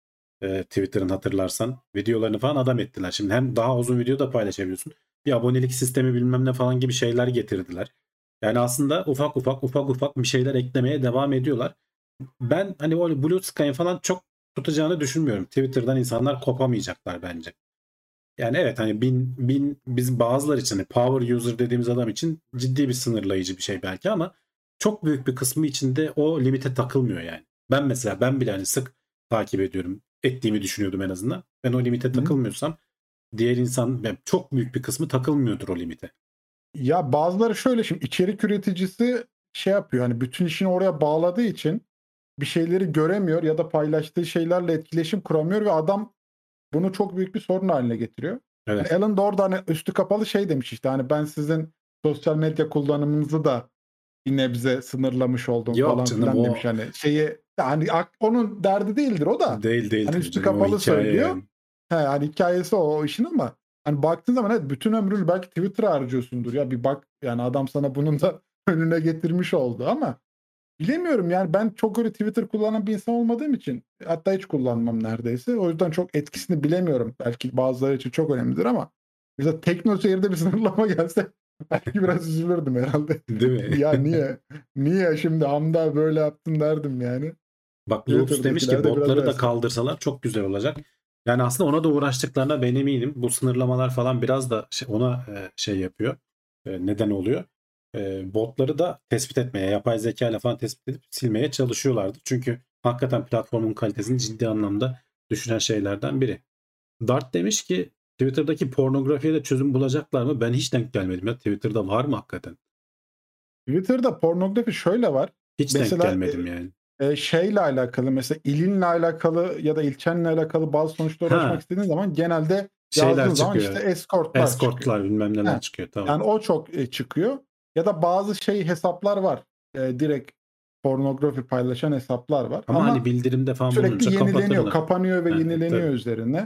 Ee, Twitter'ın hatırlarsan. Videolarını falan adam ettiler. Şimdi hem daha uzun video da paylaşabiliyorsun. Bir abonelik sistemi bilmem ne falan gibi şeyler getirdiler. Yani aslında ufak ufak ufak ufak bir şeyler eklemeye devam ediyorlar. Ben hani o Blue Sky'ın falan çok tutacağını düşünmüyorum. Twitter'dan insanlar kopamayacaklar bence. Yani evet hani bin, bin biz bazıları için hani power user dediğimiz adam için ciddi bir sınırlayıcı bir şey belki ama çok büyük bir kısmı içinde o limite takılmıyor yani. Ben mesela ben bile hani sık takip ediyorum. Ettiğimi düşünüyordum en azından. Ben o limite Hı. takılmıyorsam diğer insan yani çok büyük bir kısmı takılmıyordur o limite. Ya bazıları şöyle, şimdi içerik üreticisi şey yapıyor, hani bütün işini oraya bağladığı için bir şeyleri göremiyor ya da paylaştığı şeylerle etkileşim kuramıyor ve adam bunu çok büyük bir sorun haline getiriyor. Hani Evet. Alan da orada hani üstü kapalı şey demiş, işte hani ben sizin sosyal medya kullanımınızı da bir nebze sınırlamış oldum Yok falan canım filan demiş. o Hani şeyi yani ak- onun derdi değildir o da. değil değil Hani tabii üstü canım o kapalı hikaye söylüyor. yani. He, hani hikayesi o, o işin ama hani baktığın zaman evet, bütün ömrünü belki Twitter'a harcıyorsundur ya, bir bak yani adam sana bunun da önüne getirmiş oldu ama bilemiyorum yani, ben çok öyle Twitter kullanan bir insan olmadığım için, hatta hiç kullanmam neredeyse. O yüzden çok etkisini bilemiyorum. Belki bazıları için çok önemlidir ama mesela Tekno Seyir'de bir sınırlama gelse belki biraz üzülürdüm herhalde. Değil mi? Ya niye? Niye şimdi Hamda böyle yaptın derdim yani. Bak Loops demiş ki Twitter'dakiler de biraz botları da öylese. kaldırsalar çok güzel olacak. Yani aslında ona da uğraştıklarına ben eminim. Bu sınırlamalar falan biraz da şey- ona e, şey yapıyor. E, neden oluyor? E, botları da tespit etmeye, yapay zeka ile falan tespit edip silmeye çalışıyorlardı. Çünkü hakikaten platformun kalitesini ciddi anlamda düşüren şeylerden biri. Dart demiş ki Twitter'daki pornografiye de çözüm bulacaklar mı? Ben hiç denk gelmedim ya. Twitter'da var mı hakikaten? Twitter'da pornografi şöyle var. Hiç denk Mesela gelmedim yani. e, şeyle alakalı, mesela ilinle alakalı ya da ilçenle alakalı bazı sonuçlara ulaşmak Ha, istediğin zaman genelde şeyler yazdığın zaman işte çıkıyor. escortlar çıkıyor. Escortlar bilmem neler He, çıkıyor. Tamam. yani o çok e, çıkıyor. Ya da bazı şey hesaplar var. E, direkt pornografi paylaşan hesaplar var. Ama hani Ama bildirimde falan sürekli bulununca yenileniyor, kapatırlar. kapanıyor ve Ha, e, yenileniyor tabii. üzerine.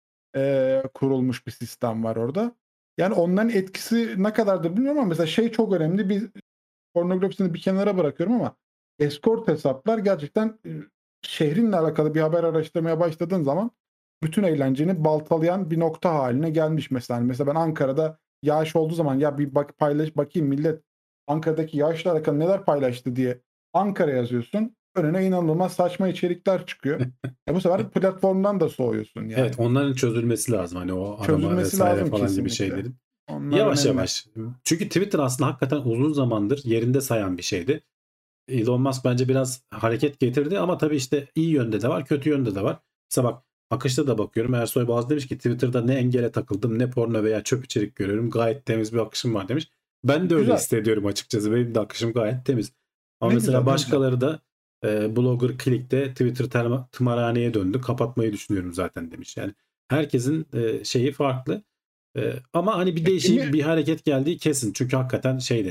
E, kurulmuş bir sistem var orada. Yani onların etkisi ne kadardır bilmiyorum ama mesela şey çok önemli. Bir pornografisini bir kenara bırakıyorum ama escort hesaplar gerçekten e, şehrinle alakalı bir haber araştırmaya başladığın zaman bütün eğlenceni baltalayan bir nokta haline gelmiş mesela. Hani mesela ben Ankara'da yağış olduğu zaman ya bir bak paylaş bakayım millet Ankara'daki yağışla alakalı neler paylaştı diye Ankara yazıyorsun. Önüne inanılmaz saçma içerikler çıkıyor. E bu sefer platformdan da soğuyorsun Evet, yani. onların çözülmesi lazım. Hani o arama Çözülmesi vesaire lazım falan gibi kesinlikle. şeylerin. Onlar Yavaş önemli. yavaş. Çünkü Twitter aslında hakikaten uzun zamandır yerinde sayan bir şeydi. Elon Musk bence biraz hareket getirdi ama tabii işte iyi yönde de var, kötü yönde de var. Mesela bak akışta da bakıyorum. Ersoy Boğaz demiş ki Twitter'da ne engele takıldım ne porno veya çöp içerik görüyorum. Gayet temiz bir akışım var demiş. Ben de öyle Güzel. hissediyorum açıkçası. Benim de akışım gayet temiz. Ama Ne mesela güzel, ne güzel. başkaları da e, blogger Click'te Twitter terma- tımarhaneye döndü. Kapatmayı düşünüyorum zaten demiş. Yani herkesin e, şeyi farklı. E, ama hani bir E, değişik kimi bir hareket geldiği kesin. Çünkü hakikaten şeydi.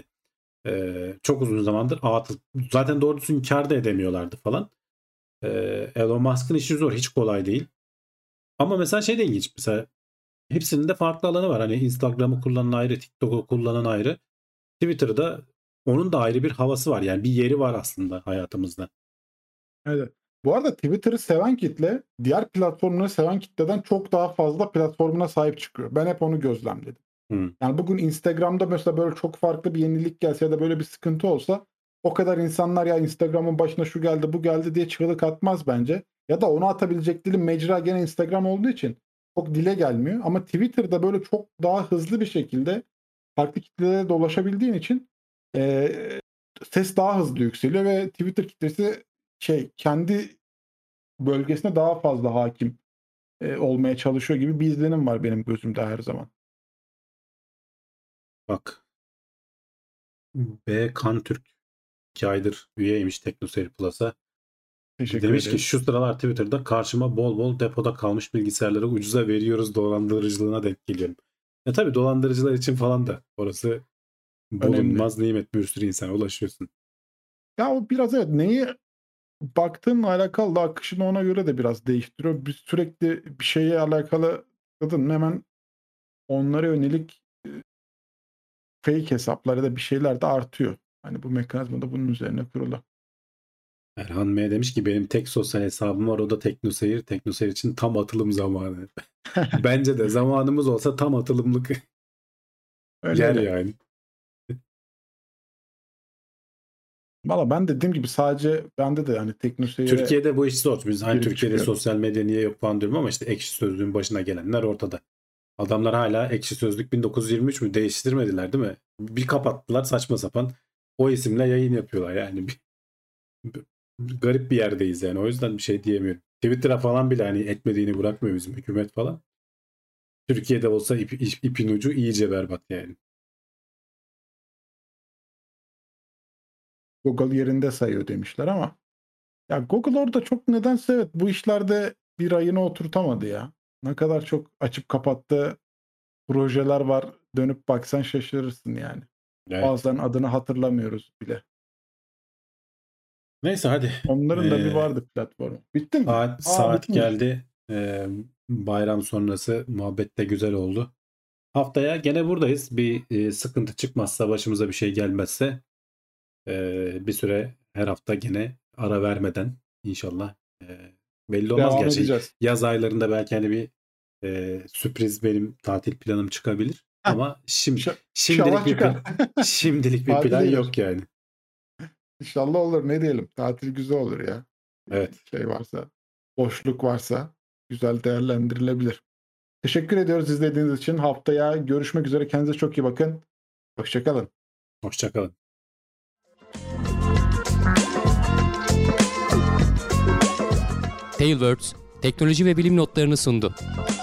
Ee, çok uzun zamandır atıl. Zaten doğru düzgün kar da edemiyorlardı falan. Ee, Elon Musk'ın işi zor. Hiç kolay değil. Ama mesela şey de ilginç. Mesela hepsinin de farklı alanı var. Hani Instagram'ı kullanan ayrı, TikTok'u kullanan ayrı. Twitter'da onun da ayrı bir havası var. Yani bir yeri var aslında hayatımızda. Evet. Bu arada Twitter'ı seven kitle diğer platformları seven kitleden çok daha fazla platformuna sahip çıkıyor. Ben hep onu gözlemledim. Hmm. Yani bugün Instagram'da mesela böyle çok farklı bir yenilik gelse ya da böyle bir sıkıntı olsa o kadar insanlar ya Instagram'ın başına şu geldi bu geldi diye çığlık atmaz bence. Ya da onu atabilecek dilim mecra gene Instagram olduğu için çok dile gelmiyor. Ama Twitter'da böyle çok daha hızlı bir şekilde farklı kitlelere dolaşabildiğin için eee, ses daha hızlı yükseliyor ve Twitter kitlesi şey kendi bölgesine daha fazla hakim eee, olmaya çalışıyor gibi bir izlenim var benim gözümde her zaman. Bak B. Kan Türk iki aydır üyeymiş TeknoSeyir Plus'a. Teşekkür Demiş ki ederiz. şu sıralar Twitter'da karşıma bol bol depoda kalmış bilgisayarları ucuza veriyoruz dolandırıcılığına denk geliyorum. E tabi dolandırıcılar için falan da orası Önemli. bulunmaz nimet, bir sürü insana ulaşıyorsun. Ya o biraz evet, neyi baktığınla alakalı da akışını ona göre de biraz değiştiriyor. Biz sürekli bir şeye alakalı kadın hemen onlara yönelik fake hesaplar ya da bir şeyler de artıyor. Hani bu mekanizma da bunun üzerine kurulu. Erhan M demiş ki benim tek sosyal hesabım var, o da TeknoSeyir. TeknoSeyir için tam atılım zamanı. Bence de zamanımız olsa tam atılımlık Öyle yer öyle. yani. Valla ben dediğim gibi sadece bende de yani TeknoSeyir'e Türkiye'de bu iş zor. Biz hani girip Türkiye'de çıkıyorum. sosyal medya niye yok falan diyorum ama işte Ekşi Sözlük'ün başına gelenler ortada. Adamlar hala Ekşi Sözlük bin dokuz yüz yirmi üç mü değiştirmediler değil mi? Bir kapattılar saçma sapan. O isimle yayın yapıyorlar yani. Bir, bir- garip bir yerdeyiz yani. O yüzden bir şey diyemiyorum. Twitter'a falan bile hani etmediğini bırakmıyor bizim hükümet falan. Türkiye'de olsa ip, ip- ipin ucu iyice berbat yani. Google yerinde sayıyor demişler ama ya Google orada çok nedense evet bu işlerde bir ayını oturtamadı ya. Ne kadar çok açıp kapattığı projeler var. Dönüp baksan şaşırırsın yani. Evet. Bazılarının adını hatırlamıyoruz bile. Neyse hadi. Onların da bir Ee, vardı platformu. Bitti mi? Saat, Aa, saat bitmiş. geldi. Ee, bayram sonrası muhabbet de güzel oldu. Haftaya gene buradayız. Bir e, sıkıntı çıkmazsa, başımıza bir şey gelmezse e, bir süre her hafta gene ara vermeden inşallah. E, belli olmaz Devam gerçi. edeceğiz. Yaz aylarında belki hani bir e, sürpriz benim tatil planım çıkabilir. Heh, Ama şimdi İnşa- şimdilik İnşallah bir çıkar. plan, şimdilik bir Tatil plan iyidir. yok yani. İnşallah olur. Ne diyelim? Tatil güzel olur ya. Evet. Şey varsa, boşluk varsa güzel değerlendirilebilir. Teşekkür ediyoruz izlediğiniz için. Haftaya görüşmek üzere. Kendinize çok iyi bakın. Hoşçakalın. Hoşçakalın. Tailwords, teknoloji ve bilim notlarını sundu.